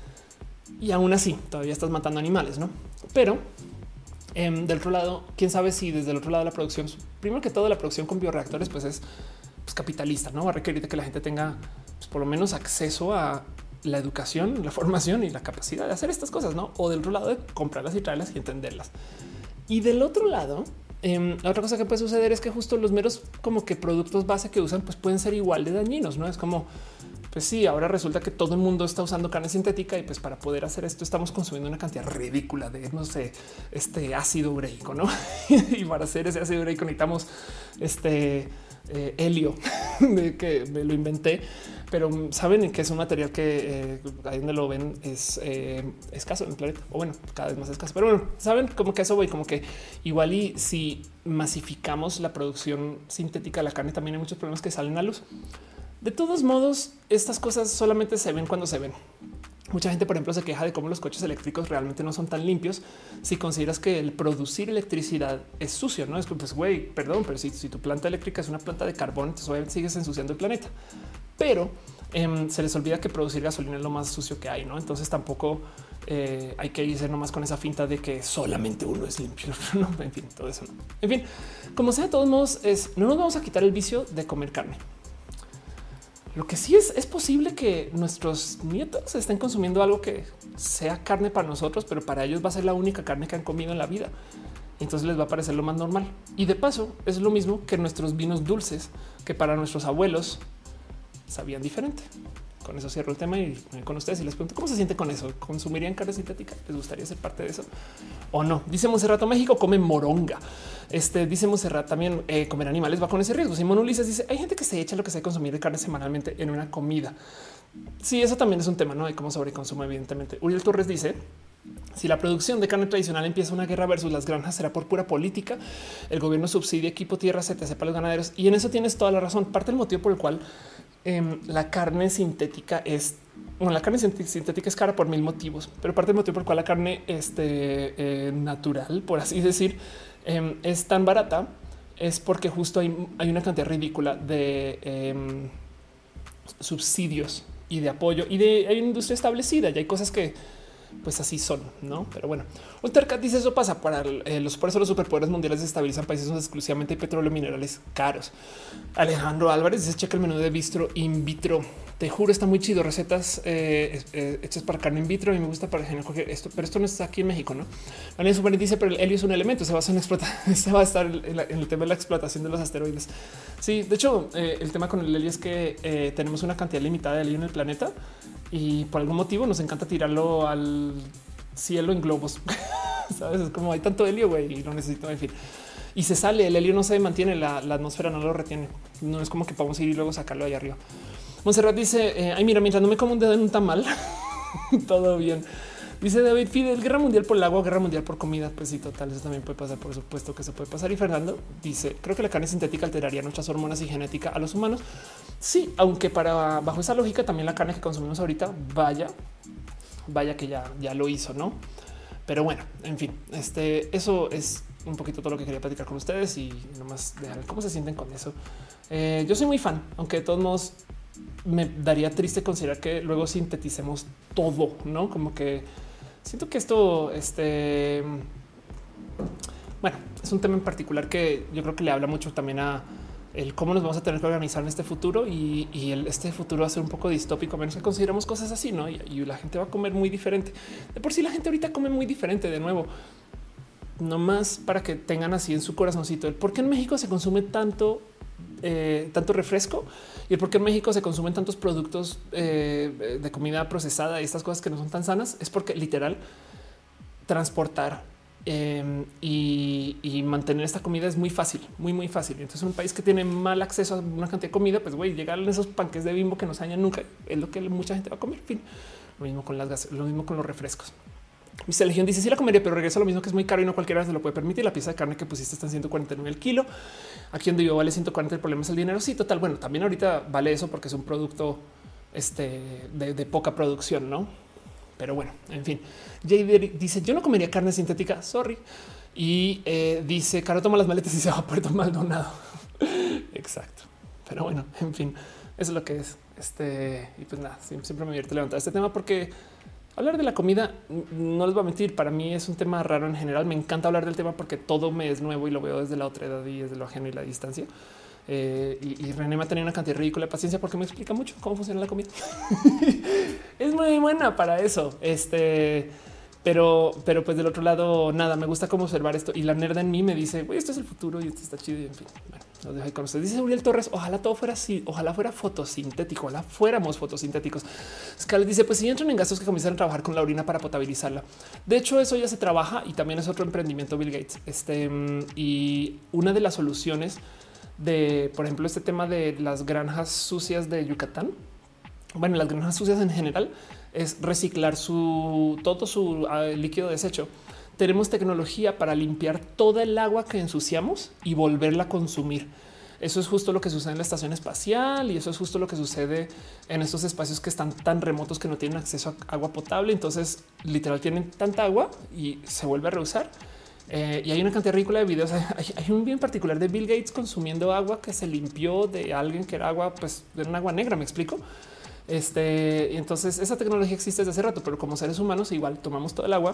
Y aún así todavía estás matando animales, ¿no? Pero eh, del otro lado, quién sabe si desde el otro lado de la producción, primero que todo la producción con bioreactores pues es pues, capitalista, ¿no? Va a requerir de que la gente tenga pues, por lo menos acceso a la educación, la formación y la capacidad de hacer estas cosas, ¿no? O del otro lado de comprarlas y traerlas y entenderlas. Y del otro lado, eh, la otra cosa que puede suceder es que justo los meros como que productos base que usan pues pueden ser igual de dañinos, ¿no? Es como pues sí, ahora resulta que todo el mundo está usando carne sintética y pues para poder hacer esto estamos consumiendo una cantidad ridícula de, no sé, este ácido ureico, ¿no? Y para hacer ese ácido ureico necesitamos este eh, helio, de que me lo inventé, pero saben que es un material que eh, ahí donde lo ven es eh, escaso en el planeta, o bueno, cada vez más escaso. Pero bueno, saben como que eso voy, como que igual y si masificamos la producción sintética de la carne, también hay muchos problemas que salen a luz. De todos modos, estas cosas solamente se ven cuando se ven. Mucha gente, por ejemplo, se queja de cómo los coches eléctricos realmente no son tan limpios si consideras que el producir electricidad es sucio. No es que, pues, güey, perdón, pero si, si tu planta eléctrica es una planta de carbón, entonces obviamente sigues ensuciando el planeta. Pero eh, se les olvida que producir gasolina es lo más sucio que hay, ¿no? Entonces tampoco eh, hay que irse nomás con esa finta de que solamente uno es limpio. No, en fin, todo eso. No. En fin, como sea, de todos modos, es no nos vamos a quitar el vicio de comer carne. Lo que sí es, es posible que nuestros nietos estén consumiendo algo que sea carne para nosotros, pero para ellos va a ser la única carne que han comido en la vida. Entonces les va a parecer lo más normal. Y de paso es lo mismo que nuestros vinos dulces, que para nuestros abuelos sabían diferente. Con eso cierro el tema y con ustedes y les pregunto cómo se siente con eso. ¿Consumirían carne sintética? ¿Les gustaría ser parte de eso o no? Dice Monserrat, México come moronga. Este dice Monserrat también eh, comer animales va con ese riesgo. Simón Ulises dice hay gente que se echa lo que sea consumir de carne semanalmente en una comida. Sí, eso también es un tema, no hay como sobreconsumo. Evidentemente, Uriel Torres dice si la producción de carne tradicional empieza una guerra versus las granjas, será por pura política. El gobierno subsidia equipo, tierra, etcétera para los ganaderos. Y en eso tienes toda la razón. Parte del motivo por el cual eh, la carne sintética es bueno, la carne sintética es cara por mil motivos, pero parte del motivo por el cual la carne este, eh, natural, por así decir, eh, es tan barata es porque justo hay, hay una cantidad ridícula de eh, subsidios y de apoyo y de hay una industria establecida y hay cosas que pues así son, no? Pero bueno, Untercat dice eso pasa para eh, los por eso los superpoderes mundiales estabilizan países donde exclusivamente hay petróleo y minerales caros. Alejandro Álvarez dice checa el menú de bistro in vitro. Te juro, está muy chido. Recetas eh, eh, hechas para carne in vitro y me gusta para esto, pero esto no está aquí en México, no? Valen Super dice, pero el helio es un elemento, se basa en explotar, se va a estar en, la, en el tema de la explotación de los asteroides. Sí, de hecho, eh, el tema con el helio es que eh, tenemos una cantidad limitada de helio en el planeta y por algún motivo nos encanta tirarlo al cielo en globos. Sabes, es como hay tanto helio güey, y lo necesito. En fin, y se sale el helio, no se mantiene, la, la atmósfera no lo retiene. No es como que podamos ir y luego sacarlo ahí arriba. Monserrat dice eh, ay, mira, mientras no me como un dedo en un tamal, todo bien. Dice David Fidel, guerra mundial por el agua, guerra mundial por comida. Pues sí, total, eso también puede pasar, por supuesto que se puede pasar. Y Fernando dice, creo que la carne sintética alteraría nuestras hormonas y genética a los humanos. Sí, aunque para bajo esa lógica también la carne que consumimos ahorita, vaya, vaya que ya, ya lo hizo, ¿no? Pero bueno, en fin, este, eso es un poquito todo lo que quería platicar con ustedes y nomás dejar cómo se sienten con eso. Eh, yo soy muy fan, aunque de todos modos me daría triste considerar que luego sinteticemos todo, ¿no? Como que siento que esto, este, bueno, es un tema en particular que yo creo que le habla mucho también a el cómo nos vamos a tener que organizar en este futuro y, y el, este futuro va a ser un poco distópico, a menos que consideramos cosas así, ¿no? Y, y la gente va a comer muy diferente. De por sí la gente ahorita come muy diferente, de nuevo. No más para que tengan así en su corazoncito el por qué en México se consume tanto, eh, tanto refresco y el por qué en México se consumen tantos productos eh, de comida procesada y estas cosas que no son tan sanas. Es porque literal transportar eh, y, y mantener esta comida es muy fácil, muy, muy fácil. Entonces, un país que tiene mal acceso a una cantidad de comida, pues güey, llegar a esos panques de Bimbo que no se dañan nunca es lo que mucha gente va a comer. En fin, lo mismo con las gas, lo mismo con los refrescos. Mister Legión dice sí la comería, pero regresa a lo mismo que es muy caro y no cualquiera se lo puede permitir. La pieza de carne que pusiste está en ciento cuarenta y nueve el kilo. Aquí donde yo vale ciento cuarenta. El problema es el dinero. Sí, total. Bueno, también ahorita vale eso porque es un producto este, de, de poca producción, no? Pero bueno, en fin. Jader dice yo no comería carne sintética. Sorry. Y eh, dice Caro toma las maletas y se va a Puerto Maldonado. Exacto. Pero bueno, en fin, eso es lo que es. Este y pues nada, siempre, siempre me divierte levantar este tema porque hablar de la comida, no les voy a mentir, para mí es un tema raro en general. Me encanta hablar del tema porque todo me es nuevo y lo veo desde la otra edad y desde lo ajeno y la distancia. Eh, y, y René me ha tenido una cantidad ridícula de paciencia porque me explica mucho cómo funciona la comida. Es muy buena para eso. Este, pero, pero pues del otro lado, nada, me gusta cómo observar esto. Y la nerd en mí me dice, güey, esto es el futuro y esto está chido. Y en fin, bueno, lo dejo ahí con ustedes. Dice Uriel Torres, ojalá todo fuera así, ojalá fuera fotosintético, ojalá fuéramos fotosintéticos. Scarlett dice, pues si entran en gastos que comienzan a trabajar con la orina para potabilizarla. De hecho, eso ya se trabaja y también es otro emprendimiento Bill Gates. Este, y una de las soluciones de, por ejemplo, este tema de las granjas sucias de Yucatán. Bueno, las granjas sucias en general es reciclar su todo su uh, líquido desecho. Tenemos tecnología para limpiar toda el agua que ensuciamos y volverla a consumir. Eso es justo lo que sucede en la estación espacial y eso es justo lo que sucede en estos espacios que están tan remotos que no tienen acceso a agua potable. Entonces, literal, tienen tanta agua y se vuelve a reusar. Eh, y hay una cantidad ridícula de videos. Hay, hay un bien particular de Bill Gates consumiendo agua que se limpió de alguien que era agua, pues de un agua negra. Me explico. Este, y entonces esa tecnología existe desde hace rato, pero como seres humanos igual tomamos todo el agua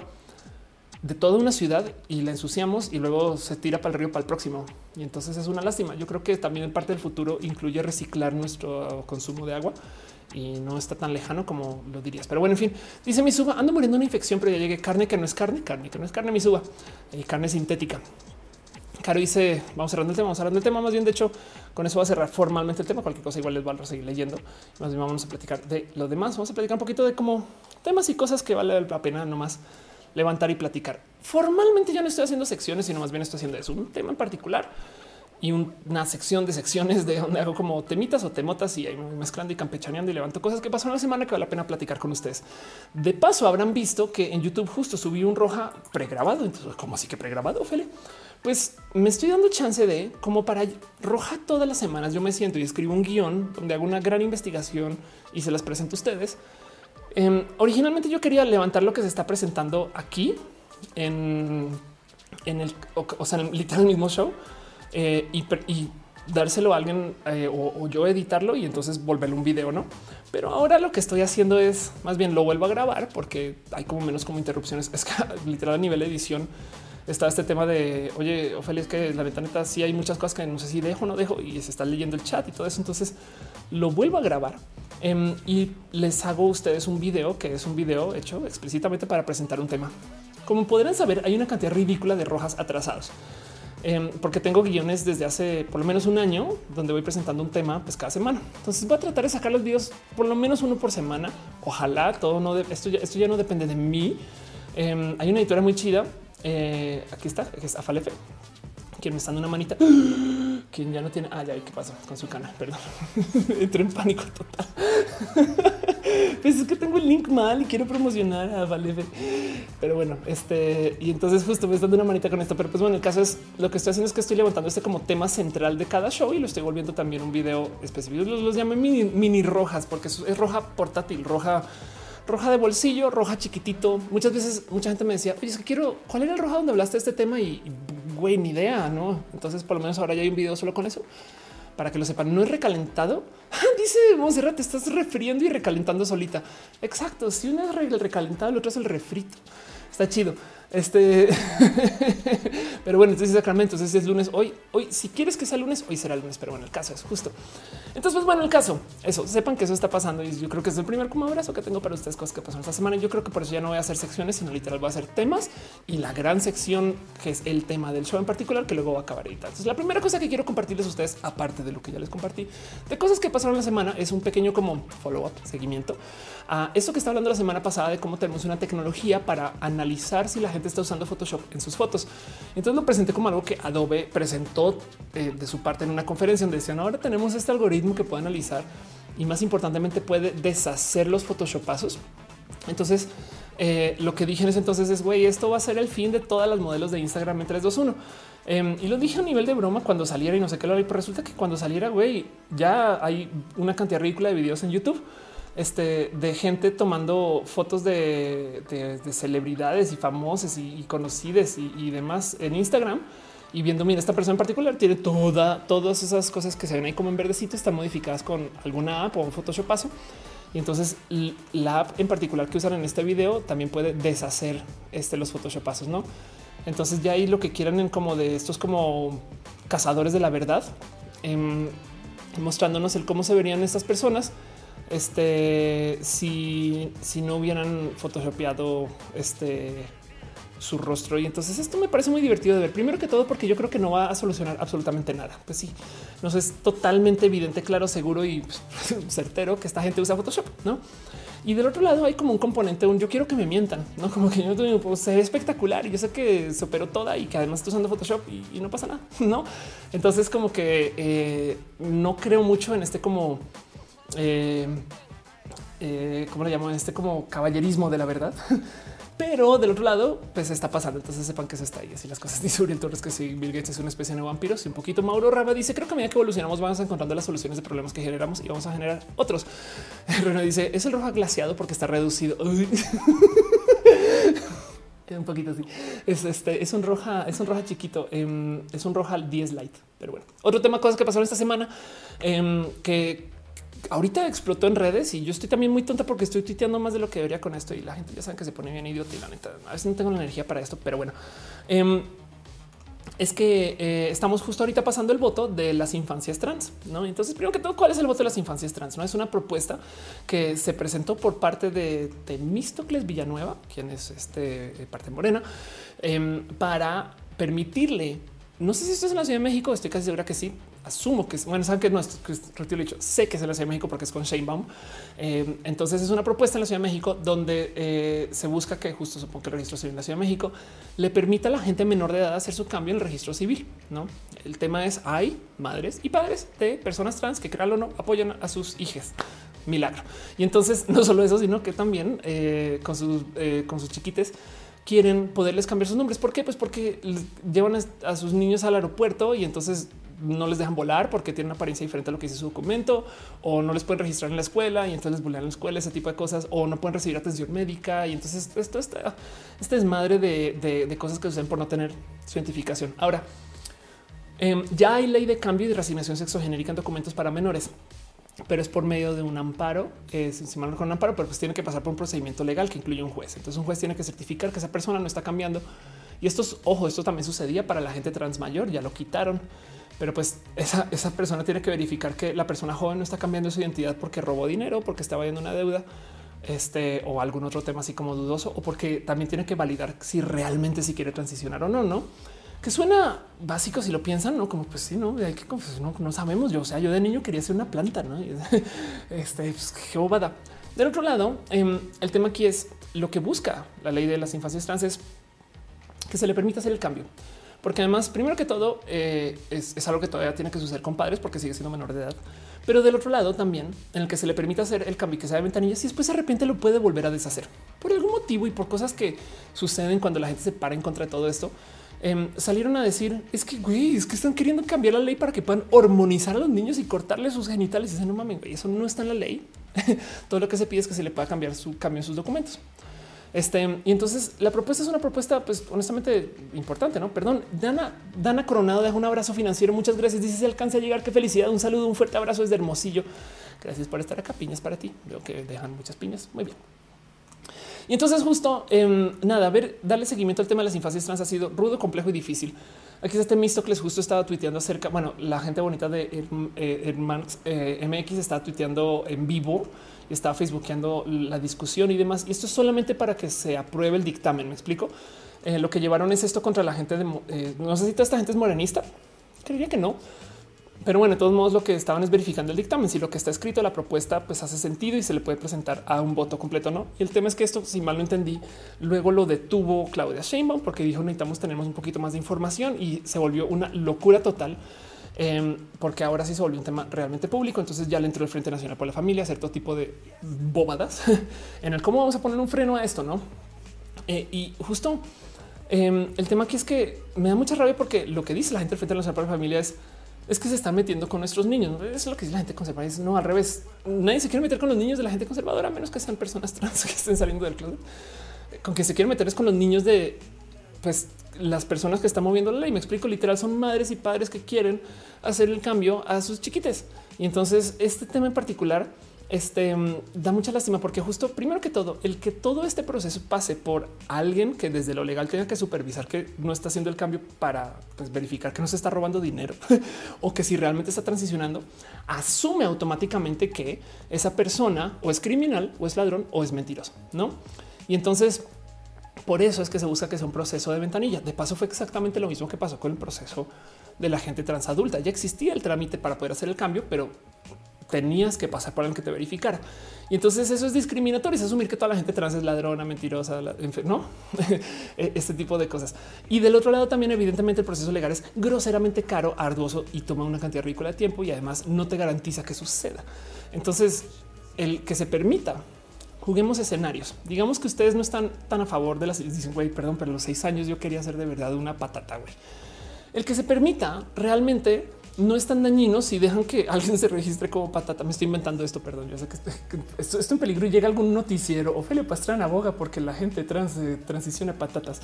de toda una ciudad y la ensuciamos y luego se tira para el río para el próximo. Y entonces es una lástima. Yo creo que también en parte del futuro incluye reciclar nuestro consumo de agua y no está tan lejano como lo dirías. Pero bueno, en fin, dice mi suba, ando muriendo de una infección, pero ya llegué. Carne que no es carne, carne que no es carne, mi suba, y carne sintética. Caro dice, vamos cerrando el tema, vamos cerrando el tema. Más bien, de hecho, con eso va a cerrar formalmente el tema. Cualquier cosa igual les va a seguir leyendo. Más bien vamos a platicar de lo demás. Vamos a platicar un poquito de cómo temas y cosas que vale la pena nomás levantar y platicar. Formalmente ya no estoy haciendo secciones, sino más bien estoy haciendo eso, un tema en particular y una sección de secciones de donde hago como temitas o temotas y ahí me voy mezclando y campechaneando y levanto cosas que pasaron la semana que vale la pena platicar con ustedes. De paso, habrán visto que en YouTube justo subí un Roja pregrabado. Entonces, ¿cómo así que pregrabado, Ophelia? Pues me estoy dando chance de, como para Roja todas las semanas, yo me siento y escribo un guión donde hago una gran investigación y se las presento a ustedes. Eh, originalmente yo quería levantar lo que se está presentando aquí en, en el, o, o sea, en el literal mismo show eh, y, y dárselo a alguien eh, o, o yo editarlo y entonces volverlo un video, ¿no? Pero ahora lo que estoy haciendo es más bien lo vuelvo a grabar porque hay como menos como interrupciones. Es que literal a nivel de edición está este tema de, oye, Ophelia, es que la neta, neta, sí hay muchas cosas que no sé si dejo o no dejo y se está leyendo el chat y todo eso. Entonces lo vuelvo a grabar um, y les hago a ustedes un video que es un video hecho explícitamente para presentar un tema. Como podrán saber, hay una cantidad ridícula de Rojas atrasados. Um, porque tengo guiones desde hace por lo menos un año donde voy presentando un tema pues cada semana. Entonces voy a tratar de sacar los videos por lo menos uno por semana. Ojalá todo no de, esto, ya, esto ya no depende de mí. Um, hay una editora muy chida. Eh, aquí está, que es Afalefe, quien me está dando una manita, quien ya no tiene. Ah, ya vi qué pasó con su canal. Perdón, entré en pánico total. Pues es que tengo el link mal y quiero promocionar a Afalefe. Pero bueno, este y entonces justo me está dando una manita con esto. Pero pues bueno, el caso es lo que estoy haciendo es que estoy levantando este como tema central de cada show y lo estoy volviendo también un video específico. Los, los llamé mini, mini rojas porque es roja portátil, roja. Roja de bolsillo, roja chiquitito. Muchas veces mucha gente me decía, oye, es que quiero, ¿cuál era el roja donde hablaste de este tema? Y güey, ni idea, ¿no? Entonces por lo menos ahora ya hay un video solo con eso. Para que lo sepan, no es recalentado. Dice Monserrat, te estás refriendo y recalentando solita. Exacto, si uno es el recalentado, el otro es el refrito. Está chido. Este, pero bueno, entonces Sacramento, entonces es lunes hoy. Hoy, si quieres que sea lunes, hoy será lunes. Pero bueno, el caso es justo. Entonces, pues bueno, el caso, eso, sepan que eso está pasando y yo creo que es el primer como abrazo que tengo para ustedes, cosas que pasaron esta semana. Yo creo que por eso ya no voy a hacer secciones, sino literal voy a hacer temas y la gran sección que es el tema del show en particular que luego va a acabar editar. Entonces, la primera cosa que quiero compartirles a ustedes, aparte de lo que ya les compartí de cosas que pasaron la semana, es un pequeño como follow up, seguimiento a esto que está hablando la semana pasada de cómo tenemos una tecnología para analizar si la gente está usando Photoshop en sus fotos. Entonces lo presenté como algo que Adobe presentó eh, de su parte en una conferencia donde decían ahora tenemos este algoritmo que puede analizar y más importantemente puede deshacer los Photoshopazos. Entonces eh, lo que dije en ese entonces es güey, esto va a ser el fin de todas las modelos de Instagram en tres, dos, uno. Um, y lo dije a nivel de broma cuando saliera y no sé qué lo haré, pero resulta que cuando saliera, güey, ya hay una cantidad ridícula de videos en YouTube este, de gente tomando fotos de, de, de celebridades y famosas y, y conocidas y, y demás en Instagram y viendo, mira, esta persona en particular tiene toda, todas esas cosas que se ven ahí como en verdecito, están modificadas con alguna app o un Photoshopazo. Y entonces la app en particular que usan en este video también puede deshacer este, los Photoshopazos, ¿no? Entonces ya ahí lo que quieran en como de estos como cazadores de la verdad, eh, mostrándonos el cómo se verían estas personas este, si, si no hubieran photoshopeado este, su rostro. Y entonces esto me parece muy divertido de ver. Primero que todo, porque yo creo que no va a solucionar absolutamente nada. Pues sí, nos es totalmente evidente, claro, seguro y certero que esta gente usa Photoshop, ¿no? Y del otro lado hay como un componente, un yo quiero que me mientan, no como que yo digo, pues, se ve espectacular y yo sé que se operó toda y que además estoy usando Photoshop y, y no pasa nada, no? Entonces, como que eh, no creo mucho en este como eh, eh, ¿cómo le llamo? Este como caballerismo de la verdad. Pero del otro lado, pues está pasando. Entonces sepan que eso está ahí. Así las cosas. Dice Uriel Torres que si Bill Gates es una especie de vampiros y un poquito. Mauro Raba dice: creo que a medida que evolucionamos vamos encontrando las soluciones de problemas que generamos y vamos a generar otros. René dice: es el rojo glaciado porque está reducido. Un poquito así. Es este, es un roja, es un roja chiquito, eh, es un roja diez light. Pero bueno, otro tema, cosas que pasaron esta semana eh, que ahorita explotó en redes y yo estoy también muy tonta porque estoy tuiteando más de lo que debería con esto y la gente ya sabe que se pone bien idiota y la neta a veces no tengo la energía para esto, pero bueno, eh, es que eh, estamos justo ahorita pasando el voto de las infancias trans, ¿no? Entonces, primero que todo, ¿cuál es el voto de las infancias trans? No es una propuesta que se presentó por parte de Temístocles Villanueva, quien es este parte morena, eh, para permitirle. No sé si esto es en la Ciudad de México, estoy casi segura que sí. Asumo que es, bueno, saben que no es, retiro dicho, sé que es en la Ciudad de México porque es con Sheinbaum. Eh, entonces es una propuesta en la Ciudad de México donde eh, se busca que justo supongo que el registro civil en la Ciudad de México le permita a la gente menor de edad hacer su cambio en el registro civil. No, el tema es hay madres y padres de personas trans que, créanlo o no, apoyan a sus hijas. Milagro. Y entonces no solo eso, sino que también eh, con sus eh, con sus chiquites quieren poderles cambiar sus nombres. ¿Por qué? Pues porque llevan a sus niños al aeropuerto y entonces no les dejan volar porque tienen una apariencia diferente a lo que dice su documento, o no les pueden registrar en la escuela y entonces les vulneran la escuela, ese tipo de cosas, o no pueden recibir atención médica. Y entonces esto está este desmadre de, de, de cosas que suceden por no tener su identificación. Ahora eh, ya hay ley de cambio y de reasignación sexogenérica en documentos para menores, pero es por medio de un amparo, es encima con un amparo, pero pues tiene que pasar por un procedimiento legal que incluye un juez. Entonces un juez tiene que certificar que esa persona no está cambiando. Y esto es, ojo, esto también sucedía para la gente trans mayor, ya lo quitaron. Pero pues esa, esa persona tiene que verificar que la persona joven no está cambiando su identidad porque robó dinero, porque estaba viendo una deuda, este o algún otro tema así como dudoso, o porque también tiene que validar si realmente si quiere transicionar o no, no? Que suena básico si lo piensan, no como pues sí, no hay que confesar, no, no sabemos. Yo, o sea, yo de niño quería ser una planta, no? Este pues, qué bobada. Del otro lado, eh, el tema aquí es lo que busca la ley de las infancias trans es que se le permita hacer el cambio, porque además, primero que todo, eh, es, es algo que todavía tiene que suceder con padres porque sigue siendo menor de edad. Pero del otro lado también en el que se le permita hacer el cambio y que sea de ventanilla, si después de repente lo puede volver a deshacer por algún motivo y por cosas que suceden cuando la gente se para en contra de todo esto. Eh, salieron a decir es que güey, es que están queriendo cambiar la ley para que puedan hormonizar a los niños y cortarles sus genitales. Y dicen, no mames, güey, eso no está en la ley. Todo lo que se pide es que se le pueda cambiar su cambio en sus documentos. Este, y entonces la propuesta es una propuesta, pues honestamente importante, no? Perdón, Dana, Dana Coronado deja un abrazo financiero. Muchas gracias. Dice: si alcanza a llegar, qué felicidad. Un saludo, un fuerte abrazo desde Hermosillo. Gracias por estar acá. Piñas para ti. Veo que dejan muchas piñas. Muy bien. Y entonces justo eh, nada, a ver, darle seguimiento al tema de las infancias trans ha sido rudo, complejo y difícil. Aquí este Temístocles justo estaba tuiteando acerca, bueno, la gente bonita de eh, Hermanos eh, M X está tuiteando en vivo y estaba facebookeando la discusión y demás. Y esto es solamente para que se apruebe el dictamen. ¿Me explico? Eh, lo que llevaron es esto contra la gente de, eh, no sé si toda esta gente es morenista. Creería que no. Pero bueno, de todos modos, lo que estaban es verificando el dictamen. Si lo que está escrito, la propuesta, pues hace sentido y se le puede presentar a un voto completo, no? Y el tema es que esto, si mal no entendí, luego lo detuvo Claudia Sheinbaum porque dijo necesitamos tener un poquito más de información y se volvió una locura total. Eh, porque ahora sí se volvió un tema realmente público. Entonces ya le entró el Frente Nacional por la Familia a hacer todo tipo de bobadas en el cómo vamos a poner un freno a esto, no? Eh, y justo eh, el tema aquí es que me da mucha rabia porque lo que dice la gente del Frente Nacional por la Familia es es que se están metiendo con nuestros niños. Eso es lo que dice la gente conservadora. Es no al revés. Nadie se quiere meter con los niños de la gente conservadora, a menos que sean personas trans que estén saliendo del closet. Con que se quieren meter es con los niños de pues las personas que están moviendo la ley. Me explico, literal, son madres y padres que quieren hacer el cambio a sus chiquites. Y entonces este tema en particular este da mucha lástima porque justo primero que todo, el que todo este proceso pase por alguien que desde lo legal tenga que supervisar que no está haciendo el cambio para pues, verificar que no se está robando dinero o que si realmente está transicionando, asume automáticamente que esa persona o es criminal o es ladrón o es mentiroso, ¿no? Y entonces por eso es que se busca que sea un proceso de ventanilla. De paso fue exactamente lo mismo que pasó con el proceso de la gente trans adulta. Ya existía el trámite para poder hacer el cambio, pero tenías que pasar por alguien que te verificara. Y entonces eso es discriminatorio, es asumir que toda la gente trans es ladrona, mentirosa, no este tipo de cosas. Y del otro lado también evidentemente el proceso legal es groseramente caro, arduoso y toma una cantidad ridícula de tiempo y además no te garantiza que suceda. Entonces el que se permita juguemos escenarios. Digamos que ustedes no están tan a favor de las dicen, güey, perdón, pero los seis años yo quería hacer de verdad una patata, güey. El que se permita realmente no es tan dañino si dejan que alguien se registre como patata. Me estoy inventando esto, perdón. Yo sé que esto está en peligro y llega algún noticiero. Ofelia Pastrana aboga porque la gente trans eh, transiciona a patatas.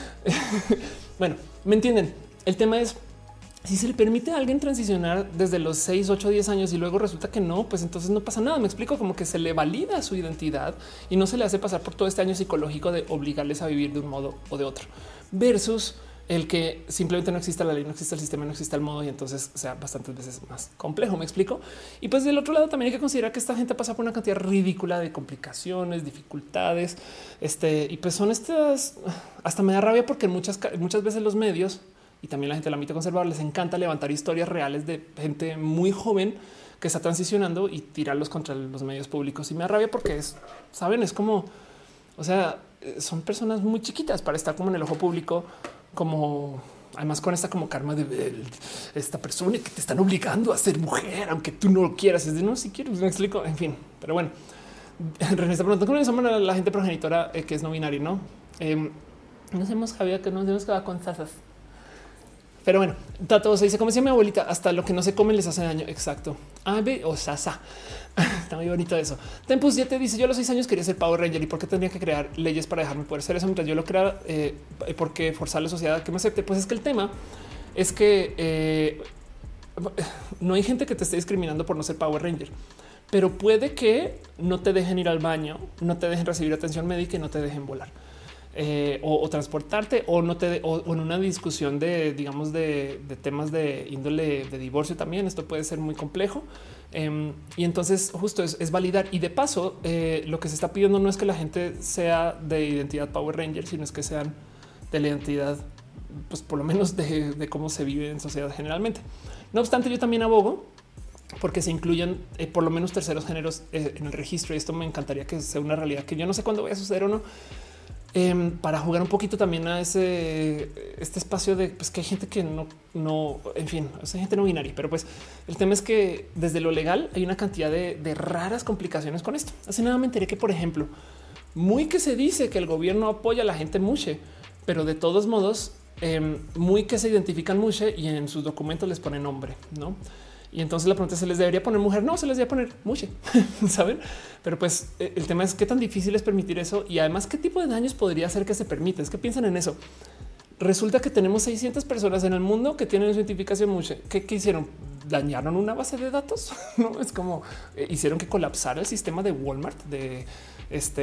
Bueno, me entienden. El tema es si se le permite a alguien transicionar desde los seis, ocho, diez años y luego resulta que no, pues entonces no pasa nada. Me explico, como que se le valida su identidad y no se le hace pasar por todo este año psicológico de obligarles a vivir de un modo o de otro versus el que simplemente no exista la ley, no existe el sistema, no existe el modo y entonces sea bastantes veces más complejo. Me explico. Y pues del otro lado también hay que considerar que esta gente pasa por una cantidad ridícula de complicaciones, dificultades. Este y pues son estas. Hasta me da rabia porque muchas, muchas veces los medios y también la gente del ámbito conservador les encanta levantar historias reales de gente muy joven que está transicionando y tirarlos contra los medios públicos. Y me da rabia porque es, saben, es como, o sea, son personas muy chiquitas para estar como en el ojo público, como además con esta como karma de esta persona que te están obligando a ser mujer, aunque tú no lo quieras. Es de no, si quieres, me explico. En fin, pero bueno, René está preguntando cómo le llaman a la gente progenitora eh, que es no binaria, no? Eh, no sabemos, Javier, que nos hemos quedado con sasas. Pero bueno, Tato se dice, como decía mi abuelita, hasta lo que no se come les hace daño. Exacto. Ave o sasa. Está muy bonito eso. Tempus ya te dice, yo a los seis años quería ser Power Ranger y por qué tendría que crear leyes para dejarme poder ser eso mientras yo lo crea, eh, porque forzar a la sociedad a que me acepte. Pues es que el tema es que eh, no hay gente que te esté discriminando por no ser Power Ranger, pero puede que no te dejen ir al baño, no te dejen recibir atención médica y no te dejen volar. Eh, o, o transportarte o no te de, o, o en una discusión de, digamos, de, de temas de índole de divorcio también. Esto puede ser muy complejo eh, y entonces justo es, es validar. Y de paso, eh, lo que se está pidiendo no es que la gente sea de identidad Power Ranger, sino es que sean de la identidad, pues por lo menos de, de cómo se vive en sociedad generalmente. No obstante, yo también abogo porque se incluyan eh, por lo menos terceros géneros eh, en el registro. Y esto me encantaría que sea una realidad que yo no sé cuándo vaya a suceder o no. Eh, para jugar un poquito también a ese este espacio de pues, que hay gente que no, no, en fin, o sea, gente no binaria, pero pues el tema es que desde lo legal hay una cantidad de, de raras complicaciones con esto. Hace nada me enteré que, por ejemplo, muy que se dice que el gobierno apoya a la gente mushe, pero de todos modos, eh, muy que se identifican mushe y en sus documentos les ponen nombre, no? Y entonces la pregunta es, ¿se les debería poner mujer? No, se les debería poner mushe, ¿saben? Pero pues el tema es qué tan difícil es permitir eso y además qué tipo de daños podría hacer que se permita. Es que piensan en eso. Resulta que tenemos seiscientas personas en el mundo que tienen su identificación mushe. ¿Qué, qué hicieron? ¿Dañaron una base de datos? No, es como eh, hicieron que colapsara el sistema de Walmart de este,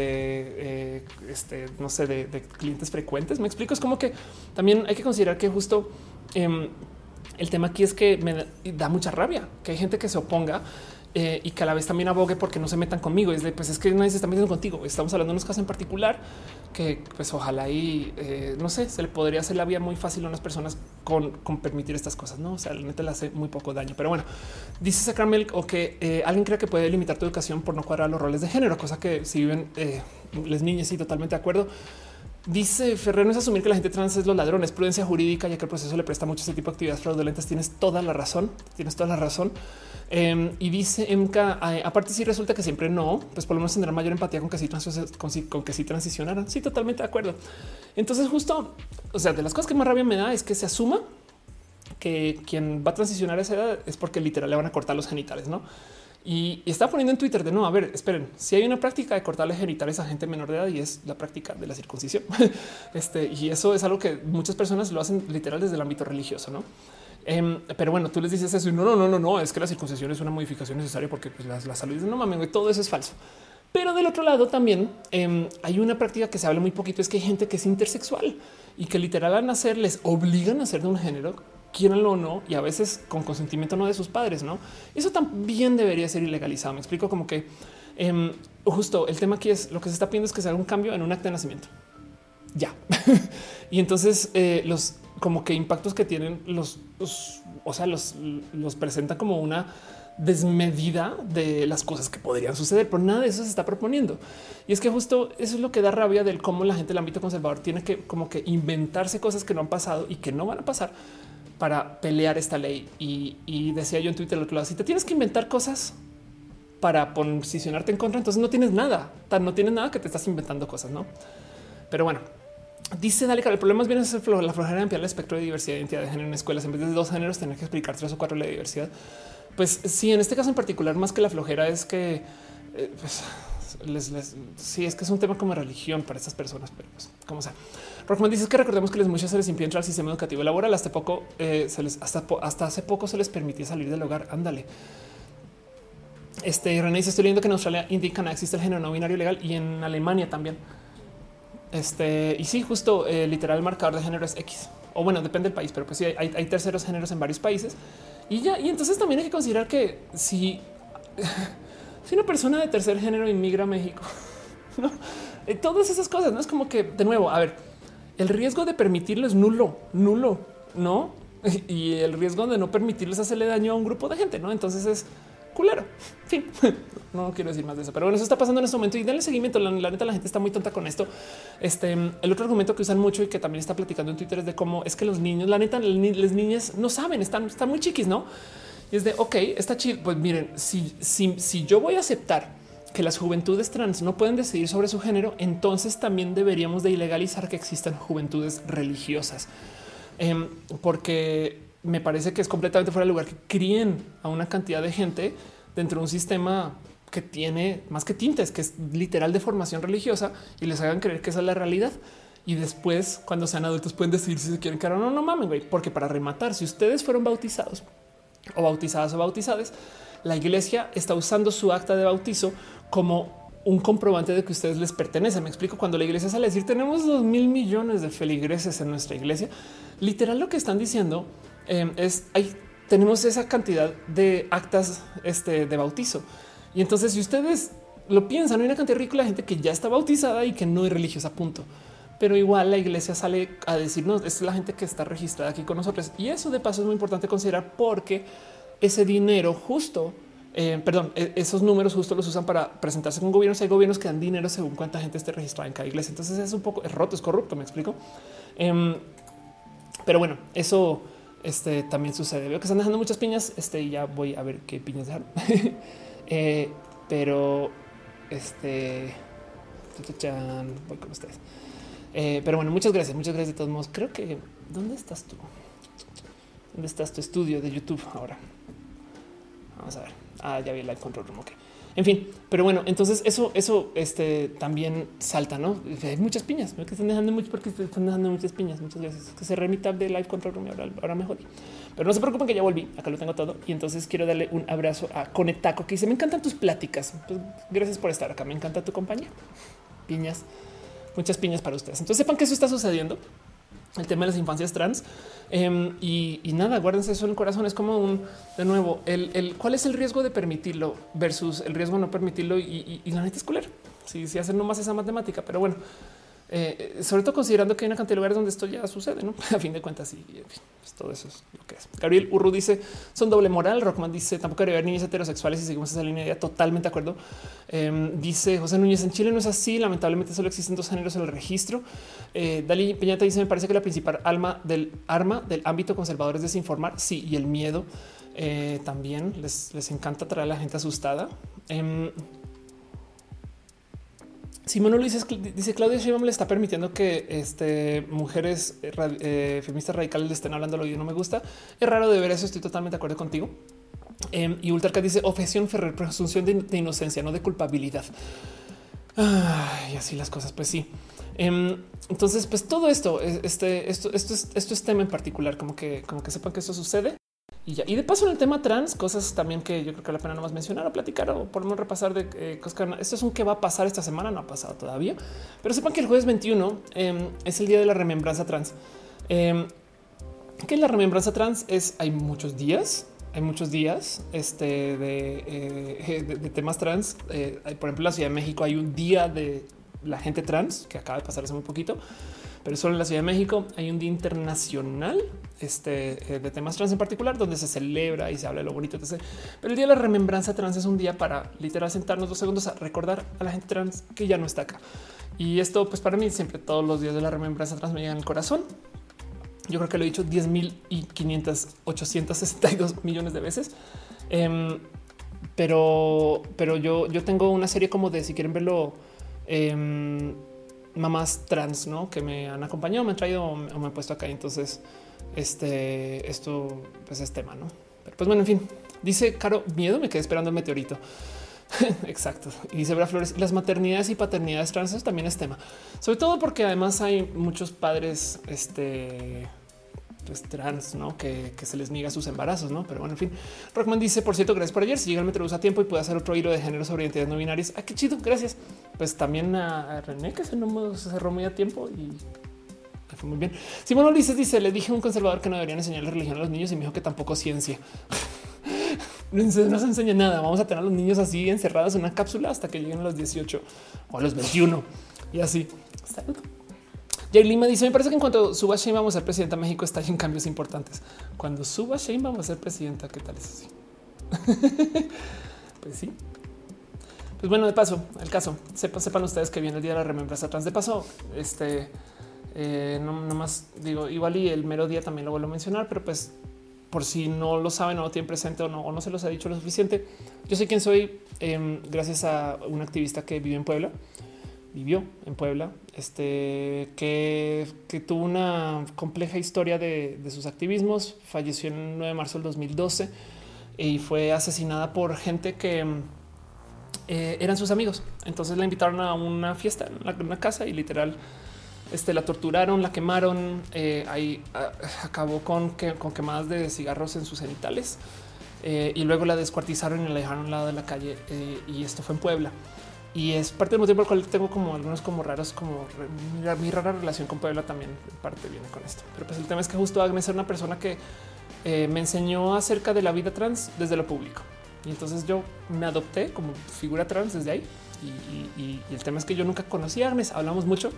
eh, este, no sé, de, de clientes frecuentes. Me explico. Es como que también hay que considerar que justo eh, el tema aquí es que me da mucha rabia que hay gente que se oponga eh, y que a la vez también abogue porque no se metan conmigo. Es de pues es que nadie se está metiendo contigo. Estamos hablando de unos casos en particular que pues ojalá y eh, no sé, se le podría hacer la vida muy fácil a unas personas con, con permitir estas cosas. No, o sea, la neta le hace muy poco daño. Pero bueno, dice Sacramel o que eh, alguien cree que puede limitar tu educación por no cuadrar los roles de género, cosa que si viven eh, les niñas y totalmente de acuerdo. Dice Ferrer, no es asumir que la gente trans es los ladrones, prudencia jurídica, ya que el proceso le presta mucho ese tipo de actividades fraudulentas. Tienes toda la razón, tienes toda la razón. Eh, y dice M K, aparte si resulta que siempre no, pues por lo menos tendrá mayor empatía con que sí, trans con, con que sí transicionaran. Sí, totalmente de acuerdo. Entonces justo, o sea, de las cosas que más rabia me da es que se asuma que quien va a transicionar a esa edad es porque literal le van a cortar los genitales, ¿no? Y está poniendo en Twitter de no, a ver, esperen, si hay una práctica de cortarle genitales a gente menor de edad y es la práctica de la circuncisión. Este, y eso es algo que muchas personas lo hacen literal desde el ámbito religioso, ¿no? Um, pero bueno, tú les dices eso y no, no, no, no, no, es que la circuncisión es una modificación necesaria porque pues, la, la salud dice no mames, todo eso es falso. Pero del otro lado también um, hay una práctica que se habla muy poquito, es que hay gente que es intersexual y que literal al nacer les obligan a ser de un género, quieranlo o no, y a veces con consentimiento no de sus padres, ¿no? Eso también debería ser ilegalizado. Me explico como que eh, justo el tema aquí es lo que se está pidiendo es que se haga un cambio en un acta de nacimiento. Ya. Y entonces eh, los como que impactos que tienen los, los o sea, los, los presentan como una desmedida de las cosas que podrían suceder, pero nada de eso se está proponiendo. Y es que justo eso es lo que da rabia del cómo la gente del ámbito conservador tiene que como que inventarse cosas que no han pasado y que no van a pasar para pelear esta ley. Y, y decía yo en Twitter el otro lado, si te tienes que inventar cosas para posicionarte en contra, entonces no tienes nada, no tienes nada que te estás inventando cosas, ¿no? Pero bueno, dice Dale, el problema es bien es la flojera de ampliar el espectro de diversidad e identidad de género en escuelas. En vez de dos géneros, tener que explicar tres o cuatro de la diversidad. Pues sí, en este caso en particular, más que la flojera es que eh, pues, les, les, sí, es que es un tema como religión para estas personas, pero pues como sea. Rockman dice que recordemos que les muchas se les impide entrar al sistema educativo laboral. Hasta poco eh, se les hasta, hasta hace poco se les permitía salir del hogar. Ándale. Este René dice: estoy leyendo que en Australia, India y Canadá existe el género no binario legal y en Alemania también. Este y sí, justo eh, literal, el marcador de género es X, o bueno, depende del país, pero pues sí hay, hay terceros géneros en varios países. Y ya, y entonces también hay que considerar que si, si una persona de tercer género inmigra a México, ¿no? Eh, todas esas cosas, no es como que de nuevo, a ver, el riesgo de permitirlo es nulo, nulo, no? Y el riesgo de no permitirles hacerle daño a un grupo de gente, no? Entonces es culero. Fin, no quiero decir más de eso, pero bueno, eso está pasando en este momento y denle seguimiento. La, la neta, la gente está muy tonta con esto. Este, el otro argumento que usan mucho y que también está platicando en Twitter es de cómo es que los niños, la neta, las niñas no saben, están, están muy chiquis, no? Y es de ok, está chido. Pues miren, si, si, si yo voy a aceptar que las juventudes trans no pueden decidir sobre su género, entonces también deberíamos de ilegalizar que existan juventudes religiosas, eh, porque me parece que es completamente fuera de lugar que críen a una cantidad de gente dentro de un sistema que tiene más que tintes, que es literal de formación religiosa, y les hagan creer que esa es la realidad. Y después, cuando sean adultos, pueden decidir si se quieren quedar o no. No mamen, güey, porque para rematar, si ustedes fueron bautizados o bautizadas o bautizadas, la iglesia está usando su acta de bautizo como un comprobante de que ustedes les pertenecen. Me explico. Cuando la iglesia sale a decir tenemos dos mil millones de feligreses en nuestra iglesia, literal lo que están diciendo eh, es hay tenemos esa cantidad de actas este, de bautizo. Y entonces, si ustedes lo piensan, hay una cantidad ridícula de gente que ya está bautizada y que no es religiosa, punto. Pero igual la iglesia sale a decirnos, es la gente que está registrada aquí con nosotros. Y eso de paso es muy importante considerar, porque ese dinero justo, eh, perdón, esos números justo los usan para presentarse con gobiernos. Hay gobiernos que dan dinero según cuánta gente esté registrada en cada iglesia. Entonces es un poco es roto, es corrupto, me explico. Eh, pero bueno, eso este, también sucede. Veo que están dejando muchas piñas este, y ya voy a ver qué piñas dejaron. eh, pero este voy con ustedes. Eh, pero bueno, muchas gracias, muchas gracias de todos modos. Creo que ¿dónde estás tú? ¿Dónde estás tu estudio de YouTube ahora? Vamos a ver. Ah, ya vi el live control room. Ok. En fin, pero bueno, entonces eso, eso este, también salta, ¿no? Hay muchas piñas, que están dejando mucho porque están dejando muchas piñas. Muchas gracias. Que cerré mi tab de live control room y ahora, ahora me jodí. Pero no se preocupen que ya volví. Acá lo tengo todo. Y entonces quiero darle un abrazo a Conetaco, que dice: me encantan tus pláticas. Pues gracias por estar acá. Me encanta tu compañía. Piñas, muchas piñas para ustedes. Entonces sepan que eso está sucediendo. El tema de las infancias trans eh, y, y nada, guárdense eso en el corazón. Es como un de nuevo el, el cuál es el riesgo de permitirlo versus el riesgo de no permitirlo. Y, y, y la neta es culero si, si hacen nomás esa matemática, pero bueno, eh, sobre todo considerando que hay una cantidad de lugares donde esto ya sucede, ¿no? A fin de cuentas, y en fin, pues todo eso es lo que es. Gabriel Urru dice: son doble moral. Rockman dice: tampoco debería haber niños heterosexuales y seguimos esa línea. Ya totalmente de acuerdo. Eh, dice José Núñez: en Chile no es así. Lamentablemente solo existen dos géneros en el registro. Eh, Dali Peñata dice: me parece que la principal alma del arma del ámbito conservador es desinformar. Sí, y el miedo eh, también les, les encanta traer a la gente asustada. Eh, Simón Luis dice: Claudia Sheinbaum le está permitiendo que este, mujeres eh, feministas radicales le estén hablando al oído. No me gusta. Es raro de ver eso. Estoy totalmente de acuerdo contigo. Eh, y Ultracat dice: objeción Ferrer, presunción de, de inocencia, no de culpabilidad. Ay, y así las cosas. Pues sí. Eh, entonces, pues todo esto, este, esto, esto es, esto es tema en particular, como que, como que sepan que esto sucede. Y ya, y de paso en el tema trans, cosas también que yo creo que vale la pena nomás mencionar o platicar o por lo menos repasar de eh, cosas que esto es un que va a pasar esta semana, no ha pasado todavía, pero sepan que el jueves veintiuno eh, es el día de la remembranza trans. Eh, ¿Qué es la remembranza trans? Es hay muchos días, hay muchos días este, de, eh, de, de temas trans. Eh, hay, por ejemplo, en la Ciudad de México hay un día de la gente trans que acaba de pasar hace muy poquito. pero solo en la Ciudad de México hay un día internacional este, eh, de temas trans en particular, donde se celebra y se habla de lo bonito. Entonces, pero el día de la remembranza trans es un día para literal sentarnos dos segundos a recordar a la gente trans que ya no está acá. Y esto, pues para mí, siempre todos los días de la remembranza trans me llegan al corazón. Yo creo que lo he dicho diez mil y quinientos, ochocientos sesenta y dos millones de veces. Um, pero, pero yo, yo tengo una serie como de, si quieren verlo, um, mamás trans, ¿no? Que me han acompañado, me han traído o me han puesto acá. Entonces, este, esto pues es tema, ¿no? Pero pues bueno, en fin, dice Caro, miedo, me quedé esperando el meteorito. Exacto. Y dice Bra Flores, las maternidades y paternidades trans eso también es tema, sobre todo porque además hay muchos padres este, pues, trans, ¿no? Que, que se les niega sus embarazos, ¿no? Pero bueno, en fin. Rockman dice, por cierto, gracias por ayer. Si llega el Metrobús a tiempo y puede hacer otro hilo de género sobre identidades no binarias. Ah, qué chido, gracias. Pues también a, a René, que se, no, se cerró muy a tiempo y fue muy bien. Simón Ulises dice, le dije a un conservador que no deberían enseñar la religión a los niños y me dijo que tampoco ciencia. No se enseña nada. Vamos a tener a los niños así encerrados en una cápsula hasta que lleguen a los dieciocho o a los veintiuno y así. Salud. Jay Lima dice: me parece que en cuanto suba Sheinbaum a ser presidenta, México está en cambios importantes. Cuando suba Sheinbaum a ser presidenta, ¿qué tal es así? Pues sí. Pues bueno, de paso, el caso, sepan, sepan ustedes que viene el día de la remembranza trans. De paso, este eh, no, no más digo, igual y el mero día también lo vuelvo a mencionar, pero pues por si no lo saben o no tienen presente o no, o no se los ha dicho lo suficiente. Yo sé quién soy eh, gracias a un activista que vive en Puebla, vivió en Puebla, este, que, que tuvo una compleja historia de, de sus activismos. Falleció en el nueve de marzo del dos mil doce y fue asesinada por gente que eh, eran sus amigos. Entonces la invitaron a una fiesta en una casa y literal Este, la torturaron, la quemaron, eh, ahí a, acabó con, que, con quemadas de cigarros en sus genitales eh, y luego la descuartizaron y la dejaron al lado de la calle eh, y esto fue en Puebla. Y es parte del motivo por el cual tengo como algunos como raros, como mi, mi rara relación con Puebla también en parte viene con esto. Pero pues el tema es que justo Agnes era una persona que eh, me enseñó acerca de la vida trans desde lo público. Y entonces yo me adopté como figura trans desde ahí. Y, y, y el tema es que yo nunca conocí a Agnes, hablamos mucho.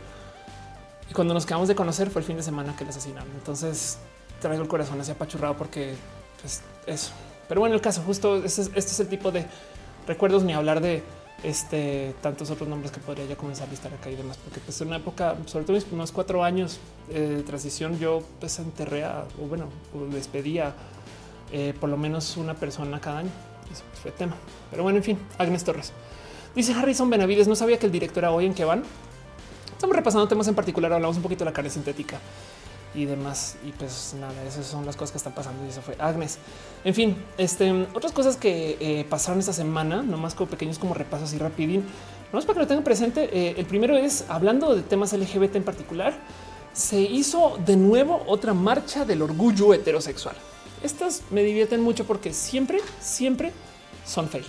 Y cuando nos quedamos de conocer fue el fin de semana que la asesinaron. Entonces traigo el corazón así apachurrado porque pues eso. Pero bueno, el caso justo este es, este es el tipo de recuerdos, ni hablar de este tantos otros nombres que podría ya comenzar a listar acá y demás, porque pues en una época, sobre todo mis primeros cuatro años eh, de transición, yo pues enterré a, o bueno, o despedía eh, por lo menos una persona cada año. Eso pues, fue tema. Pero bueno, en fin, Agnes Torres dice Harrison Benavides, no sabía que el director era hoy en qué van. Estamos repasando temas en particular, hablamos un poquito de la carne sintética y demás. Y pues nada, esas son las cosas que están pasando. Y eso fue Agnes. En fin, este, otras cosas que eh, pasaron esta semana, nomás como pequeños como repasos y rapidín, nomás para que lo tengan presente. Eh, el primero es hablando de temas L G B T en particular. Se hizo de nuevo otra marcha del orgullo heterosexual. Estas me divierten mucho porque siempre, siempre son fake.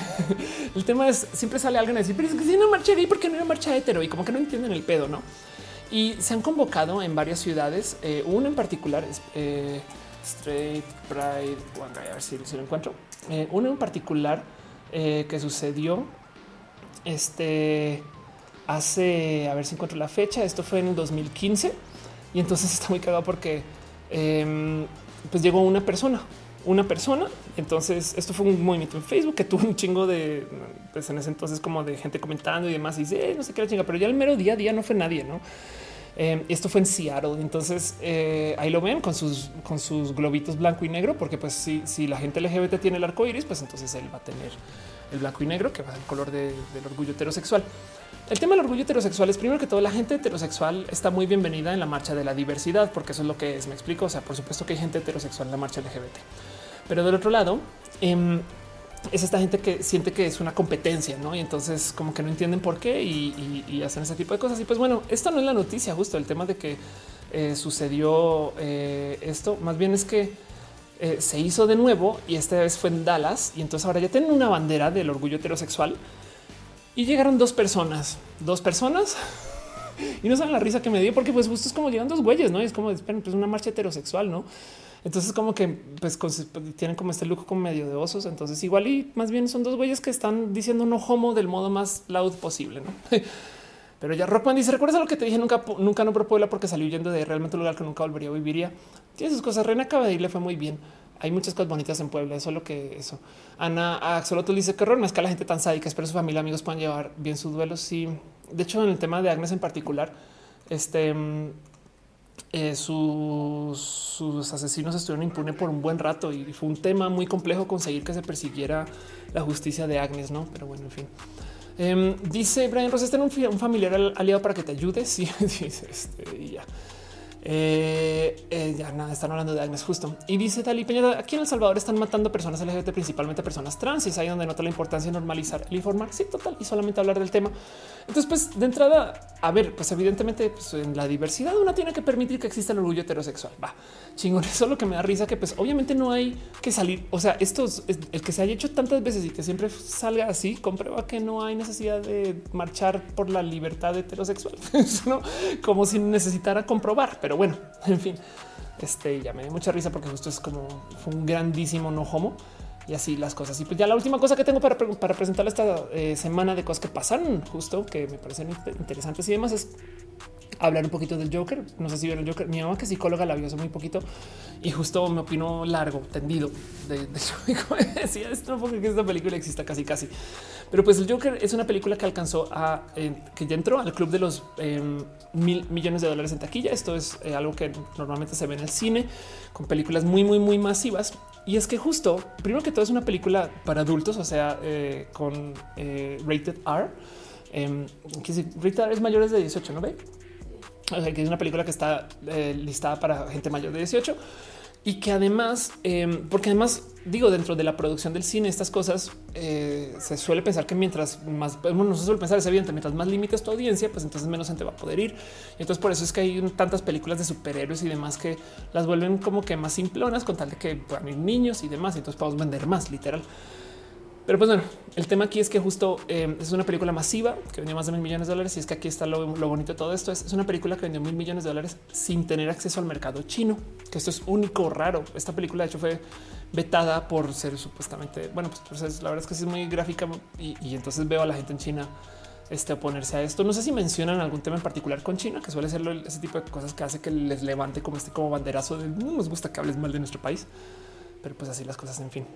El tema es siempre sale alguien a decir, pero es que si no marcha gay, ¿por qué no hay marcha hetero? Y como que no entienden el pedo, ¿no? Y se han convocado en varias ciudades, eh, uno en particular es eh, Straight Pride, a ver si, si lo encuentro, eh, uno en particular eh, que sucedió este hace, a ver si encuentro la fecha, esto fue en el dos mil quince y entonces está muy cagado porque eh, pues llegó una persona, una persona. Entonces esto fue un movimiento en Facebook que tuvo un chingo de, pues en ese entonces como de gente comentando y demás y dice, eh, no sé qué la chinga, pero ya el mero día a día no fue nadie, ¿no? Eh, esto fue en Seattle. Entonces eh, ahí lo ven con sus, con sus globitos blanco y negro, porque pues si, si la gente L G B T tiene el arco iris, pues entonces él va a tener el blanco y negro, que va a ser el color de, del orgullo heterosexual. El tema del orgullo heterosexual es primero que todo la gente heterosexual está muy bienvenida en la marcha de la diversidad, porque eso es lo que es, me explico. O sea, por supuesto que hay gente heterosexual en la marcha L G B T, pero del otro lado eh, es esta gente que siente que es una competencia, ¿no? Y entonces como que no entienden por qué y, y, y hacen ese tipo de cosas. Y pues bueno, esto no es la noticia, justo el tema de que eh, sucedió eh, esto, más bien es que eh, se hizo de nuevo y esta vez fue en Dallas y entonces ahora ya tienen una bandera del orgullo heterosexual y llegaron dos personas, dos personas y no saben la risa que me dio porque pues justo es como llegan dos güeyes, ¿no? Y es como, esperen, pues una marcha heterosexual, ¿no? Entonces como que pues tienen como este look como medio de osos. Entonces igual y más bien son dos güeyes que están diciendo no homo del modo más loud posible, ¿no? Pero Pero ya Rockman dice: ¿recuerdas lo que te dije? Nunca, nunca nombró Puebla porque salió huyendo de realmente un lugar que nunca volvería a viviría. Tiene sus cosas. Reina acaba de ir, le fue muy bien. Hay muchas cosas bonitas en Puebla. Eso es lo que eso. Ana Axolotl dice: qué horror, no es que la gente tan sádica. Espero su familia, amigos puedan llevar bien sus duelos. Sí, de hecho, en el tema de Agnes en particular, este eh, sus, sus asesinos estuvieron impunes por un buen rato y fue un tema muy complejo conseguir que se persiguiera la justicia de Agnes, no? Pero bueno, en fin. Um, dice Brian Ross: ¿está en un, un familiar aliado para que te ayude? Sí, dice este y ya. Eh, eh, ya nada, están hablando de Agnes justo. Y dice Dali Peña: aquí en El Salvador están matando personas L G B T, principalmente personas trans, y es ahí donde nota la importancia de normalizar el informar. Sí, total, y solamente hablar del tema. Entonces, pues de entrada, a ver, pues evidentemente pues, en la diversidad uno tiene que permitir que exista el orgullo heterosexual. Va, chingón. Eso es lo que me da risa, que pues obviamente no hay que salir. O sea, esto es el que se haya hecho tantas veces y que siempre salga así, comprueba que no hay necesidad de marchar por la libertad heterosexual, ¿no? Como si necesitara comprobar. Pero bueno, en fin, este ya me dio mucha risa porque justo es como fue un grandísimo no homo y así las cosas. Y pues ya la última cosa que tengo para, para presentar esta eh, semana de cosas que pasaron justo que me parecen interesantes y demás es hablar un poquito del Joker. No sé si vieron Joker. Mi mamá, que es psicóloga, la vio hace muy poquito y justo me opinó largo, tendido de, de eso. Decía esto porque esta película exista casi, casi. Pero pues el Joker es una película que alcanzó a eh, que ya entró al club de los eh, mil millones de dólares en taquilla. Esto es eh, algo que normalmente se ve en el cine con películas muy, muy, muy masivas. Y es que justo primero que todo es una película para adultos, o sea, eh, con eh, rated R, eh, que si rated R es mayores de dieciocho, ¿no ve? O sea, que es una película que está eh, listada para gente mayor de dieciocho y que además, eh, porque además digo, dentro de la producción del cine, estas cosas eh, se suele pensar que mientras más, bueno, no se suele pensar, es evidente, mientras más limites tu audiencia, pues entonces menos gente va a poder ir. Y entonces por eso es que hay tantas películas de superhéroes y demás que las vuelven como que más simplonas con tal de que puedan ir niños y demás. Y entonces podemos vender más, literal. Pero pues bueno, el tema aquí es que justo eh, es una película masiva que vendió más de mil millones de dólares. Y es que aquí está lo, lo bonito de todo esto. Es, es una película que vendió mil millones de dólares sin tener acceso al mercado chino, que esto es único, raro. Esta película de hecho fue vetada por ser supuestamente, bueno, pues, pues la verdad es que sí es muy gráfica y, y entonces veo a la gente en China este, oponerse a esto. No sé si mencionan algún tema en particular con China, que suele ser ese tipo de cosas que hace que les levante como este como banderazo de no nos gusta que hables mal de nuestro país, pero pues así las cosas, en fin,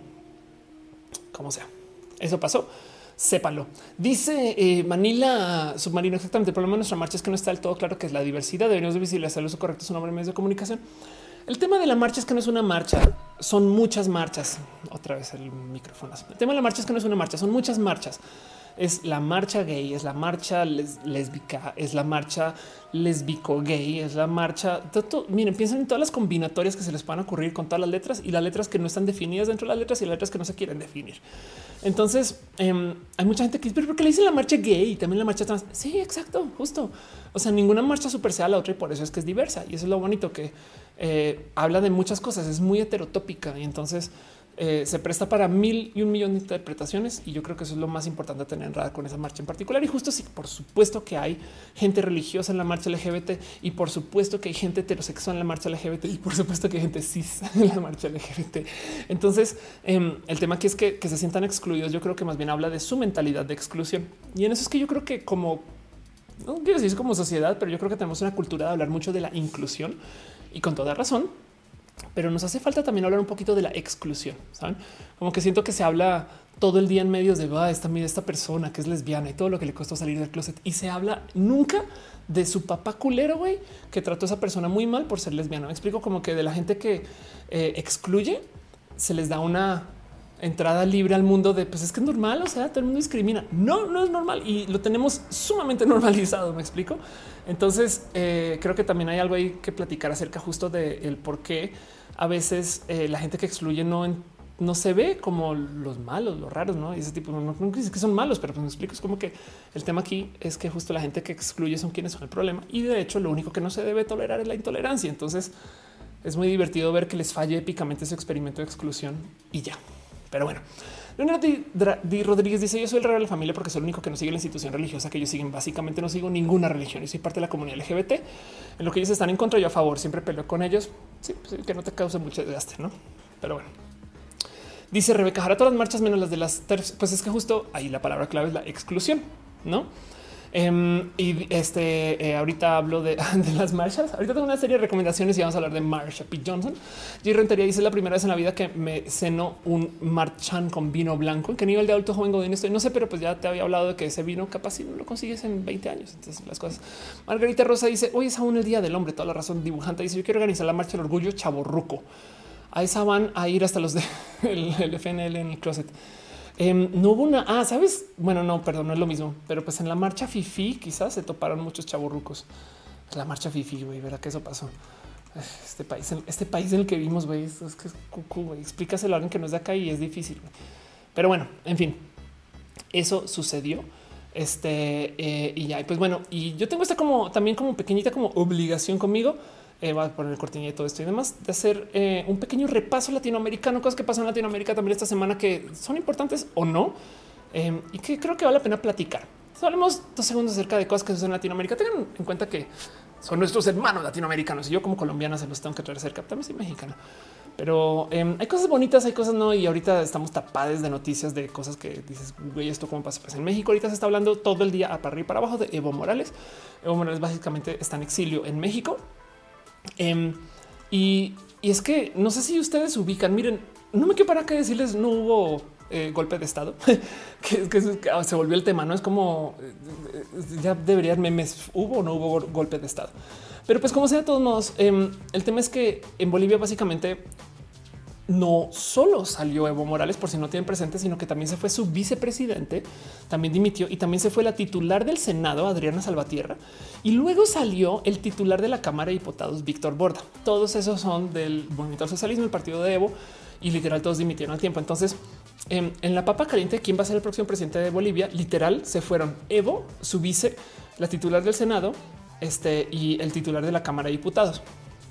como sea. Eso pasó. Sépanlo. Dice eh, Manila Submarino. Exactamente. El problema de nuestra marcha es que no está del todo claro que es la diversidad. Deberíamos de visibilizar el uso correcto de su nombre en medios de comunicación. El tema de la marcha es que no es una marcha, son muchas marchas. Otra vez el micrófono. El tema de la marcha es que no es una marcha, son muchas marchas. Es la marcha gay, es la marcha les, lésbica, es la marcha lésbico gay, es la marcha. Todo, miren, piensen en todas las combinatorias que se les puedan ocurrir con todas las letras y las letras que no están definidas dentro de las letras y las letras que no se quieren definir. Entonces eh, hay mucha gente que dice, pero ¿por qué le dicen la marcha gay y también la marcha trans? Sí, exacto, justo. O sea, ninguna marcha super sea la otra y por eso es que es diversa. Y eso es lo bonito, que eh, habla de muchas cosas, es muy heterotópica y entonces Eh, se presta para mil y un millón de interpretaciones y yo creo que eso es lo más importante a tener en radar con esa marcha en particular. Y justo sí, por supuesto que hay gente religiosa en la marcha L G B T y por supuesto que hay gente heterosexual en la marcha L G B T y por supuesto que hay gente cis en la marcha L G B T. Entonces eh, el tema aquí es que, que se sientan excluidos. Yo creo que más bien habla de su mentalidad de exclusión y en eso es que yo creo que como no quiero decir como sociedad, pero yo creo que tenemos una cultura de hablar mucho de la inclusión y con toda razón. Pero nos hace falta también hablar un poquito de la exclusión. ¿Saben? Como que siento que se habla todo el día en medios de va, esta, esta persona que es lesbiana y todo lo que le costó salir del closet y se habla nunca de su papá culero, güey, que trató a esa persona muy mal por ser lesbiana. Me explico, como que de la gente que eh, excluye se les da una entrada libre al mundo de pues es que es normal. O sea, todo el mundo discrimina. No, no es normal y lo tenemos sumamente normalizado. Me explico. Entonces eh, creo que también hay algo ahí que platicar acerca justo de el por qué a veces eh, la gente que excluye no, en, no se ve como los malos, los raros, no? Y ese tipo no, no, no dice que son malos, pero pues me explico. Es como que el tema aquí es que justo la gente que excluye son quienes son el problema. Y de hecho, lo único que no se debe tolerar es la intolerancia. Entonces es muy divertido ver que les falle épicamente ese experimento de exclusión y ya. Pero bueno, Leonardo Di Rodríguez dice: yo soy el raro de la familia porque soy el único que no sigue la institución religiosa que ellos siguen. Básicamente no sigo ninguna religión y soy parte de la comunidad L G B T. En lo que ellos están en contra, yo a favor, siempre peleo con ellos. Sí, pues, que no te cause mucho desgaste, ¿no? Pero bueno. Dice Rebeca Jara: todas las marchas menos las de las terps. Pues es que justo ahí la palabra clave es la exclusión, ¿no? Um, y este eh, ahorita hablo de, de las marchas. Ahorita tengo una serie de recomendaciones y vamos a hablar de Marsha P. Johnson. J. Rentería dice: la primera vez en la vida que me cenó un marchán con vino blanco. ¿En qué nivel de adulto joven godín estoy? No sé, pero pues ya te había hablado de que ese vino capaz si no lo consigues en veinte años. Entonces las cosas. Margarita Rosa dice: hoy es aún el día del hombre. Toda la razón. Dibujante dice: yo quiero organizar la marcha del orgullo chavorruco. A esa van a ir hasta los de el, el F N L en el closet. Eh, no hubo una. Ah, sabes? Bueno, no, perdón, no es lo mismo, pero pues en la marcha Fifi quizás se toparon muchos chavorrucos. La marcha Fifi, güey, verá que eso pasó. Este país, este país en el que vivimos, güey, es, es que es cucú, güey. Explícaselo a alguien que no es de acá y es difícil. Wey. Pero bueno, en fin, eso sucedió. Este eh, y ya, pues bueno, y yo tengo esta como también como pequeñita como obligación conmigo. Eh, va a poner el cortinilla y todo esto y demás de hacer eh, un pequeño repaso latinoamericano, cosas que pasan en Latinoamérica también esta semana que son importantes o no eh, y que creo que vale la pena platicar. Hablemos dos segundos acerca de cosas que suceden en Latinoamérica. Tengan en cuenta que son nuestros hermanos latinoamericanos y yo como colombiana se los tengo que traer cerca. También soy mexicana, pero eh, hay cosas bonitas, hay cosas no. Y ahorita estamos tapados de noticias de cosas que dices, güey, esto cómo pasa. Pues en México ahorita se está hablando todo el día para arriba y para abajo de Evo Morales. Evo Morales básicamente está en exilio en México. Um, y, y es que no sé si ustedes ubican. Miren, no me queda para qué decirles, no hubo eh, golpe de Estado, que, que, que se volvió el tema. No es como eh, ya deberían memes. Hubo o no hubo golpe de Estado, pero pues como sea, de todos modos, eh, el tema es que en Bolivia básicamente no solo salió Evo Morales, por si no tienen presente, sino que también se fue su vicepresidente, también dimitió y también se fue la titular del Senado, Adriana Salvatierra, y luego salió el titular de la Cámara de Diputados, Víctor Borda. Todos esos son del Movimiento al Socialismo, el partido de Evo, y literal todos dimitieron al tiempo. Entonces, en, en la papa caliente, ¿quién va a ser el próximo presidente de Bolivia? Literal se fueron Evo, su vice, la titular del Senado, este y el titular de la Cámara de Diputados.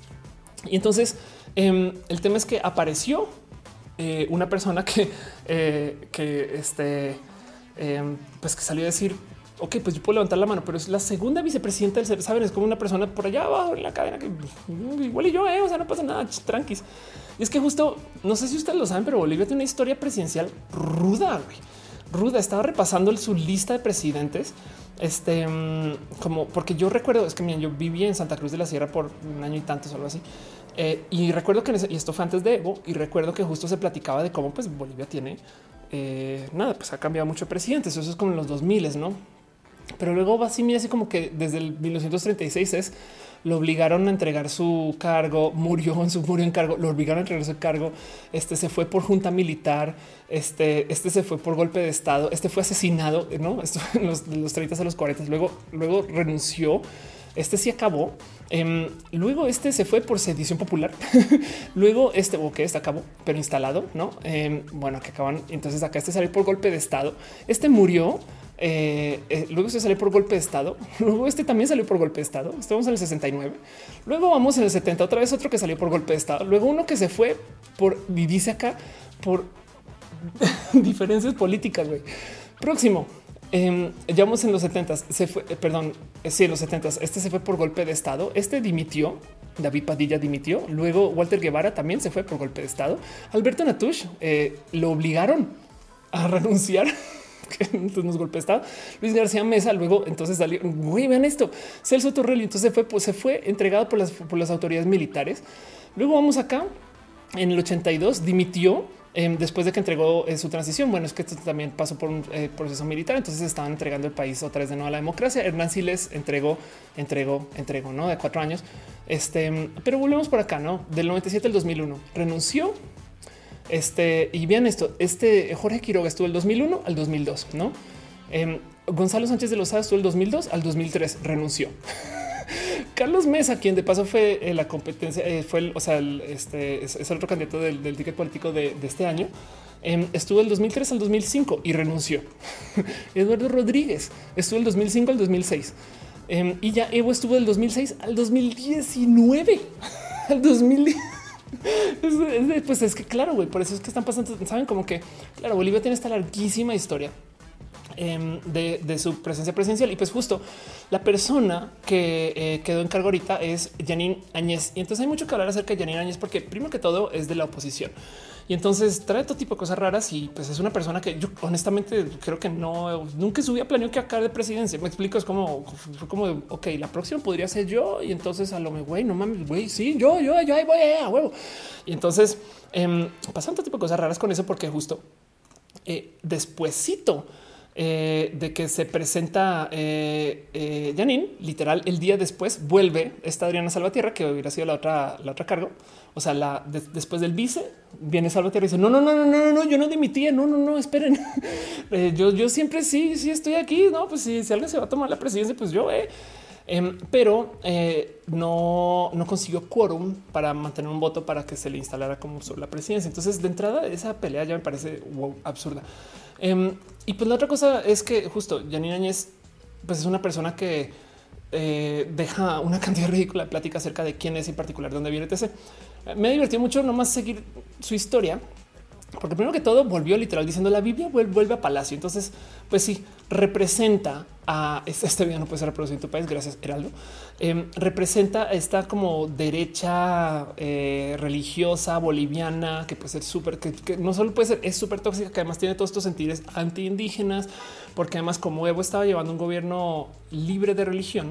Y entonces eh, el tema es que apareció eh, una persona que, eh, que este, eh, pues que salió a decir, ok, pues yo puedo levantar la mano, pero es la segunda vicepresidenta del, saben, es como una persona por allá abajo en la cadena que igual y yo, eh, o sea, no pasa nada, tranquis. Y es que justo, no sé si ustedes lo saben, pero Bolivia tiene una historia presidencial ruda, güey, ruda. Estaba repasando su lista de presidentes. Este, como porque yo recuerdo, es que miren, yo viví en Santa Cruz de la Sierra por un año y tantos o algo así. Eh, y recuerdo que, ese, y esto fue antes de Evo, y recuerdo que justo se platicaba de cómo pues Bolivia tiene, eh, nada, pues ha cambiado mucho de presidentes. Eso es como en los dos mil, ¿no? Pero luego va así, mira, así como que desde el mil novecientos treinta y seis es, lo obligaron a entregar su cargo, murió en su murió en cargo, lo obligaron a entregar su cargo. Este se fue por junta militar, este, este se fue por golpe de Estado, este fue asesinado, no? Esto en los, de los treinta a los cuarenta, luego, luego renunció. Este sí acabó. Eh, luego este se fue por sedición popular. Luego este, o que este acabó, pero instalado, no? Eh, bueno, que acaban. Entonces acá este salió por golpe de Estado. Este murió. Eh, eh, luego se salió por golpe de Estado. Luego este también salió por golpe de Estado. Estamos en el sesenta y nueve. Luego vamos en el setenta. Otra vez otro que salió por golpe de Estado. Luego uno que se fue por, y dice acá, por diferencias políticas. Güey. Próximo. Eh, ya vamos en los setentas. Se fue, eh, perdón, eh, sí, en los setentas. Este se fue por golpe de Estado. Este dimitió. David Padilla dimitió. Luego Walter Guevara también se fue por golpe de Estado. Alberto Natush eh, lo obligaron a renunciar. Entonces nos golpe de Estado. Luis García Mesa luego entonces salió. Güey, vean esto. Celso Torrelli entonces fue, pues, se fue entregado por las, por las autoridades militares. Luego vamos acá en el ochenta y dos dimitió. Eh, después de que entregó eh, su transición. Bueno, es que esto también pasó por un eh, proceso militar, entonces estaban entregando el país otra vez de nuevo a la democracia. Hernán Siles entregó, entregó, entregó, ¿no? De cuatro años. Este, pero volvemos por acá, ¿no? Del noventa y siete al dos mil uno. Renunció. Este, y vean esto, este Jorge Quiroga estuvo del dos mil uno al dos mil dos, ¿no? Eh, Gonzalo Sánchez de Lozada estuvo del dos mil dos al dos mil tres, renunció. Carlos Mesa, quien de paso fue eh, la competencia, eh, fue el, o sea, el, este es, es el otro candidato del, del ticket político de, de este año. Eh, estuvo del dos mil tres al dos mil cinco y renunció. Eduardo Rodríguez estuvo del dos mil cinco al dos mil seis eh, y ya Evo estuvo del dos mil seis al dos mil diecinueve. Al dos mil diez. Es, es de, pues es que claro, güey, por eso es que están pasando. Saben como que claro, Bolivia tiene esta larguísima historia. eh, de, de su presencia presidencial. Y pues justo la persona que eh, quedó en cargo ahorita es Jeanine Áñez. Y entonces hay mucho que hablar acerca de Jeanine Áñez, porque primero que todo es de la oposición. Y entonces trae todo tipo de cosas raras y pues es una persona que yo honestamente creo que no, nunca se hubiera planeado que acá de presidencia. Me explico, es como, fue como, de, ok, la próxima podría ser yo. Y entonces a lo mejor, güey, no mames, güey, sí, yo, yo, yo ahí voy eh, a huevo. Y entonces eh, pasan todo tipo de cosas raras con eso, porque justo eh, despuésito Eh, de que se presenta eh, eh, Jeanine, literal, el día después vuelve esta Adriana Salvatierra, que hubiera sido la otra, la otra cargo. O sea, la de, después del vice viene Salvatierra y dice: No, no, no, no, no, no, yo no dimití. No, no, no, esperen. eh, yo, yo siempre sí, sí estoy aquí. No, pues si, si alguien se va a tomar la presidencia, pues yo, eh. Eh, pero eh, no, no consiguió quórum para mantener un voto para que se le instalara como sobre la presidencia. Entonces, de entrada, esa pelea ya me parece wow, absurda. Eh, y pues la otra cosa es que justo Jeanine Áñez pues es una persona que eh, deja una cantidad ridícula de plática acerca de quién es en particular, dónde viene, etcétera. Me ha divertido mucho nomás seguir su historia, porque primero que todo volvió literal diciendo la Biblia vuelve a Palacio. Entonces, pues sí, representa a este video no puede ser reproducido en tu país. Gracias, Heraldo. Eh, representa esta como derecha eh, religiosa boliviana que puede ser súper, que, que no solo puede ser, es súper tóxica, que además tiene todos estos sentidos anti indígenas, porque además, como Evo estaba llevando un gobierno libre de religión,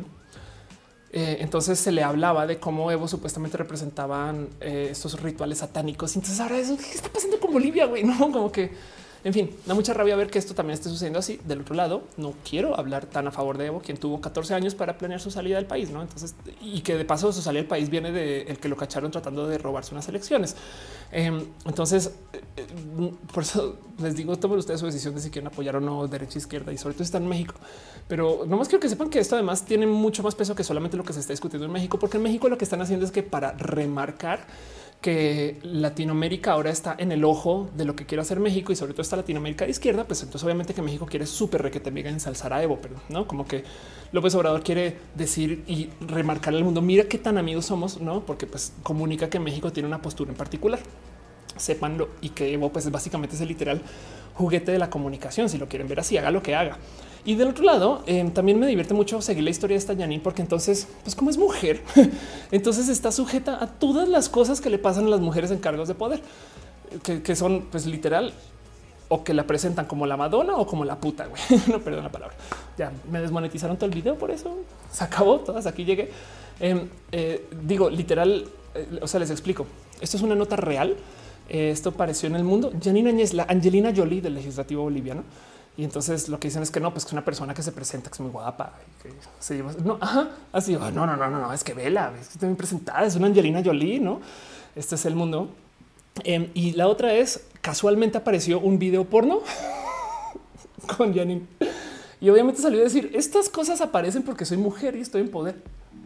Eh, entonces se le hablaba de cómo Evo supuestamente representaban eh, estos rituales satánicos. Entonces ahora eso, ¿qué está pasando con Bolivia? Güey, no, como que, en fin, da mucha rabia ver que esto también esté sucediendo así. Del otro lado, no quiero hablar tan a favor de Evo, quien tuvo catorce años para planear su salida del país, ¿no? Entonces, y que de paso su salida del país viene de el que lo cacharon tratando de robarse unas elecciones. Eh, entonces, eh, por eso les digo, tomen ustedes su decisión de si quieren apoyar o no derecha, izquierda, y sobre todo si están en México. Pero nomás quiero que sepan que esto además tiene mucho más peso que solamente lo que se está discutiendo en México, porque en México lo que están haciendo es que para remarcar que Latinoamérica ahora está en el ojo de lo que quiere hacer México, y sobre todo está Latinoamérica de izquierda, pues entonces obviamente que México quiere súper requete mega ensalzar a Evo, pero no como que López Obrador quiere decir y remarcar al mundo, mira qué tan amigos somos, no? Porque pues comunica que México tiene una postura en particular, sépanlo, y que Evo pues básicamente es el literal juguete de la comunicación. Si lo quieren ver así, haga lo que haga. Y del otro lado, eh, también me divierte mucho seguir la historia de esta Jeanine, porque entonces, pues como es mujer, entonces está sujeta a todas las cosas que le pasan a las mujeres en cargos de poder, que, que son pues literal, o que la presentan como la Madonna o como la puta, güey. No, perdón la palabra. Ya me desmonetizaron todo el video, por eso se acabó. Todas aquí llegué. Eh, eh, digo, literal, eh, o sea, les explico. Esto es una nota real. Eh, esto apareció en El Mundo. Jeanine Áñez, la Angelina Jolie del legislativo boliviano. Y entonces lo que dicen es que no, pues que es una persona que se presenta, que es muy guapa, que se lleva, no, ajá, así, oh, no, no, no, no, no, es que vela, es que está bien presentada, es una Angelina Jolie, ¿no? Este es El Mundo. Eh, y la otra es, casualmente apareció un video porno con Jeanine. Y obviamente salió a decir, estas cosas aparecen porque soy mujer y estoy en poder.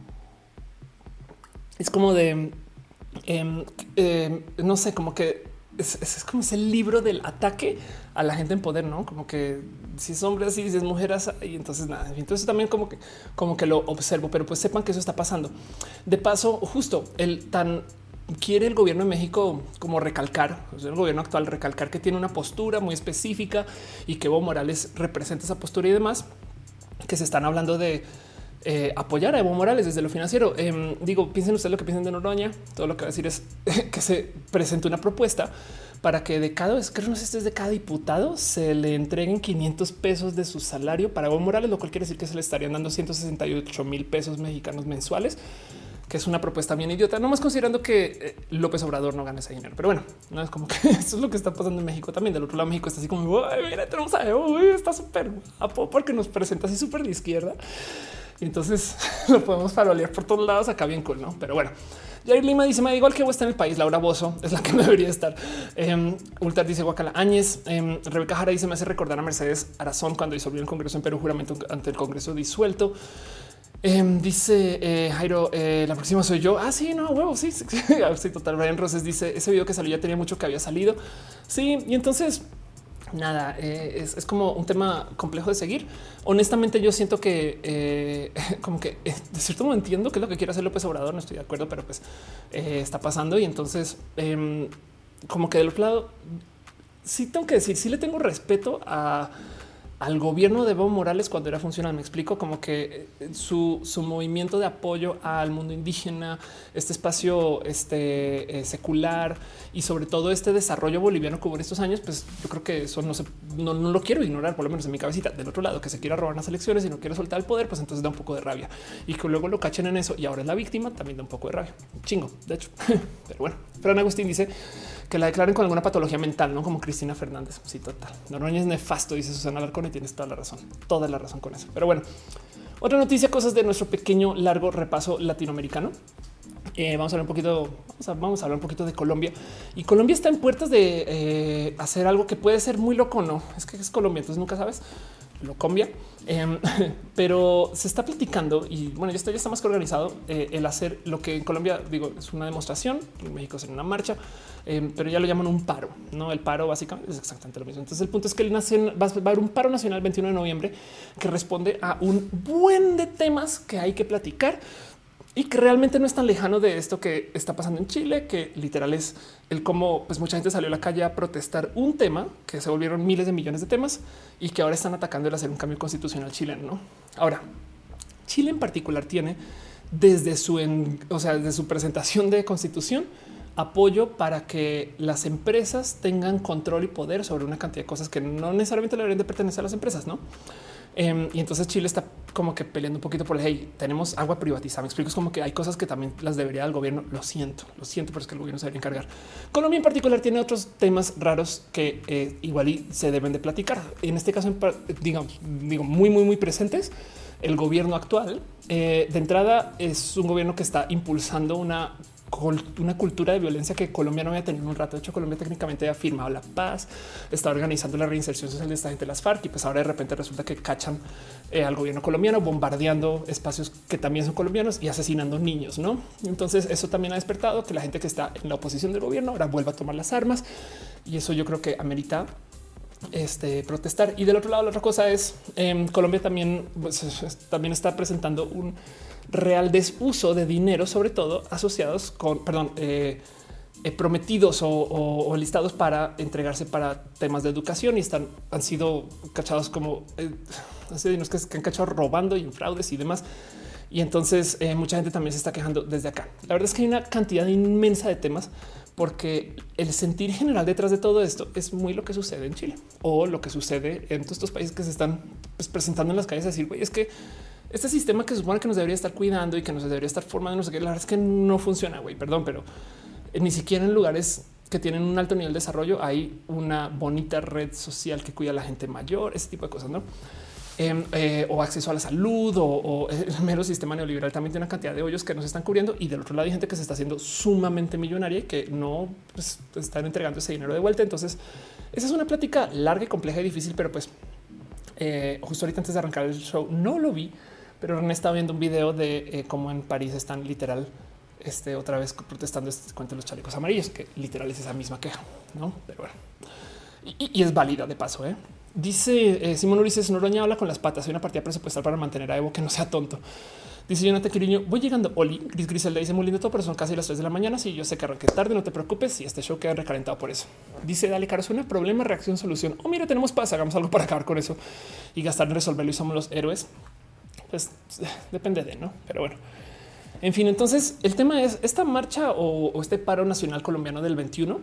Es como de, eh, eh, no sé, como que Es, es, es como ese libro del ataque a la gente en poder, no como que si es hombre así, si es mujer así, y entonces nada. Entonces también como que, como que lo observo, pero pues sepan que eso está pasando. De paso, justo el tan quiere el gobierno de México como recalcar, o sea, el gobierno actual recalcar que tiene una postura muy específica y que Evo Morales representa esa postura y demás, que se están hablando de Eh, apoyar a Evo Morales desde lo financiero. Eh, digo, piensen ustedes lo que piensen de Noroña. Todo lo que va a decir es que se presente una propuesta para que de cada vez, creo no sé si es de cada diputado, se le entreguen quinientos pesos de su salario para Evo Morales, lo cual quiere decir que se le estarían dando ciento sesenta y ocho mil pesos mexicanos mensuales, que es una propuesta bien idiota, no más considerando que eh, López Obrador no gana ese dinero. Pero bueno, no es como que eso es lo que está pasando en México también. Del otro lado, México está así como, mira, tenemos a Evo, está súper guapo porque nos presenta así súper de izquierda. Y entonces lo podemos farolear por todos lados acá, bien cool, ¿no? Pero bueno, Jair Lima dice, me da igual que Evo está en el país, Laura Bozo es la que no debería estar. Eh, Ultar dice Guacala Áñez. Eh, Rebeca Jara dice, me hace recordar a Mercedes Arazón cuando disolvió el Congreso en Perú, juramento ante el Congreso disuelto. Eh, dice eh, Jairo, eh, la próxima soy yo. Ah, sí, no, huevo, sí, sí, sí, total. Brian Roses dice, ese video que salió ya tenía mucho que había salido. Sí, y entonces nada, eh, es, es como un tema complejo de seguir. Honestamente, yo siento que eh, como que eh, de cierto modo entiendo qué es lo que quiere hacer López Obrador. No estoy de acuerdo, pero pues eh, está pasando. Y entonces, eh, como que del otro lado, sí tengo que decir, sí le tengo respeto a al gobierno de Evo Morales cuando era funcional. Me explico, como que su, su movimiento de apoyo al mundo indígena, este espacio este, eh, secular y sobre todo este desarrollo boliviano que hubo en estos años, pues yo creo que eso no, se, no, no lo quiero ignorar, por lo menos en mi cabecita. Del otro lado, que se quiera robar las elecciones y no quiere soltar el poder, pues entonces da un poco de rabia, y que luego lo cachen en eso y ahora es la víctima, también da un poco de rabia. Un chingo, de hecho. Pero bueno, Fran Agustín dice que la declaren con alguna patología mental, no como Cristina Fernández. Sí, total. Noroña es nefasto, dice Susana Alarcón, y tienes toda la razón, toda la razón con eso. Pero bueno, otra noticia, cosas de nuestro pequeño largo repaso latinoamericano. Eh, vamos a hablar un poquito, vamos a, vamos a hablar un poquito de Colombia, y Colombia está en puertas de eh, hacer algo que puede ser muy loco. No es que es Colombia, entonces nunca sabes. Lo cambia, eh, pero se está platicando y bueno, ya está, ya está más que organizado eh, el hacer lo que en Colombia digo es una demostración, en México es en una marcha, eh, pero ya lo llaman un paro. No, el paro básicamente es exactamente lo mismo. Entonces el punto es que el nacion, va, va a haber un paro nacional el veintiuno de noviembre que responde a un buen de temas que hay que platicar y que realmente no es tan lejano de esto que está pasando en Chile, que literal es el cómo pues mucha gente salió a la calle a protestar un tema que se volvieron miles de millones de temas y que ahora están atacando el hacer un cambio constitucional chileno. ¿No? Ahora, Chile en particular tiene desde su, en, o sea, desde su presentación de constitución apoyo para que las empresas tengan control y poder sobre una cantidad de cosas que no necesariamente le deberían de pertenecer a las empresas, ¿no? Um, y entonces Chile está como que peleando un poquito por el hey, tenemos agua privatizada. Me explico, es como que hay cosas que también las debería el gobierno. Lo siento, lo siento, pero es que el gobierno se debería encargar. Colombia en particular tiene otros temas raros que eh, igual y se deben de platicar. En este caso, digamos, digo, muy, muy, muy presentes. El gobierno actual eh, de entrada es un gobierno que está impulsando una una cultura de violencia que Colombia no había tenido un rato. De hecho, Colombia técnicamente ha firmado la paz, está organizando la reinserción social de esta gente de las FARC y pues ahora de repente resulta que cachan eh, al gobierno colombiano bombardeando espacios que también son colombianos y asesinando niños, ¿no? Entonces eso también ha despertado que la gente que está en la oposición del gobierno ahora vuelva a tomar las armas y eso yo creo que amerita este protestar. Y del otro lado, la otra cosa es eh, Colombia también, pues, también está presentando un real desuso de dinero, sobre todo asociados con, perdón, eh, eh, prometidos o, o, o listados para entregarse para temas de educación y están han sido cachados como eh, hace dinos que, que han cachado robando y en fraudes y demás. Y entonces eh, mucha gente también se está quejando desde acá. La verdad es que hay una cantidad inmensa de temas porque el sentir general detrás de todo esto es muy lo que sucede en Chile o lo que sucede en todos estos países que se están pues, presentando en las calles a decir, güey, es que este sistema que supone que nos debería estar cuidando y que nos debería estar formando, no sé qué, la verdad es que no funciona, güey, perdón, pero ni siquiera en lugares que tienen un alto nivel de desarrollo hay una bonita red social que cuida a la gente mayor, ese tipo de cosas, ¿no? Eh, eh, o acceso a la salud o, o el mero sistema neoliberal también tiene una cantidad de hoyos que nos están cubriendo y del otro lado hay gente que se está haciendo sumamente millonaria y que no pues, están entregando ese dinero de vuelta. Entonces esa es una plática larga y compleja y difícil, pero pues eh, justo ahorita antes de arrancar el show no lo vi, pero René estaba viendo un video de eh, cómo en París están literal este, otra vez protestando este cuento de los chalecos amarillos, que literal es esa misma queja, ¿no? Pero bueno, y, y es válida de paso, ¿eh? Dice eh, Simón Ulises, Noroña habla con las patas. Hay una partida presupuestal para mantener a Evo que no sea tonto. Dice Jonathan Quiriño, voy llegando. Oli, Gris Griselda dice muy lindo todo, pero son casi las tres de la mañana. Si sí, yo sé que arranqué tarde, no te preocupes. Si este show queda recalentado por eso. Dice Dale Caro, suena problema, reacción, solución. Oh, mira, tenemos paz, hagamos algo para acabar con eso y gastar en resolverlo y somos los héroes. Pues depende de no, pero bueno, en fin. Entonces el tema es esta marcha o, o este paro nacional colombiano del veintiuno.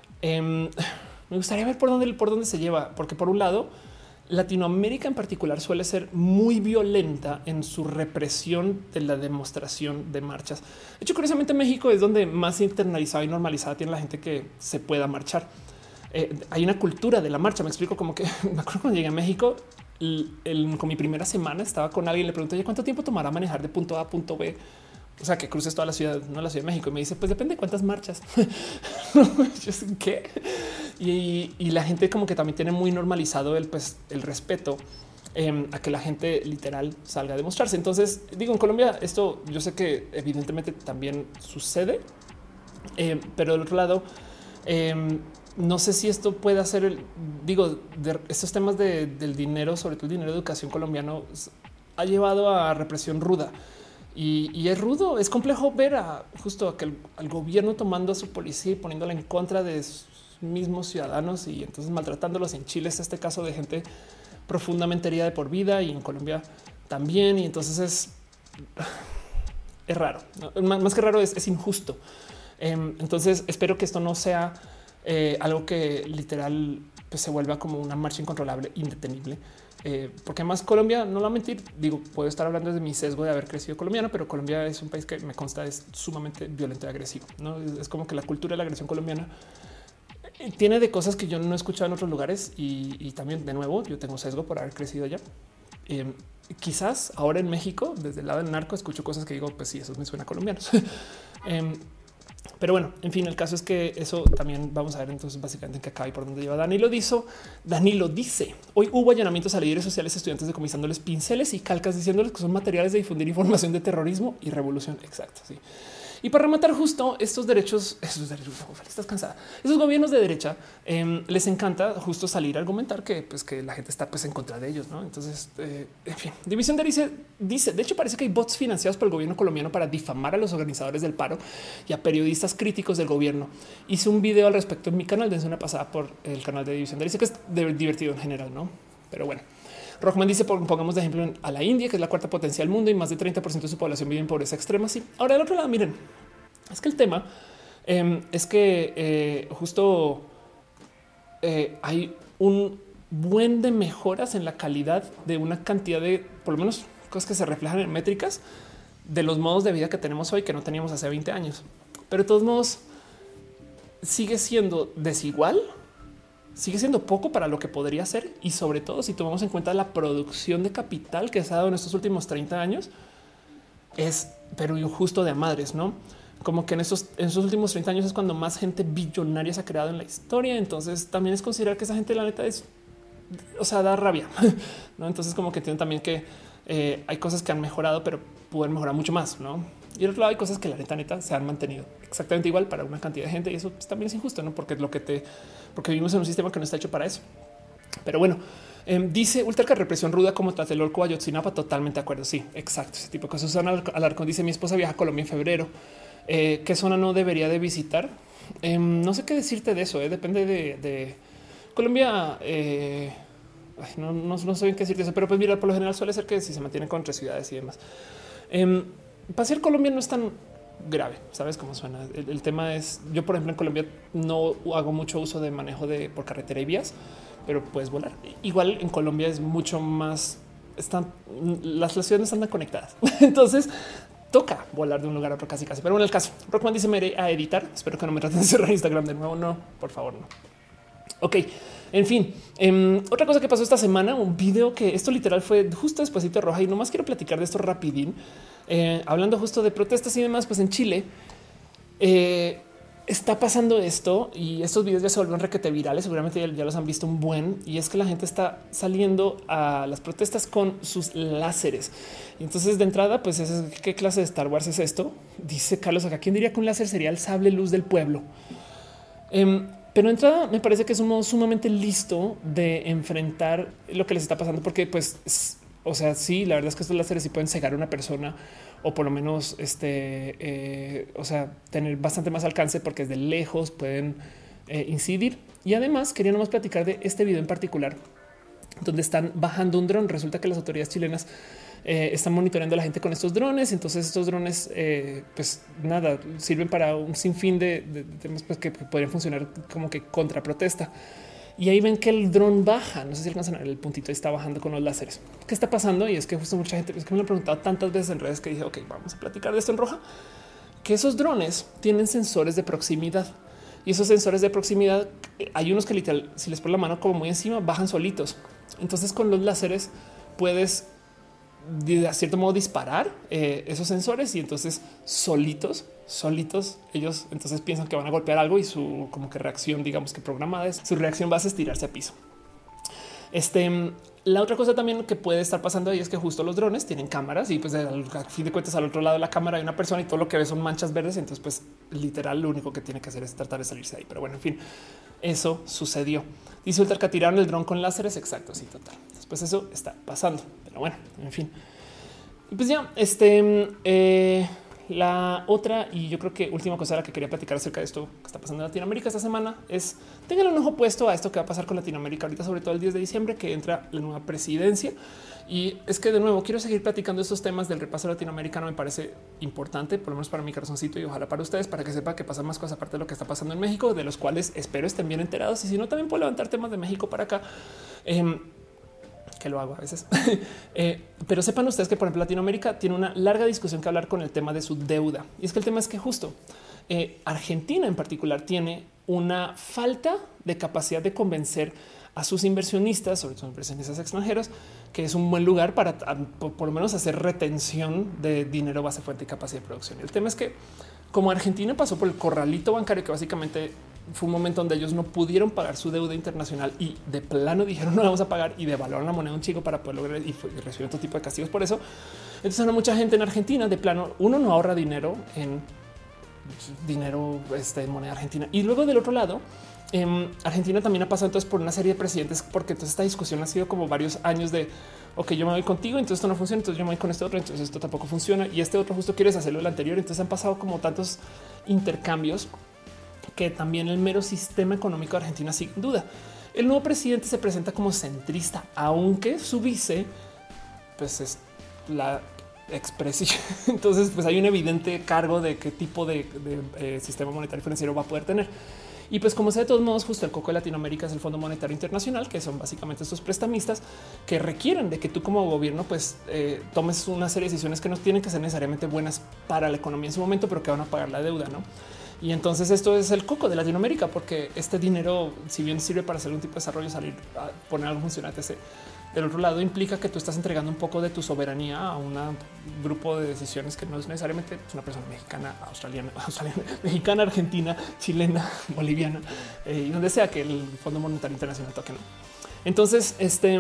Eh, me gustaría ver por dónde, por dónde se lleva, porque por un lado, Latinoamérica en particular suele ser muy violenta en su represión de la demostración de marchas. De hecho, curiosamente, México es donde más internalizada y normalizada tiene la gente que se pueda marchar. Eh, hay una cultura de la marcha. Me explico, como que me acuerdo cuando llegué a México. El, el, con mi primera semana estaba con alguien, le pregunté, oye, ¿cuánto tiempo tomará manejar de punto A a punto B? O sea, que cruces toda la ciudad, no la Ciudad de México. Y me dice, pues depende de cuántas marchas. Yo sé qué. Y, y la gente como que también tiene muy normalizado el, pues, el respeto eh, a que la gente literal salga a demostrarse. Entonces, digo, en Colombia esto yo sé que evidentemente también sucede, eh, pero del otro lado, eh, no sé si esto puede hacer el, digo, de estos temas de, del dinero, sobre todo el dinero de educación colombiano, ha llevado a represión ruda. Y, y es rudo, es complejo ver a justo a que el, al gobierno tomando a su policía y poniéndola en contra de sus mismos ciudadanos y entonces maltratándolos. En Chile es este caso de gente profundamente herida de por vida y en Colombia también. Y entonces es, es raro, ¿no? Más, más que raro, es, es injusto. Eh, entonces espero que esto no sea eh, algo que literal pues, se vuelva como una marcha incontrolable, indetenible. Eh, porque además Colombia, no lo voy a mentir, digo, puedo estar hablando desde mi sesgo de haber crecido colombiano, pero Colombia es un país que me consta es sumamente violento y agresivo. ¿No? Es, es como que la cultura de la agresión colombiana tiene de cosas que yo no he escuchado en otros lugares y, y también de nuevo yo tengo sesgo por haber crecido allá. Eh, quizás ahora en México, desde el lado del narco, escucho cosas que digo, pues sí, eso me suena a colombianos. eh, Pero bueno, en fin, el caso es que eso también vamos a ver entonces básicamente en qué acaba y por dónde lleva. Danilo dice, Danilo dice, hoy hubo allanamientos a líderes sociales, estudiantes decomisándoles pinceles y calcas diciéndoles que son materiales de difundir información de terrorismo y revolución. Exacto, sí. Y para rematar justo estos derechos, esos derechos, estás cansada. Esos gobiernos de derecha eh, les encanta justo salir a argumentar que, pues, que la gente está pues, en contra de ellos. ¿No? Entonces, eh, en fin, División de dice, dice, de hecho parece que hay bots financiados por el gobierno colombiano para difamar a los organizadores del paro y a periodistas críticos del gobierno. Hice un video al respecto en mi canal, dense una pasada por el canal de División de dice que es divertido en general, ¿no? Pero bueno. Rockman dice, pongamos de ejemplo a la India, que es la cuarta potencia del mundo y más de treinta por ciento de su población vive en pobreza extrema. Sí. Ahora, del otro lado, miren, es que el tema eh, es que eh, justo eh, hay un buen de mejoras en la calidad de una cantidad de, por lo menos, cosas que se reflejan en métricas de los modos de vida que tenemos hoy que no teníamos hace veinte años. Pero de todos modos, sigue siendo desigual. Sigue siendo poco para lo que podría ser y sobre todo si tomamos en cuenta la producción de capital que se ha dado en estos últimos treinta años es pero injusto de a madres, ¿no? Como que en estos, en estos últimos treinta años es cuando más gente billonaria se ha creado en la historia. Entonces también es considerar que esa gente la neta es, o sea, da rabia, ¿no? Entonces como que tienen también que eh, hay cosas que han mejorado, pero pueden mejorar mucho más, ¿no? Y al otro lado hay cosas que la neta neta se han mantenido exactamente igual para una cantidad de gente y eso pues, también es injusto, ¿no? Porque es lo que te, porque vivimos en un sistema que no está hecho para eso. Pero bueno, eh, dice Ultra represión ruda como Tlatelolco, Ayotzinapa, totalmente de acuerdo. Sí, exacto. Ese tipo de cosas. Susana Alarcón dice mi esposa viaja a Colombia en febrero. Eh, ¿Qué zona no debería de visitar? Eh, no sé qué decirte de eso. Eh. Depende de, de Colombia. Eh, ay, no, no, no sé bien qué decirte eso, pero pues mira, por lo general suele ser que si se mantienen con entre ciudades y demás. Eh, pasear Colombia no es tan grave, sabes cómo suena. El, el tema es yo, por ejemplo, en Colombia no hago mucho uso de manejo de por carretera y vías, pero puedes volar. Igual en Colombia es mucho más. Están las, las ciudades no están tan conectadas. Entonces toca volar de un lugar a otro casi casi. Pero bueno, el caso Rockman dice me iré a editar. Espero que no me traten de cerrar Instagram de nuevo. No, por favor, no. Ok, en fin, eh, otra cosa que pasó esta semana, un video que esto literal fue justo después de Roja y nomás quiero platicar de esto rapidín. Eh, hablando justo de protestas y demás, pues en Chile eh, está pasando esto y estos videos ya se vuelven requete virales. Seguramente ya, ya los han visto un buen y es que la gente está saliendo a las protestas con sus láseres. Y entonces de entrada, pues es, ¿qué clase de Star Wars es esto? Dice Carlos acá, ¿quién diría que un láser sería el sable luz del pueblo? Eh, Pero de entrada me parece que es un modo sumamente listo de enfrentar lo que les está pasando, porque pues, o sea, sí, la verdad es que estos láseres sí pueden cegar a una persona o por lo menos, este, eh, o sea, tener bastante más alcance porque desde lejos pueden eh, incidir. Y además quería nomás platicar de este video en particular donde están bajando un dron. Resulta que las autoridades chilenas Eh, están monitoreando a la gente con estos drones. Entonces estos drones, eh, pues nada, sirven para un sinfín de, de, de temas pues, que, que podrían funcionar como que contra protesta. Y ahí ven que el dron baja. No sé si alcanzan a ver el puntito, está bajando con los láseres. ¿Qué está pasando? Y es que justo mucha gente es que me lo han preguntado tantas veces en redes que dije, ok, vamos a platicar de esto en Roja, que esos drones tienen sensores de proximidad. Y esos sensores de proximidad, hay unos que literal, si les pones la mano como muy encima, bajan solitos. Entonces con los láseres puedes de cierto modo disparar eh, esos sensores y entonces solitos, solitos, ellos entonces piensan que van a golpear algo y su como que reacción, digamos que programada es su reacción va a estirarse a piso. Este, la otra cosa también que puede estar pasando ahí es que justo los drones tienen cámaras y pues al fin de cuentas al otro lado de la cámara hay una persona y todo lo que ve son manchas verdes. Entonces pues literal lo único que tiene que hacer es tratar de salirse de ahí. Pero bueno, en fin, eso sucedió. Dice Ultra que tiraron el dron con láseres. Exacto, sí, total. Después eso está pasando. Pero bueno, en fin. Y pues ya, este, eh, La otra, y yo creo que última cosa de la que quería platicar acerca de esto que está pasando en Latinoamérica esta semana es tengan un ojo puesto a esto que va a pasar con Latinoamérica ahorita, sobre todo el diez de diciembre, que entra la nueva presidencia. Y es que de nuevo quiero seguir platicando estos temas del repaso latinoamericano. Me parece importante, por lo menos para mi corazoncito y ojalá para ustedes, para que sepa que pasa más cosas aparte de lo que está pasando en México, de los cuales espero estén bien enterados. Y si no, también puedo levantar temas de México para acá. Eh, que lo hago a veces, eh, pero sepan ustedes que, por ejemplo, Latinoamérica tiene una larga discusión que hablar con el tema de su deuda. Y es que el tema es que justo eh, Argentina en particular tiene una falta de capacidad de convencer a sus inversionistas, sobre todo inversionistas extranjeros, que es un buen lugar para por, por lo menos hacer retención de dinero, base, fuente y capacidad de producción. Y el tema es que como Argentina pasó por el corralito bancario, que básicamente fue un momento donde ellos no pudieron pagar su deuda internacional y de plano dijeron no vamos a pagar y devaluaron la moneda un chico para poder lograr y, fue, y recibieron otro tipo de castigos por eso. Entonces ahora mucha gente en Argentina de plano uno no ahorra dinero en dinero este, en moneda argentina. Y luego del otro lado, eh, Argentina también ha pasado entonces por una serie de presidentes, porque entonces esta discusión ha sido como varios años de ok, yo me voy contigo, entonces esto no funciona, entonces yo me voy con este otro, entonces esto tampoco funciona y este otro justo quieres hacerlo el anterior. Entonces han pasado como tantos intercambios que también el mero sistema económico de Argentina sin duda. El nuevo presidente se presenta como centrista, aunque su vice pues es la expresión. Entonces pues hay un evidente cargo de qué tipo de, de eh, sistema monetario financiero va a poder tener. Y pues como sea, de todos modos, justo el coco de Latinoamérica es el Fondo Monetario Internacional, que son básicamente estos prestamistas que requieren de que tú como gobierno pues eh, tomes una serie de decisiones que no tienen que ser necesariamente buenas para la economía en su momento, pero que van a pagar la deuda, ¿no? Y entonces esto es el coco de Latinoamérica, porque este dinero, si bien sirve para hacer un tipo de desarrollo, salir a poner algo funcionante, del otro lado implica que tú estás entregando un poco de tu soberanía a un grupo de decisiones que no es necesariamente pues, una persona mexicana, australiana, australiana, mexicana, argentina, chilena, boliviana eh, y donde sea que el Fondo Monetario Internacional toque. ¿No? Entonces, este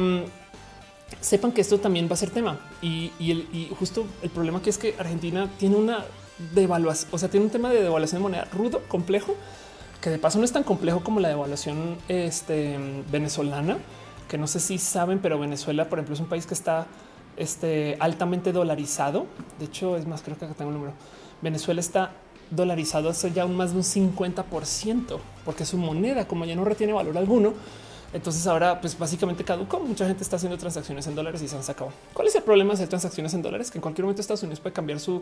sepan que esto también va a ser tema y, y, el, y justo el problema que es que Argentina tiene una devaluación, o sea, tiene un tema de devaluación de moneda rudo, complejo, que de paso no es tan complejo como la devaluación este, venezolana, que no sé si saben, pero Venezuela, por ejemplo, es un país que está este, altamente dolarizado. De hecho, es más, creo que acá tengo un número. Venezuela está dolarizado hace ya un más de un cincuenta por ciento, porque su moneda, como ya no retiene valor alguno, entonces ahora pues básicamente caducó. Mucha gente está haciendo transacciones en dólares y se han sacado. ¿Cuál es el problema de hacer transacciones en dólares? Que en cualquier momento Estados Unidos puede cambiar su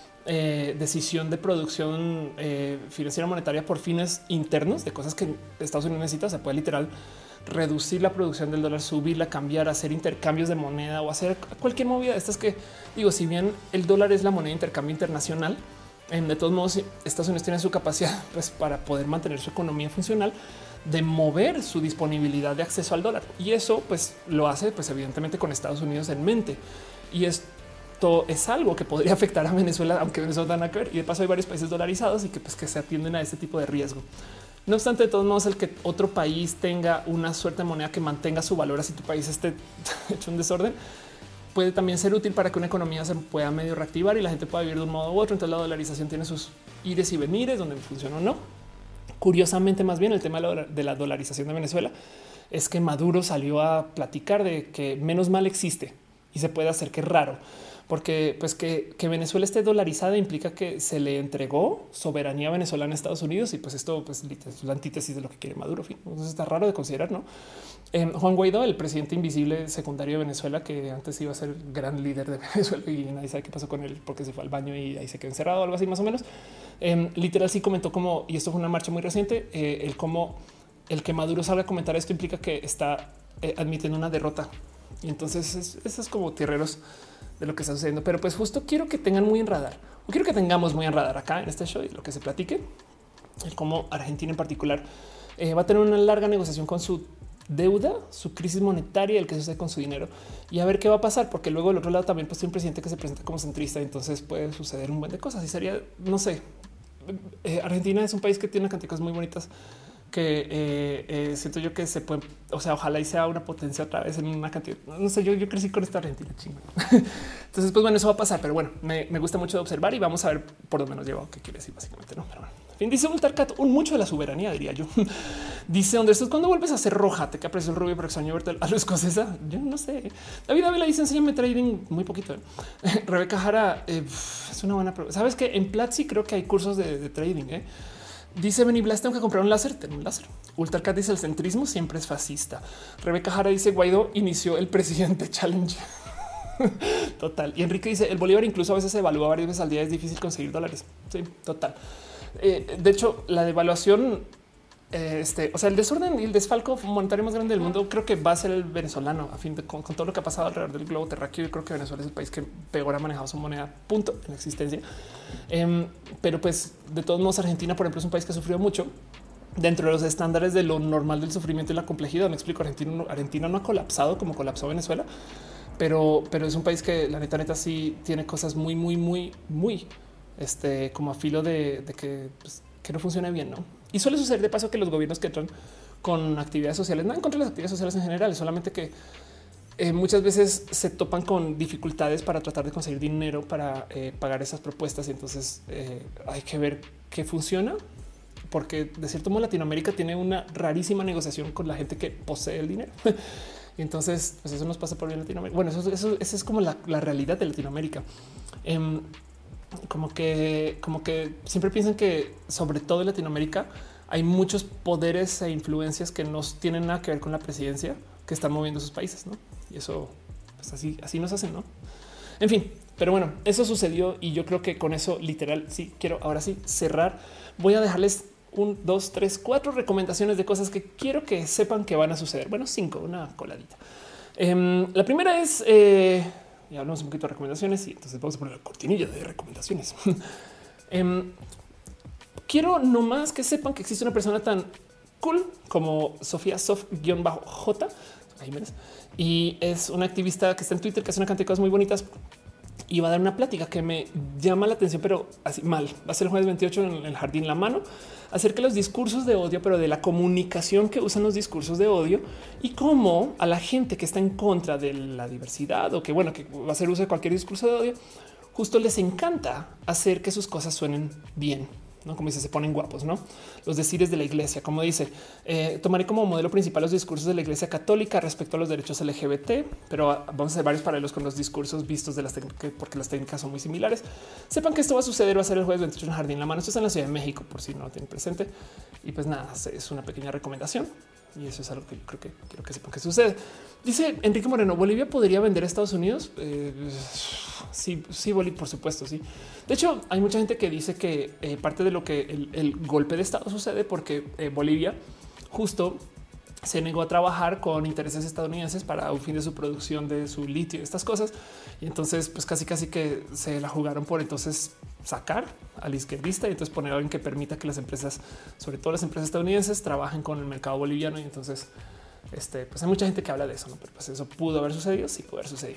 eh, decisión de producción eh, financiera monetaria por fines internos de cosas que Estados Unidos necesita. Se puede literal reducir la producción del dólar, subirla, cambiar, hacer intercambios de moneda o hacer cualquier movida de estas que digo, si bien el dólar es la moneda de intercambio internacional, de todos modos Estados Unidos tiene su capacidad pues, para poder mantener su economía funcional de mover su disponibilidad de acceso al dólar. Y eso pues lo hace pues evidentemente con Estados Unidos en mente. Y esto es algo que podría afectar a Venezuela, aunque Venezuela no tenga que ver. Y de paso hay varios países dolarizados y que pues que se atienden a este tipo de riesgo. No obstante, de todos modos, el que otro país tenga una suerte de moneda que mantenga su valor, así tu país esté hecho un desorden, puede también ser útil para que una economía se pueda medio reactivar y la gente pueda vivir de un modo u otro. Entonces la dolarización tiene sus ires y venires, donde funciona o no. Curiosamente, más bien el tema de la dolarización de Venezuela es que Maduro salió a platicar de que menos mal existe y se puede hacer, que raro. Porque pues que, que Venezuela esté dolarizada implica que se le entregó soberanía venezolana a Estados Unidos y pues esto pues, es la antítesis de lo que quiere Maduro. Entonces está raro de considerar, ¿no? Eh, Juan Guaidó, el presidente invisible secundario de Venezuela, que antes iba a ser gran líder de Venezuela y nadie sabe qué pasó con él porque se fue al baño y ahí se quedó encerrado o algo así más o menos. Eh, literal sí comentó como, y esto fue una marcha muy reciente, eh, el cómo el que Maduro salga a comentar esto implica que está eh, admitiendo una derrota. Y entonces es, eso es como tierreros de lo que está sucediendo. Pero pues justo quiero que tengan muy en radar, o quiero que tengamos muy en radar acá en este show y lo que se platique, el cómo Argentina en particular eh, va a tener una larga negociación con su deuda, su crisis monetaria, el que sucede con su dinero y a ver qué va a pasar, porque luego del otro lado también pues tiene un presidente que se presenta como centrista, entonces puede suceder un buen de cosas y sería, no sé, eh, Argentina es un país que tiene una cantidad de cosas muy bonitas que eh, eh, siento yo que se puede, o sea, ojalá y sea una potencia otra vez en una cantidad. No sé, yo, yo crecí con esta Argentina chingón. Entonces, pues bueno, eso va a pasar, pero bueno, me, me gusta mucho de observar y vamos a ver por dónde nos lleva, qué quiere decir básicamente, no? Pero bueno, en fin, dice un Tarkat, un mucho de la soberanía, diría yo. Dice Andrés, ¿cuándo vuelves a ser roja? Te que aprecio el rubio, pero extraño verte a lo escocesa. Yo no sé. David Ávila dice, enséñame trading muy poquito. ¿eh? Rebeca Jara, eh, es una buena pregunta. Sabes que en Platzi creo que hay cursos de, de trading. ¿eh? Dice Benny Blas, tengo que comprar un láser. Tengo un láser. Ultracat dice, el centrismo siempre es fascista. Rebeca Jara dice, Guaidó inició el presidente challenge. Total. Y Enrique dice, el bolívar incluso a veces se evalúa varias veces al día. Es difícil conseguir dólares. Sí, total. Eh, de hecho, la devaluación, eh, este, o sea, el desorden y el desfalco monetario más grande del mundo creo que va a ser el venezolano. A fin de con, con todo lo que ha pasado alrededor del globo terráqueo, yo creo que Venezuela es el país que peor ha manejado su moneda, punto, en existencia. Eh, pero pues de todos modos, Argentina, por ejemplo, es un país que sufrió mucho dentro de los estándares de lo normal del sufrimiento y la complejidad. Me explico, Argentina, Argentina no ha colapsado como colapsó Venezuela, pero, pero es un país que la neta, neta sí tiene cosas muy, muy, muy, muy este, como a filo de, de que, pues, que no funcione bien, ¿no? Y suele suceder de paso que los gobiernos que entran con actividades sociales, no en contra de las actividades sociales en general, solamente que eh, muchas veces se topan con dificultades para tratar de conseguir dinero para eh, pagar esas propuestas. Y entonces eh, hay que ver qué funciona, porque de cierto modo Latinoamérica tiene una rarísima negociación con la gente que posee el dinero. Y entonces pues eso nos pasa por bien en Latinoamérica. Bueno, eso, eso, eso es como la, la realidad de Latinoamérica. Eh, como que, como que siempre piensan que sobre todo en Latinoamérica hay muchos poderes e influencias que no tienen nada que ver con la presidencia que están moviendo sus países, ¿no? Y eso pues así, así nos hacen, ¿no? En fin, pero bueno, eso sucedió y yo creo que con eso literal sí quiero ahora sí cerrar. Voy a dejarles un, dos, tres, cuatro recomendaciones de cosas que quiero que sepan que van a suceder. Bueno, cinco, una coladita. Eh, la primera es eh, y hablamos un poquito de recomendaciones y entonces vamos a poner la cortinilla de recomendaciones. eh, quiero nomás que sepan que existe una persona tan cool como Sofía Sof-J y es una activista que está en Twitter, que hace una cantidad de cosas muy bonitas y va a dar una plática que me llama la atención, pero así mal. Va a ser el jueves veintiocho en el Jardín La Mano, acerca de los discursos de odio, pero de la comunicación que usan los discursos de odio y cómo a la gente que está en contra de la diversidad o que bueno, que va a hacer uso de cualquier discurso de odio, justo les encanta hacer que sus cosas suenen bien. No, como dice, se ponen guapos, no los decires de la iglesia. Como dice, eh, tomaré como modelo principal los discursos de la iglesia católica respecto a los derechos L G B T, pero vamos a hacer varios paralelos con los discursos vistos de las técnicas, porque las técnicas son muy similares. Sepan que esto va a suceder, va a ser el jueves veintiocho en Jardín La Mano. Esto está en la Ciudad de México, por si no lo tienen presente. Y pues nada, es una pequeña recomendación. Y eso es algo que yo creo que quiero que sepan que sucede. Dice Enrique Moreno, ¿Bolivia podría vender a Estados Unidos? Eh, sí, sí, Bolivia, por supuesto, sí. De hecho, hay mucha gente que dice que eh, parte de lo que el, el golpe de Estado sucede porque eh, Bolivia justo se negó a trabajar con intereses estadounidenses para un fin de su producción de su litio y estas cosas. Y entonces, pues casi, casi que se la jugaron por entonces sacar al izquierdista y entonces poner a alguien que permita que las empresas, sobre todo las empresas estadounidenses, trabajen con el mercado boliviano. Y entonces, este, pues hay mucha gente que habla de eso, ¿no? Pero pues eso pudo haber sucedido, sí pudo haber sucedido.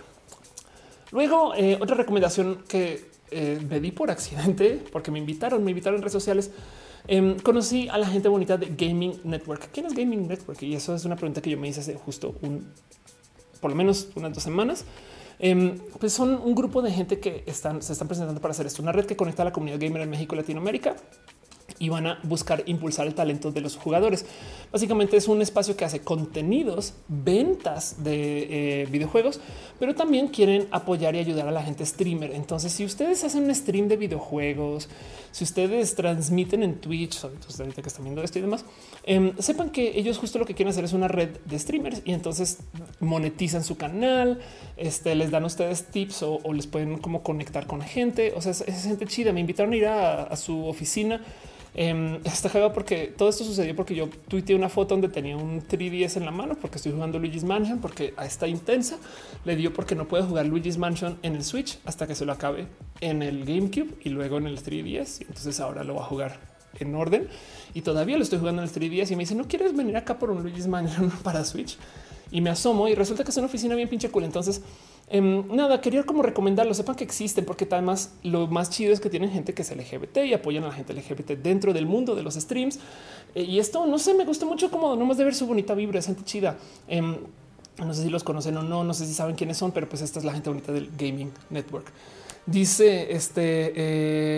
Luego, eh, otra recomendación que eh, me di por accidente, porque me invitaron, me invitaron en redes sociales. Eh, conocí a la gente bonita de Gaming Network. ¿Quién es Gaming Network? Y eso es una pregunta que yo me hice hace justo un, por lo menos unas dos semanas. Eh, pues son un grupo de gente que están, se están presentando para hacer esto, una red que conecta a la comunidad gamer en México y Latinoamérica y van a buscar impulsar el talento de los jugadores. Básicamente es un espacio que hace contenidos, ventas de eh, videojuegos, pero también quieren apoyar y ayudar a la gente streamer. Entonces, si ustedes hacen un stream de videojuegos, si ustedes transmiten en Twitch, sobre todo ahorita que están viendo esto y demás, eh, sepan que ellos justo lo que quieren hacer es una red de streamers y entonces monetizan su canal, este, les dan a ustedes tips o, o les pueden como conectar con gente. O sea, es, es gente chida. Me invitaron a ir a, a su oficina. Eh, está cagado porque todo esto sucedió porque yo tuiteé una foto donde tenía un tres D S en la mano porque estoy jugando Luigi's Mansion, porque a esta intensa le dio porque no puede jugar Luigi's Mansion en el Switch hasta que se lo acabe en el GameCube y luego en el tres D S. Y entonces ahora lo va a jugar en orden y todavía lo estoy jugando en el tres D S y me dice, ¿no quieres venir acá por un Luigi's Mansion para Switch? Y me asomo y resulta que es una oficina bien pinche cool. Entonces, eh, nada, quería como recomendarlo, sepan que existen, porque además lo más chido es que tienen gente que es L G B T y apoyan a la gente L G B T dentro del mundo de los streams. Eh, y esto, no sé, me gusta mucho como nomás de ver su bonita vibra, es gente chida. Eh, no sé si los conocen o no, no sé si saben quiénes son, pero pues esta es la gente bonita del Gaming Network. Dice este... Eh,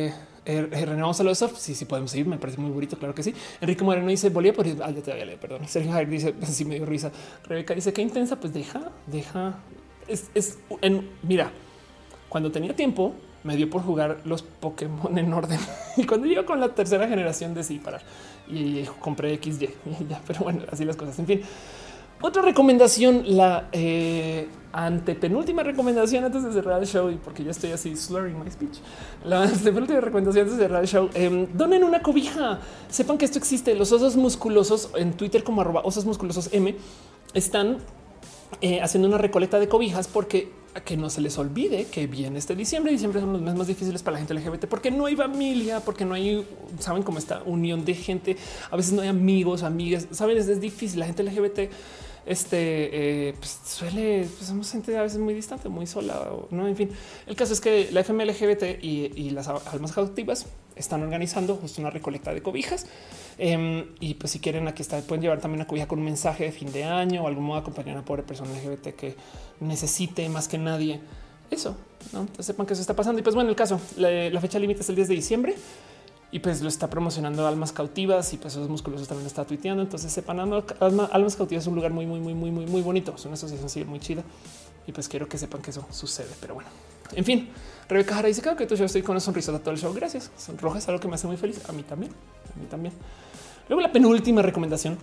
Eh, eh, René, vamos a los soft. Sí, sí, podemos seguir. Me parece muy bonito. Claro que sí. Enrique Moreno dice Bolivia, por ah, ya te había leído, perdón. Sergio Javier dice sí, me dio risa. Rebeca dice qué intensa. Pues deja, deja. Es, es en mira, cuando tenía tiempo, me dio por jugar los Pokémon en orden. Y cuando iba con la tercera generación decidí parar y compré X Y. Y ya, pero bueno, así las cosas. En fin, otra recomendación, la eh, antepenúltima recomendación antes de cerrar el show, y porque ya estoy así slurring my speech, la antepenúltima recomendación antes de cerrar el show, eh, donen una cobija. Sepan que esto existe. Los osos musculosos en Twitter como arroba osos musculosos M están eh, haciendo una recolecta de cobijas porque que no se les olvide que viene este diciembre. Diciembre son los meses más difíciles para la gente L G B T porque no hay familia, porque no hay, saben cómo esta unión de gente. A veces no hay amigos, amigas, saben, es, es difícil. La gente L G B T este eh, pues suele, pues somos gente a veces muy distante, muy sola, no? En fin, el caso es que la F M L G B T y, y las almas cautivas están organizando justo una recolecta de cobijas. Eh, y pues si quieren, aquí está, pueden llevar también una cobija con un mensaje de fin de año o algún modo de acompañar a una pobre persona L G B T que necesite más que nadie eso, ¿no? Entonces sepan que eso está pasando. Y pues bueno, el caso, la, la fecha límite es el diez de diciembre. Y pues lo está promocionando Almas Cautivas y pues esos musculosos también está tuiteando. Entonces sepan, Almas, Almas Cautivas es un lugar muy, muy, muy, muy, muy, muy bonito. Es una asociación civil muy chida y pues quiero que sepan que eso sucede. Pero bueno, en fin, Rebeca Jara dice creo que tú yo estoy con una sonrisa todo el show. Gracias. Sonroja es algo que me hace muy feliz. A mí también. A mí también. Luego la penúltima recomendación.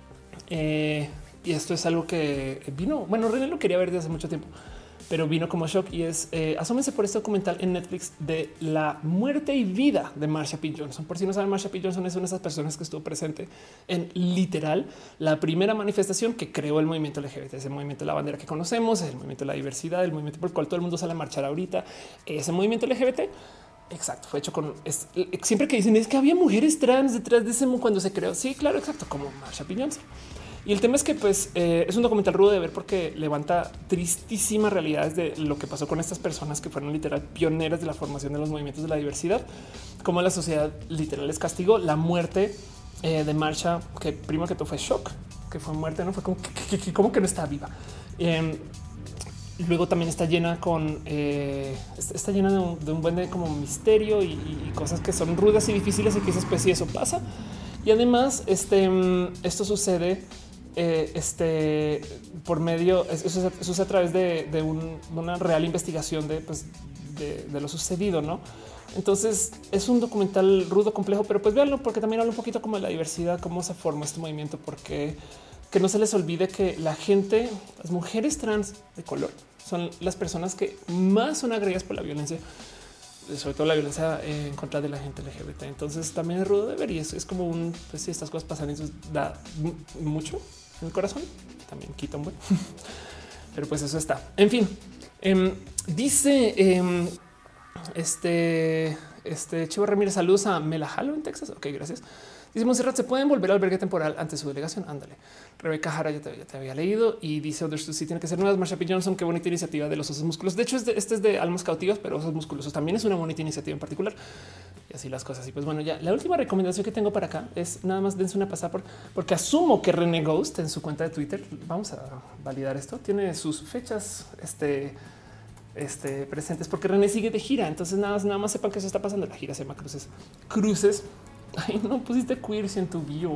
Eh, y esto es algo que vino. Bueno, René lo quería ver desde hace mucho tiempo, pero vino como shock y es eh, asómense por este documental en Netflix de la muerte y vida de Marsha P. Johnson. Por si no saben, Marsha P. Johnson es una de esas personas que estuvo presente en literal la primera manifestación que creó el movimiento L G B T, ese movimiento de la bandera que conocemos, el movimiento de la diversidad, el movimiento por el cual todo el mundo sale a marchar ahorita. Ese movimiento L G B T, exacto, fue hecho con es, siempre que dicen es que había mujeres trans detrás de ese cuando se creó. Sí, claro, exacto, como Marsha P. Johnson. Y el tema es que pues eh, es un documental rudo de ver porque levanta tristísimas realidades de lo que pasó con estas personas que fueron literal pioneras de la formación de los movimientos de la diversidad, cómo la sociedad literal les castigó. La muerte eh, de Marsha, que primero que todo fue shock, que fue muerte, no fue como que, que, que, como que no está viva. Eh, luego también está llena con eh, está llena de un, de un buen de como misterio y, y cosas que son rudas y difíciles y que dices pues si eso pasa. Y además este esto sucede Eh, este por medio, eso, eso, eso es a través de, de, un, de una real investigación de, pues, de, de lo sucedido, ¿no? Entonces es un documental rudo, complejo, pero pues véanlo porque también habla un poquito como de la diversidad, cómo se formó este movimiento, porque que no se les olvide que la gente, las mujeres trans de color son las personas que más son agredidas por la violencia, sobre todo la violencia en contra de la gente L G B T. Entonces también es rudo de ver y es, es como un, pues si estas cosas pasan, eso da mucho en el corazón, también quita un buen, pero pues eso está. En fin, eh, dice eh, este, este Chivo Ramírez, saludos a Melajalo en Texas. Ok, gracias. Dice Monserrat, ¿se pueden volver al albergue temporal ante su delegación? Ándale. Rebeca Jara, ya te, ya te había leído y dice Understood, sí tiene que ser nuevas. Marsha P. Johnson, qué bonita iniciativa de los osos musculosos. De hecho, este, este es de Almas Cautivas, pero osos musculosos también es una bonita iniciativa en particular. Y así las cosas. Y pues bueno, ya la última recomendación que tengo para acá es nada más dense una pasada por, porque asumo que René Ghost en su cuenta de Twitter, vamos a validar esto, tiene sus fechas este, este, presentes porque René sigue de gira. Entonces nada más, nada más sepan que eso está pasando. La gira se llama Cruces. Cruces. Ay, no pusiste queers en tu bio.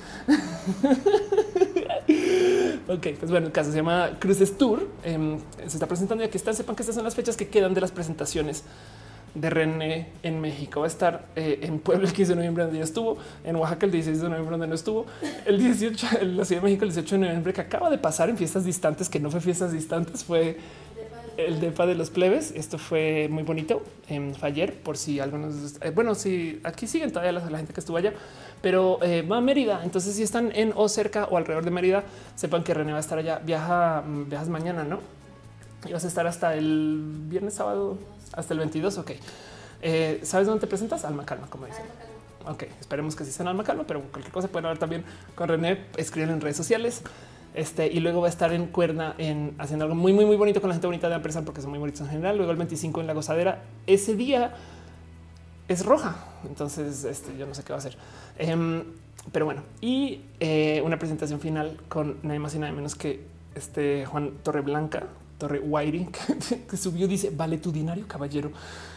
Ok, pues bueno, el caso se llama Cruces Tour. Eh, se está presentando y aquí están. Sepan que estas son las fechas que quedan de las presentaciones de René en México. Va a estar eh, en Puebla el quince de noviembre donde ya estuvo, en Oaxaca el dieciséis de noviembre donde no estuvo, el dieciocho en la Ciudad de México el dieciocho de noviembre que acaba de pasar en fiestas distantes, que no fue fiestas distantes, fue el depa de los plebes. Esto fue muy bonito. Eh, fue ayer, por si algunos, eh, bueno, si aquí siguen todavía la, la gente que estuvo allá, pero eh, va a Mérida. Entonces, si están en o cerca o alrededor de Mérida, sepan que René va a estar allá. Viaja, viajas mañana, ¿no? Y vas a estar hasta el viernes, sábado, hasta el veintidós. Ok. Eh, ¿Sabes dónde te presentas? Alma Calma, como dicen. Ok, esperemos que sí sean Alma Calma, pero cualquier cosa pueden hablar también con René. Escriben en redes sociales. Este, y luego va a estar en Cuerna en haciendo algo muy, muy, muy bonito con la gente bonita de Ampersand porque son muy bonitos en general. Luego el veinticinco en La Gozadera. Ese día es roja. Entonces, este, yo no sé qué va a hacer. Um, pero bueno, y eh, una presentación final con nada más y nada menos que este Juan Torreblanca, Torre Whiting, que, que subió, dice valetudinario caballero.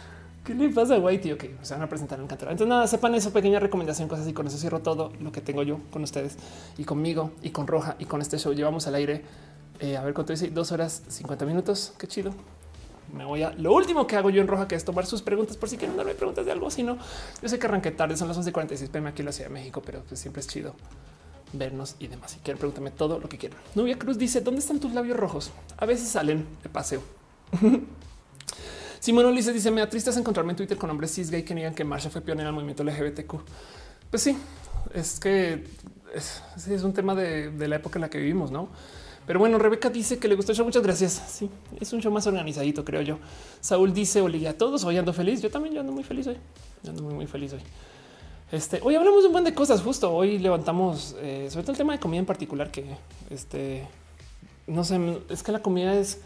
¿Qué le pasa a Whitey? Ok, se van a presentar en Cantora. Entonces, nada, sepan eso, pequeña recomendación, cosas así. Con eso cierro todo lo que tengo yo con ustedes y conmigo y con Roja y con este show. Llevamos al aire. Eh, a ver cuánto dice, dos horas cincuenta minutos. Qué chido. Me voy a lo último que hago yo en Roja, que es tomar sus preguntas por si quieren darme preguntas de algo. Si no, yo sé que arranqué tarde, son las once cuarenta y seis p m aquí en la Ciudad de México, pero pues siempre es chido vernos y demás. Si quieren, pregúntame todo lo que quieran. Nubia Cruz dice: ¿dónde están tus labios rojos? A veces salen de paseo. Simón Ulises dice: me da tristeza encontrarme en Twitter con hombres cis gay que niegan que Marsha fue pionera del movimiento L G B T Q. Pues sí, es que es, es un tema de, de la época en la que vivimos, ¿no? Pero bueno, Rebeca dice que le gustó el show. Muchas gracias. Sí, es un show más organizadito, creo yo. Saúl dice: hola a todos, hoy ando feliz. Yo también, yo ando muy feliz hoy. Yo ando muy, muy feliz hoy. Este, hoy hablamos de un buen de cosas. Justo hoy levantamos eh, sobre todo el tema de comida en particular, que este no sé, es que la comida es.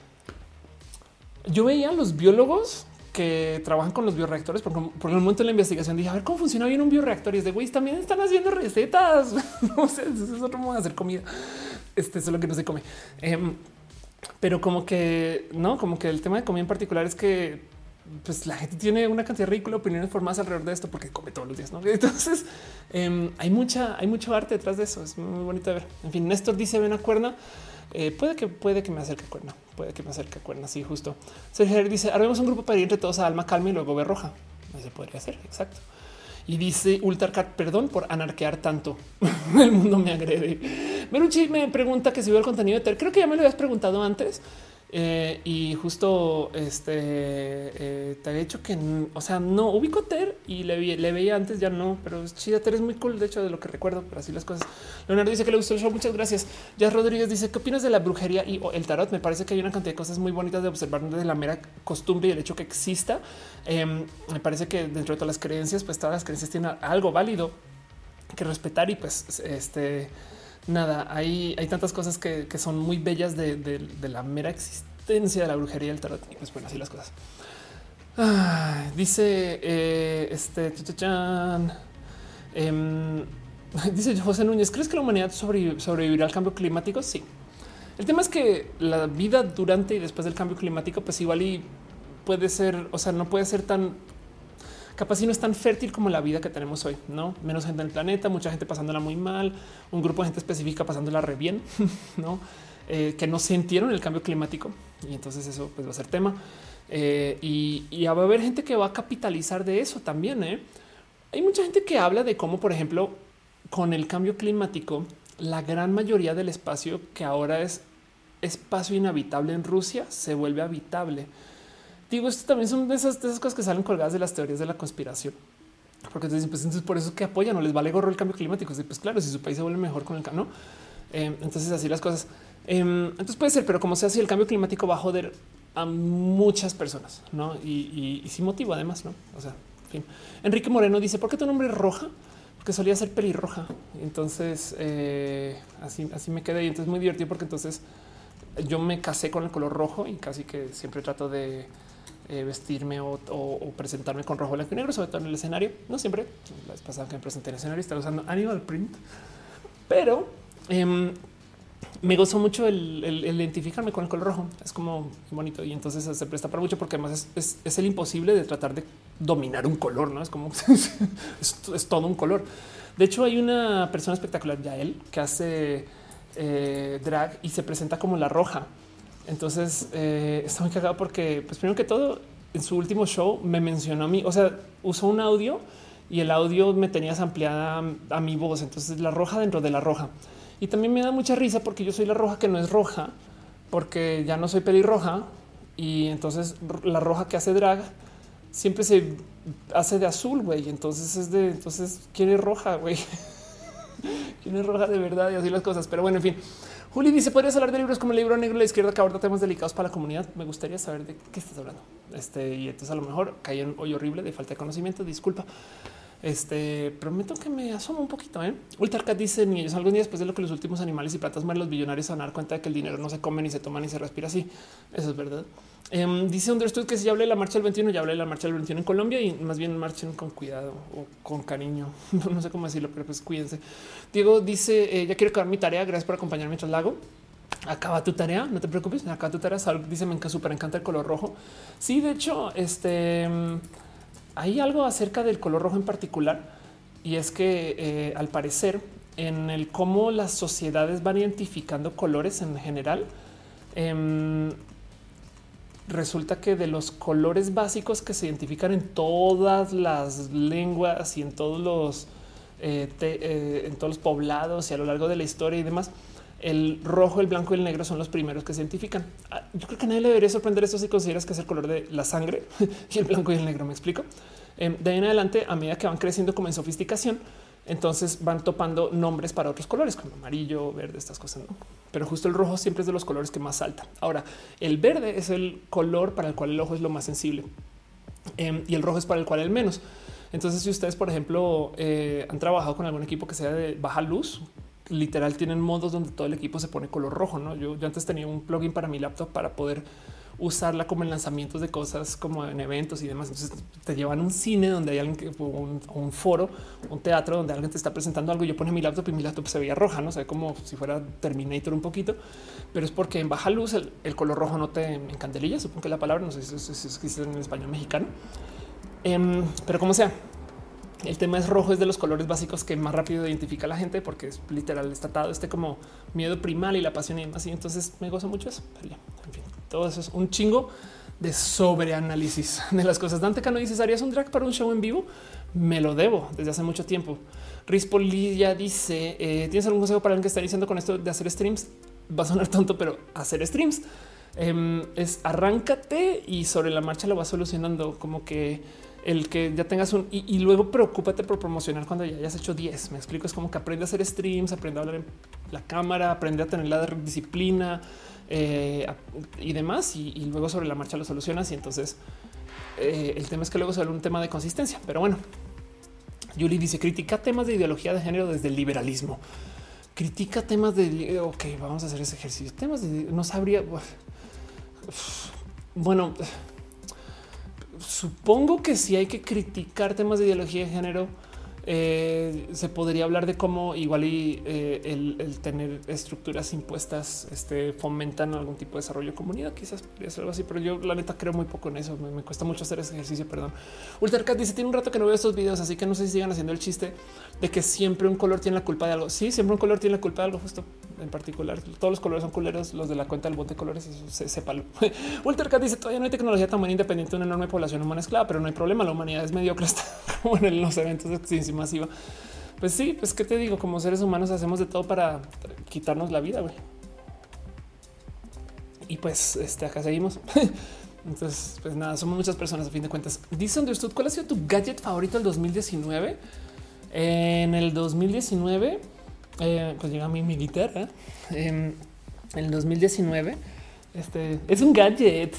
Yo veía a los biólogos que trabajan con los bioreactores, porque por el momento de la investigación dije: a ver cómo funciona bien un bioreactor. Y es de güey, también están haciendo recetas. No sé, eso es otro modo de hacer comida. Este es lo que no se come. Eh, pero como que no, como que el tema de comida en particular es que pues la gente tiene una cantidad ridícula de opiniones formadas alrededor de esto porque come todos los días, ¿no? Entonces eh, hay mucha, hay mucho arte detrás de eso. Es muy bonito de ver. En fin, Néstor dice: ven a Cuerna. Eh, puede que puede que me acerque a Cuerna, puede que me acerque a Cuerna. Sí, justo. Sergio dice: armemos un grupo para ir entre todos a Alma Calma y luego ver Roja. No se podría hacer. Exacto. Y dice Ultracat: perdón por anarquear tanto. El mundo me agrede. Meruchi me pregunta que si veo el contenido de Ter. Creo que ya me lo habías preguntado antes. Eh, y justo este eh, te había dicho que, o sea, no ubico Ter y le, vi, le veía antes, ya no, pero es chida. Ter es muy cool, de hecho, de lo que recuerdo, pero así las cosas. Leonardo dice que le gustó el show. Muchas gracias. Ya Rodríguez dice: ¿qué opinas de la brujería y el tarot? Me parece que hay una cantidad de cosas muy bonitas de observar de la mera costumbre y el hecho que exista. Eh, me parece que dentro de todas las creencias, pues todas las creencias tienen algo válido que respetar y pues este nada, hay, hay tantas cosas que, que son muy bellas de, de, de la mera existencia de la brujería y el tarot. Y pues bueno, así las cosas. Ah, dice eh, este chachachan, eh, dice José Núñez: ¿crees que la humanidad sobreviv sobrevivirá al cambio climático? Sí. El tema es que la vida durante y después del cambio climático, pues igual y puede ser, o sea, no puede ser tan capaz si no es tan fértil como la vida que tenemos hoy, no menos gente en el planeta, mucha gente pasándola muy mal, un grupo de gente específica pasándola re bien, no eh, que no sintieron el cambio climático y entonces eso pues va a ser tema eh, y, y va a haber gente que va a capitalizar de eso también. ¿eh? Hay mucha gente que habla de cómo, por ejemplo, con el cambio climático, la gran mayoría del espacio que ahora es espacio inhabitable en Rusia se vuelve habitable. Digo, esto también son de esas, de esas cosas que salen colgadas de las teorías de la conspiración, porque entonces, pues, entonces por eso es que apoyan o les vale gorro el cambio climático. Pues claro, si su país se vuelve mejor con el cambio, eh, entonces así las cosas. Eh, entonces puede ser, pero como sea, si el cambio climático va a joder a muchas personas, no? Y, y, y sin motivo, además, no? O sea, en fin. Enrique Moreno dice: ¿por qué tu nombre es Roja? Porque solía ser pelirroja. Entonces eh, así, así me quedé. Y entonces muy divertido porque entonces yo me casé con el color rojo y casi que siempre trato de Eh, vestirme o, o, o presentarme con rojo, blanco y negro, sobre todo en el escenario. No siempre. La vez pasada que me presenté en el escenario estaba usando Animal Print, pero eh, me gozó mucho el, el, el identificarme con el color rojo. Es como bonito y entonces se presta para mucho porque además es, es, es el imposible de tratar de dominar un color. No es como es, es todo un color. De hecho, hay una persona espectacular, Yael, que hace eh, drag y se presenta como la roja. Entonces eh, está muy cagado porque, pues, primero que todo, en su último show me mencionó a mí. O sea, usó un audio y el audio me tenía ampliada a, a mi voz. Entonces, la roja dentro de la roja. Y también me da mucha risa porque yo soy la roja que no es roja, porque ya no soy pelirroja. Y entonces la roja que hace drag siempre se hace de azul, güey. Entonces es de, entonces, ¿quién es roja, güey? ¿Quién es roja de verdad? Y así las cosas. Pero bueno, en fin. Juli dice: ¿podrías hablar de libros como el libro negro de la izquierda que aborda temas delicados para la comunidad? Me gustaría saber de qué estás hablando. Este, y entonces a lo mejor caí en un hoyo horrible de falta de conocimiento. Disculpa. Este, prometo que me asomo un poquito. ¿eh? Ultracat dice: niños, algún día después de lo que los últimos animales y plantas mueren, los billonarios se van a dar cuenta de que el dinero no se come, ni se toma, ni se respira así. Eso es verdad. Eh, dice Understood que si ya hablé de la marcha del veintiuno, ya hablé de la marcha del veintiuno en Colombia y más bien marchen con cuidado o con cariño. No sé cómo decirlo, pero pues cuídense. Diego dice: eh, ya quiero acabar mi tarea. Gracias por acompañarme mientras la hago. Acaba tu tarea, no te preocupes. Acaba tu tarea. Sal, dice, me súper encanta el color rojo. Sí, de hecho, este hay algo acerca del color rojo en particular, y es que eh, al parecer en el cómo las sociedades van identificando colores en general, eh, resulta que de los colores básicos que se identifican en todas las lenguas y en todos los eh, te, eh, en todos los poblados y a lo largo de la historia y demás, el rojo, el blanco y el negro son los primeros que se identifican. Yo creo que a nadie le debería sorprender esto si consideras que es el color de la sangre y el blanco y el negro. Me explico. Eh, de ahí en adelante, a medida que van creciendo como en sofisticación, entonces van topando nombres para otros colores como amarillo, verde, estas cosas, ¿no? Pero justo el rojo siempre es de los colores que más salta. Ahora, el verde es el color para el cual el ojo es lo más sensible eh, y el rojo es para el cual el menos. Entonces, si ustedes, por ejemplo, eh, han trabajado con algún equipo que sea de baja luz, literal tienen modos donde todo el equipo se pone color rojo, ¿no? Yo, yo antes tenía un plugin para mi laptop para poder usarla como en lanzamientos de cosas, como en eventos y demás. Entonces te llevan a un cine donde hay alguien que un, un foro, un teatro donde alguien te está presentando algo. Yo ponía mi laptop y mi laptop se veía roja, no sé, como si fuera Terminator un poquito, pero es porque en baja luz el, el color rojo no te encandelilla. Supongo que la palabra, no sé si es en español mexicano, um, pero como sea. El tema es rojo, es de los colores básicos que más rápido identifica a la gente porque es literal está atado este como miedo primal y la pasión y demás. Y entonces me gozo mucho eso. Pero ya, en fin, todo eso es un chingo de sobreanálisis de las cosas. Dante Cano dice: ¿harías un drag para un show en vivo? Me lo debo desde hace mucho tiempo. Rispoli ya dice: eh, ¿tienes algún consejo para alguien que está diciendo con esto de hacer streams? Va a sonar tonto, pero hacer streams eh, es arráncate y sobre la marcha lo vas solucionando, como que el que ya tengas un y, y luego preocúpate por promocionar cuando ya hayas hecho diez. Me explico. Es como que aprende a hacer streams, aprende a hablar en la cámara, aprende a tener la disciplina eh, y demás. Y, y luego sobre la marcha lo solucionas. Y entonces eh, el tema es que luego se vuelve un tema de consistencia. Pero bueno, Yuli dice: critica temas de ideología de género desde el liberalismo. Critica temas de ok, vamos a hacer ese ejercicio. Temas de no sabría. Bueno, supongo que si hay que criticar temas de ideología de género, eh, se podría hablar de cómo igual y eh, el, el tener estructuras impuestas este, fomentan algún tipo de desarrollo de comunidad. Quizás podría ser algo así, pero yo la neta creo muy poco en eso. Me, me cuesta mucho hacer ese ejercicio. Perdón. Ultercat dice: tiene un rato que no veo estos videos, así que no sé si sigan haciendo el chiste de que siempre un color tiene la culpa de algo. Sí, siempre un color tiene la culpa de algo, justo en particular. Todos los colores son culeros, los de la cuenta del bote de colores, eso se, sépalo. Ultercat dice: todavía no hay tecnología tan buena independiente de una enorme población humana esclava, pero no hay problema. La humanidad es mediocre hasta como en los eventos de extinción masiva. Pues sí, pues qué te digo, como seres humanos hacemos de todo para quitarnos la vida, güey. Y pues este, acá seguimos. Entonces, pues nada, somos muchas personas a fin de cuentas. Dice Understood: ¿cuál ha sido tu gadget favorito del dos mil diecinueve? En el dos mil diecinueve, eh, pues llega a mí mi guitarra. En el dos mil diecinueve, este es un gadget.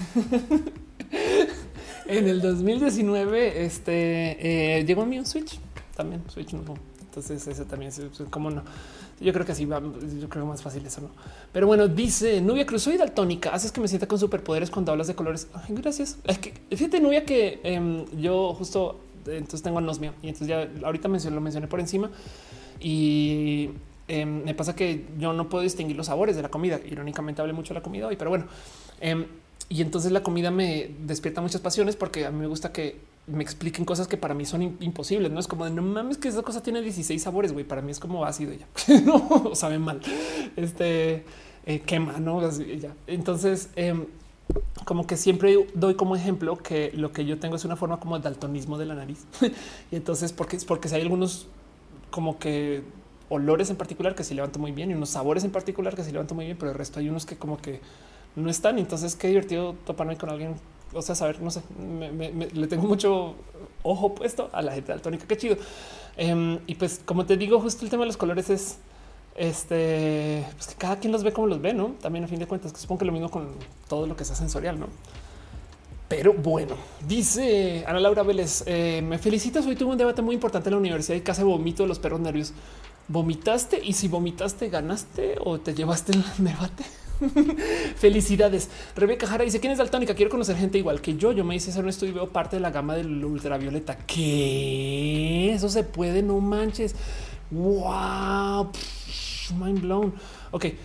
En el dos mil diecinueve, este eh, llegó a mí un Switch. También Switch nuevo. Entonces ese también es como no. Yo creo que así va. Yo creo que más fácil eso, no. Pero bueno, dice Nubia Cruz: soy daltónica. Haces que me sienta con superpoderes cuando hablas de colores. Ay, gracias. Es que fíjate, Nubia, que eh, yo justo entonces tengo anosmia y entonces ya ahorita mencioné, lo mencioné por encima y eh, me pasa que yo no puedo distinguir los sabores de la comida. Irónicamente hablé mucho de la comida hoy, pero bueno. Eh, y entonces la comida me despierta muchas pasiones porque a mí me gusta que me expliquen cosas que para mí son imposibles. No es como de no mames que esa cosa tiene dieciséis sabores. Güey, para mí es como ácido ya. No sabe mal. Este eh, quema, no así, ya. Entonces, eh, como que siempre doy como ejemplo que lo que yo tengo es una forma como de daltonismo de la nariz. Y entonces, porque es porque si hay algunos como que olores en particular que se levantan muy bien y unos sabores en particular que se levantan muy bien, pero el resto hay unos que como que no están. Entonces, qué divertido toparme con alguien. O sea, saber, no sé, me, me, me, le tengo mucho ojo puesto a la gente daltónica. Qué chido. Um, y pues, como te digo, justo el tema de los colores es este, pues que cada quien los ve como los ve, no? También a fin de cuentas, que supongo que lo mismo con todo lo que sea sensorial, no? Pero bueno, dice Ana Laura Vélez: eh, me felicitas. Hoy tuve un debate muy importante en la universidad y casi vomito de los perros nervios. ¿Vomitaste? Y si vomitaste, ¿ganaste o te llevaste el debate? Felicidades. Rebeca Jara dice: ¿quién es daltónica? Quiero conocer gente igual que yo. Yo me hice hacer un estudio y veo parte de la gama del ultravioleta. ¿Qué? Eso se puede, no manches. Wow, mind blown. Ok.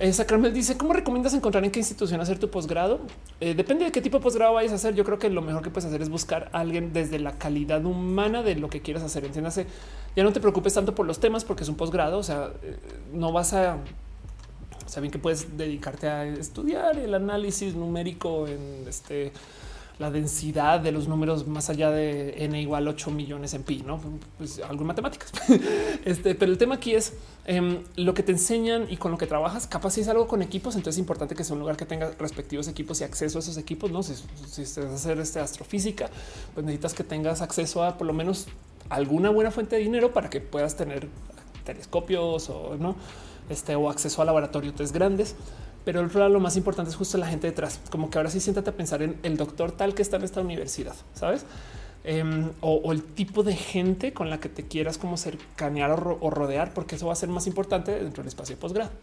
Eh, Sacramel dice, ¿cómo recomiendas encontrar en qué institución hacer tu posgrado? Eh, depende de qué tipo de posgrado vayas a hacer. Yo creo que lo mejor que puedes hacer es buscar a alguien desde la calidad humana de lo que quieras hacer. Entiéndase, ya no te preocupes tanto por los temas porque es un posgrado. O sea, eh, no vas a... Saben que puedes dedicarte a estudiar el análisis numérico en este... la densidad de los números más allá de n igual ocho millones en pi, no pues algo en matemáticas. Este, pero el tema aquí es eh, lo que te enseñan y con lo que trabajas. Capaz si es algo con equipos, entonces es importante que sea un lugar que tenga respectivos equipos y acceso a esos equipos. No sé si, si vas a hacer este astrofísica, pues necesitas que tengas acceso a por lo menos alguna buena fuente de dinero para que puedas tener telescopios o no este o acceso a laboratorios grandes. Pero el lo más importante es justo la gente detrás. Como que ahora sí siéntate a pensar en el doctor tal que está en esta universidad, sabes? Eh, o, o el tipo de gente con la que te quieras como cercanear o, ro o rodear, porque eso va a ser más importante dentro del espacio de posgrado.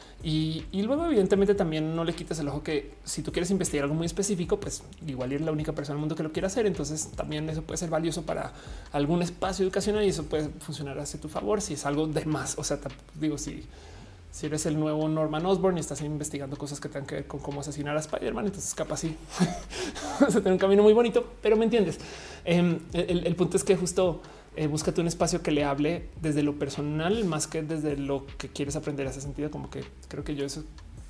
Y, y luego, evidentemente, también no le quites el ojo que si tú quieres investigar algo muy específico, pues igual eres la única persona en el mundo que lo quiera hacer. Entonces también eso puede ser valioso para algún espacio educacional y eso puede funcionar hacia tu favor si es algo de más. O sea, digo, si Si eres el nuevo Norman Osborn y estás investigando cosas que tengan que ver con cómo asesinar a Spider-Man, entonces capaz sí vas a tener un camino muy bonito, pero me entiendes. Eh, el, el punto es que justo eh, búscate un espacio que le hable desde lo personal más que desde lo que quieres aprender. Hace sentido, como que creo que yo eso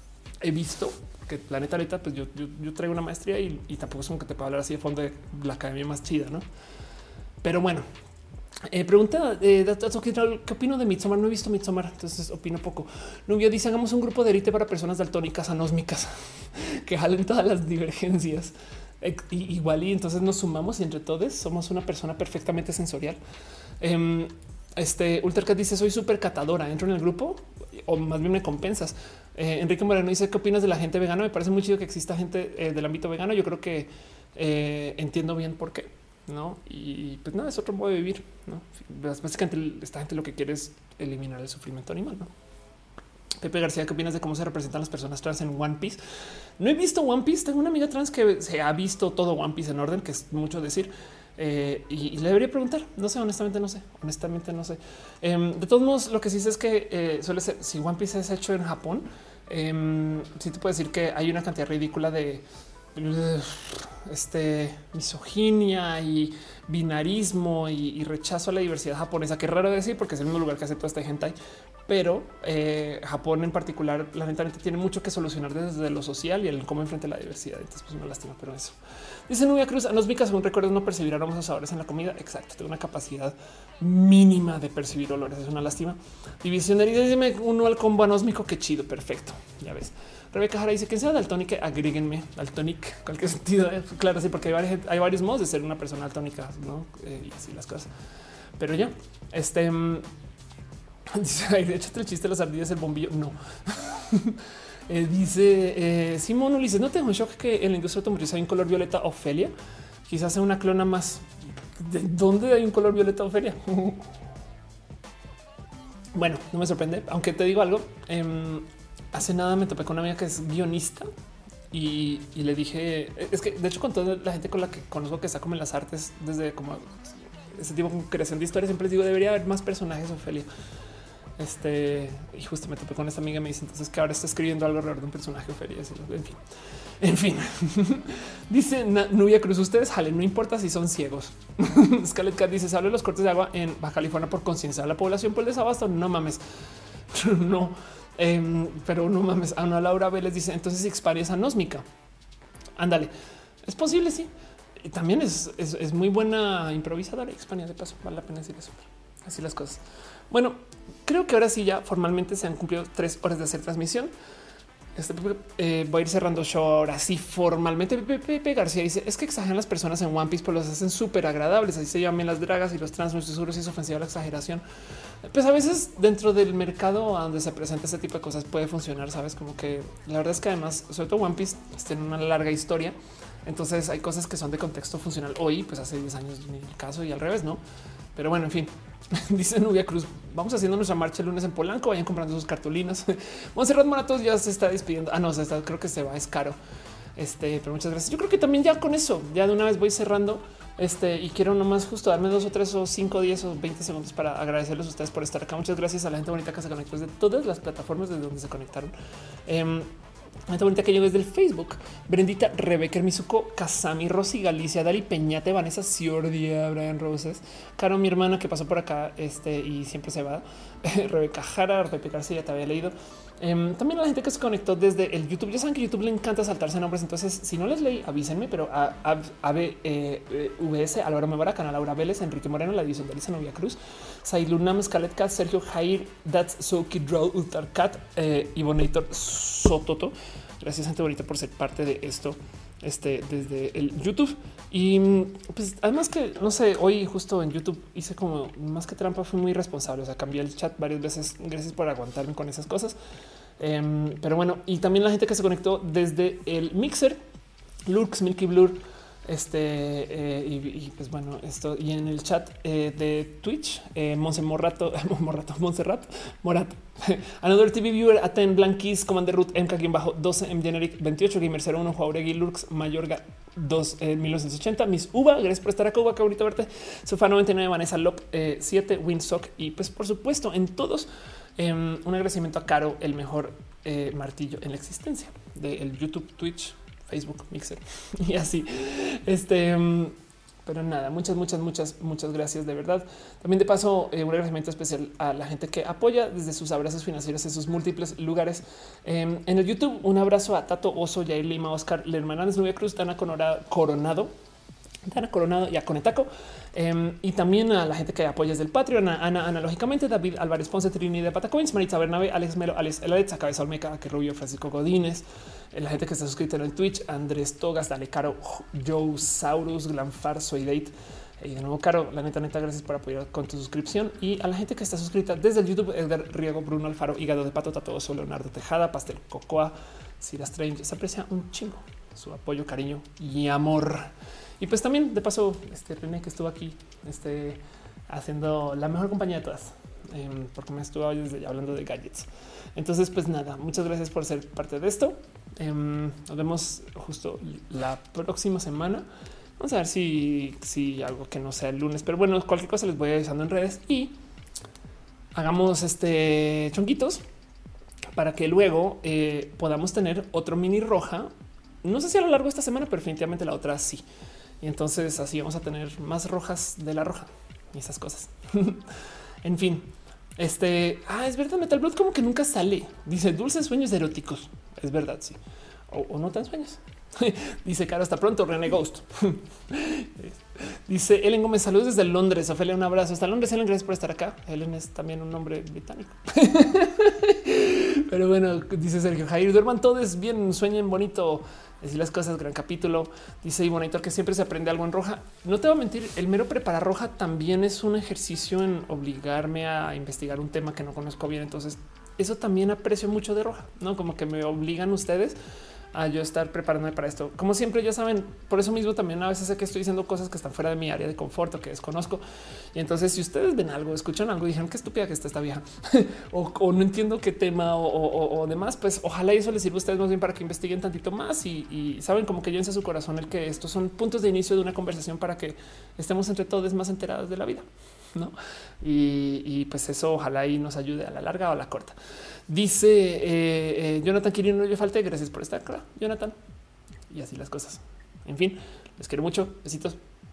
he visto que Planeta ahorita, pues yo, yo, yo traigo una maestría y, y tampoco es como que te puedo hablar así de fondo de la academia más chida, ¿no? Pero bueno. Eh, pregunta eh, ¿qué opino de Midsommar? No he visto Midsommar, entonces opino poco. Nubio dice hagamos un grupo de élite para personas daltónicas anósmicas que jalen todas las divergencias. Eh, y, igual y entonces nos sumamos y entre todos somos una persona perfectamente sensorial. Eh, este Ultracat dice soy súper catadora, entro en el grupo o más bien me compensas. Eh, Enrique Moreno dice qué opinas de la gente vegana. Me parece muy chido que exista gente eh, del ámbito vegano. Yo creo que eh, entiendo bien por qué. No, y pues nada, es otro modo de vivir. No, básicamente, esta gente lo que quiere es eliminar el sufrimiento animal. ¿No? Pepe García, ¿qué opinas de cómo se representan las personas trans en One Piece? No he visto One Piece. Tengo una amiga trans que se ha visto todo One Piece en orden, que es mucho decir. Eh, y, y le debería preguntar. No sé, honestamente, no sé. Honestamente, no sé. Eh, de todos modos, lo que sí sé es que eh, suele ser si One Piece es hecho en Japón, eh, sí te puedo decir que hay una cantidad ridícula de este misoginia y binarismo y, y rechazo a la diversidad japonesa, que es raro decir porque es el mismo lugar que hace toda esta hentai, pero eh, Japón en particular, lamentablemente, tiene mucho que solucionar desde lo social y el cómo enfrenta la diversidad. Entonces, pues una lástima, pero eso dice Nubia Cruz. Anósmica, según recuerdo, no percibir aromas o sabores en la comida. Exacto, tengo una capacidad mínima de percibir olores. Es una lástima. División de dime uno al combo anósmico. Qué chido. Perfecto. Ya ves. Rebeca Jara dice que sea daltónica, agréguenme daltónic, cualquier sentido. Claro, sí, porque hay varios, hay varios modos de ser una persona daltónica, no? Eh, y así las cosas. Pero ya, este dice, échate el chiste de las ardillas, el bombillo. No. eh, dice eh, Simón Ulises, no tengo un shock que en la industria automotriz hay un color violeta Ofelia. Quizás sea una clona más. ¿De dónde hay un color violeta Ofelia? Bueno, no me sorprende, aunque te digo algo. Eh, Hace nada me topé con una amiga que es guionista y, y le dije, es que de hecho con toda la gente con la que conozco que está como en las artes, desde como ese tipo de creación de historias, siempre les digo, debería haber más personajes, Ofelia. Este, y justo me topé con esta amiga y me dice entonces que ahora está escribiendo algo alrededor de un personaje, Ofelia. En fin, en fin. Dice Nubia Cruz, ustedes jalen, no importa si son ciegos. Scarlett Cat dice, se habla de los cortes de agua en Baja California por concienciar a la población por el desabasto. No mames, no. Eh, pero no mames, Ana Laura Vélez dice entonces Ixpari es anósmica. Ándale, es posible. Sí, y también es, es, es muy buena improvisadora. Ixpania, de paso, vale la pena decir eso. Así las cosas. Bueno, creo que ahora sí ya formalmente se han cumplido tres horas de hacer transmisión. Este, eh, voy a ir cerrando show ahora sí formalmente. Pepe García dice es que exageran las personas en One Piece, pero los hacen súper agradables. Así se llaman las dragas y los trans. No estoy seguro si es ofensiva la exageración. Pues a veces dentro del mercado donde se presenta este tipo de cosas puede funcionar. Sabes, como que la verdad es que además, sobre todo One Piece, tiene una larga historia. Entonces hay cosas que son de contexto funcional hoy, pues hace diez años ni el caso y al revés, no? Pero bueno, en fin, dice Nubia Cruz, vamos haciendo nuestra marcha el lunes en Polanco, vayan comprando sus cartulinas. Monserrat Moratos ya se está despidiendo. Ah, no, se está, creo que se va, es caro. Este, pero muchas gracias. Yo creo que también ya con eso, ya de una vez voy cerrando. Este, y quiero nomás justo darme dos o tres o cinco, diez o veinte segundos para agradecerles a ustedes por estar acá. Muchas gracias a la gente bonita que se conectó desde todas las plataformas desde donde se conectaron. Eh, Gente bonita que llegó desde el Facebook: Brendita, Rebeca, Mizuko, Kazami, Rosy, Galicia, Dali, Peñate, Vanessa, Ciordia, Brian Roses, Caro, mi hermana que pasó por acá este, y siempre se va, Rebeca Jara, Pepe García, ya te había leído. Um, también a la gente que se conectó desde el YouTube. Ya saben que YouTube le encanta saltarse nombres. Entonces, si no les leí, avísenme. Pero a, a, a B, eh, V S, Álvaro Mebara, Ana Laura Vélez, Enrique Moreno, la edición de Alicia Novia Cruz, Sailunam, Scarlett Cat, Sergio Jair, That's So Kid Draw, Ultar Cat, eh, Ivonator Sototo. Gracias, gente bonita, por ser parte de esto este, desde el YouTube. Y pues además que no sé, hoy justo en YouTube hice como más que trampa, fui muy responsable. O sea, cambié el chat varias veces. Gracias por aguantarme con esas cosas. Um, pero bueno, y también la gente que se conectó desde el Mixer, Lurks, Milky Blur, este eh, y, y pues bueno, esto y en el chat eh, de Twitch, eh, Monse Morrato, Morrato, Monserrat, Morat, Another T V Viewer, Aten, Blanquis, Commander Root, M K bajo doce, M Generic veintiocho, Gamer cero uno, Jauregui, Lurks, Mayorga dos, eh, mil novecientos ochenta, Miss Uva, gracias por estar acá, Uva, que bonito verte, Sofa noventa y nueve, Vanessa Lop, eh, siete, Winsock, y pues por supuesto en todos eh, un agradecimiento a Caro, el mejor eh, martillo en la existencia del YouTube, Twitch, Facebook, Mixer y así. Este, pero nada, muchas, muchas, muchas, muchas gracias de verdad. También de paso, eh, un agradecimiento especial a la gente que apoya desde sus abrazos financieros en sus múltiples lugares. Eh, en el YouTube, un abrazo a Tato Oso, Yair Lima, Oscar Lermanández, Nubia Cruz, Dana Coronado, Dana Coronado y a Conetaco. Um, y también a la gente que apoya desde el Patreon, a Ana, analógicamente, David Álvarez Ponce, Trini de Patacoins, Maritza Bernabe, Alex Melo, Alex Alex, Cabeza Olmeca, que Rubio, Francisco Godínez, la gente que está suscrita en el Twitch, Andrés Togas, Dale Caro, Joe Saurus, Glanfar, Soy Date. Y de nuevo, Caro, la neta, neta, gracias por apoyar con tu suscripción. Y a la gente que está suscrita desde el YouTube, Edgar Riego, Bruno Alfaro, Hígado de Pato, Tatoso, Leonardo Tejada, Pastel Cocoa, Cira Strange. Se aprecia un chingo su apoyo, cariño y amor. Y pues también de paso, este René que estuvo aquí este, haciendo la mejor compañía de todas, eh, porque me estuvo desde ya hablando de gadgets. Entonces, pues nada, muchas gracias por ser parte de esto. Eh, nos vemos justo la próxima semana. Vamos a ver si, si algo que no sea el lunes, pero bueno, cualquier cosa les voy avisando en redes y hagamos este chonquitos para que luego eh, podamos tener otro mini roja. No sé si a lo largo de esta semana, pero definitivamente la otra sí. Y entonces así vamos a tener más rojas de la roja y esas cosas. En fin, este ah, es verdad. Metal Blood como que nunca sale. Dice dulces sueños eróticos. Es verdad. Sí, o, o no tan sueños. Dice Caro, hasta pronto. René Ghost. Dice Ellen Gómez, saludos desde Londres. Ophelia, un abrazo hasta Londres. Ellen, gracias por estar acá. Ellen es también un nombre británico. Pero bueno, dice Sergio Jair, duerman todos bien, sueñen bonito. Decir las cosas, gran capítulo. Dice y Monitor que siempre se aprende algo en roja. No te voy a mentir, el mero preparar roja también es un ejercicio en obligarme a investigar un tema que no conozco bien. Entonces, eso también aprecio mucho de roja, no como que me obligan ustedes a yo estar preparándome para esto. Como siempre, ya saben, por eso mismo también a veces sé que estoy diciendo cosas que están fuera de mi área de confort o que desconozco. Y entonces, si ustedes ven algo, escuchan algo y dijeron qué estúpida que está esta vieja o, o no entiendo qué tema o, o, o demás, pues ojalá eso les sirva a ustedes más bien para que investiguen tantito más y, y saben como que llévense a su corazón el que estos son puntos de inicio de una conversación para que estemos entre todos más enterados de la vida, ¿no? Y, y pues eso ojalá y nos ayude a la larga o a la corta. Dice eh, eh, Jonathan Quirino, yo falté. Gracias por estar, claro, Jonathan. Y así las cosas. En fin, les quiero mucho. Besitos.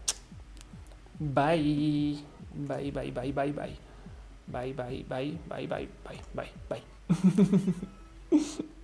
Bye. Bye, bye, bye, bye, bye. Bye, bye, bye, bye, bye, bye, bye, bye.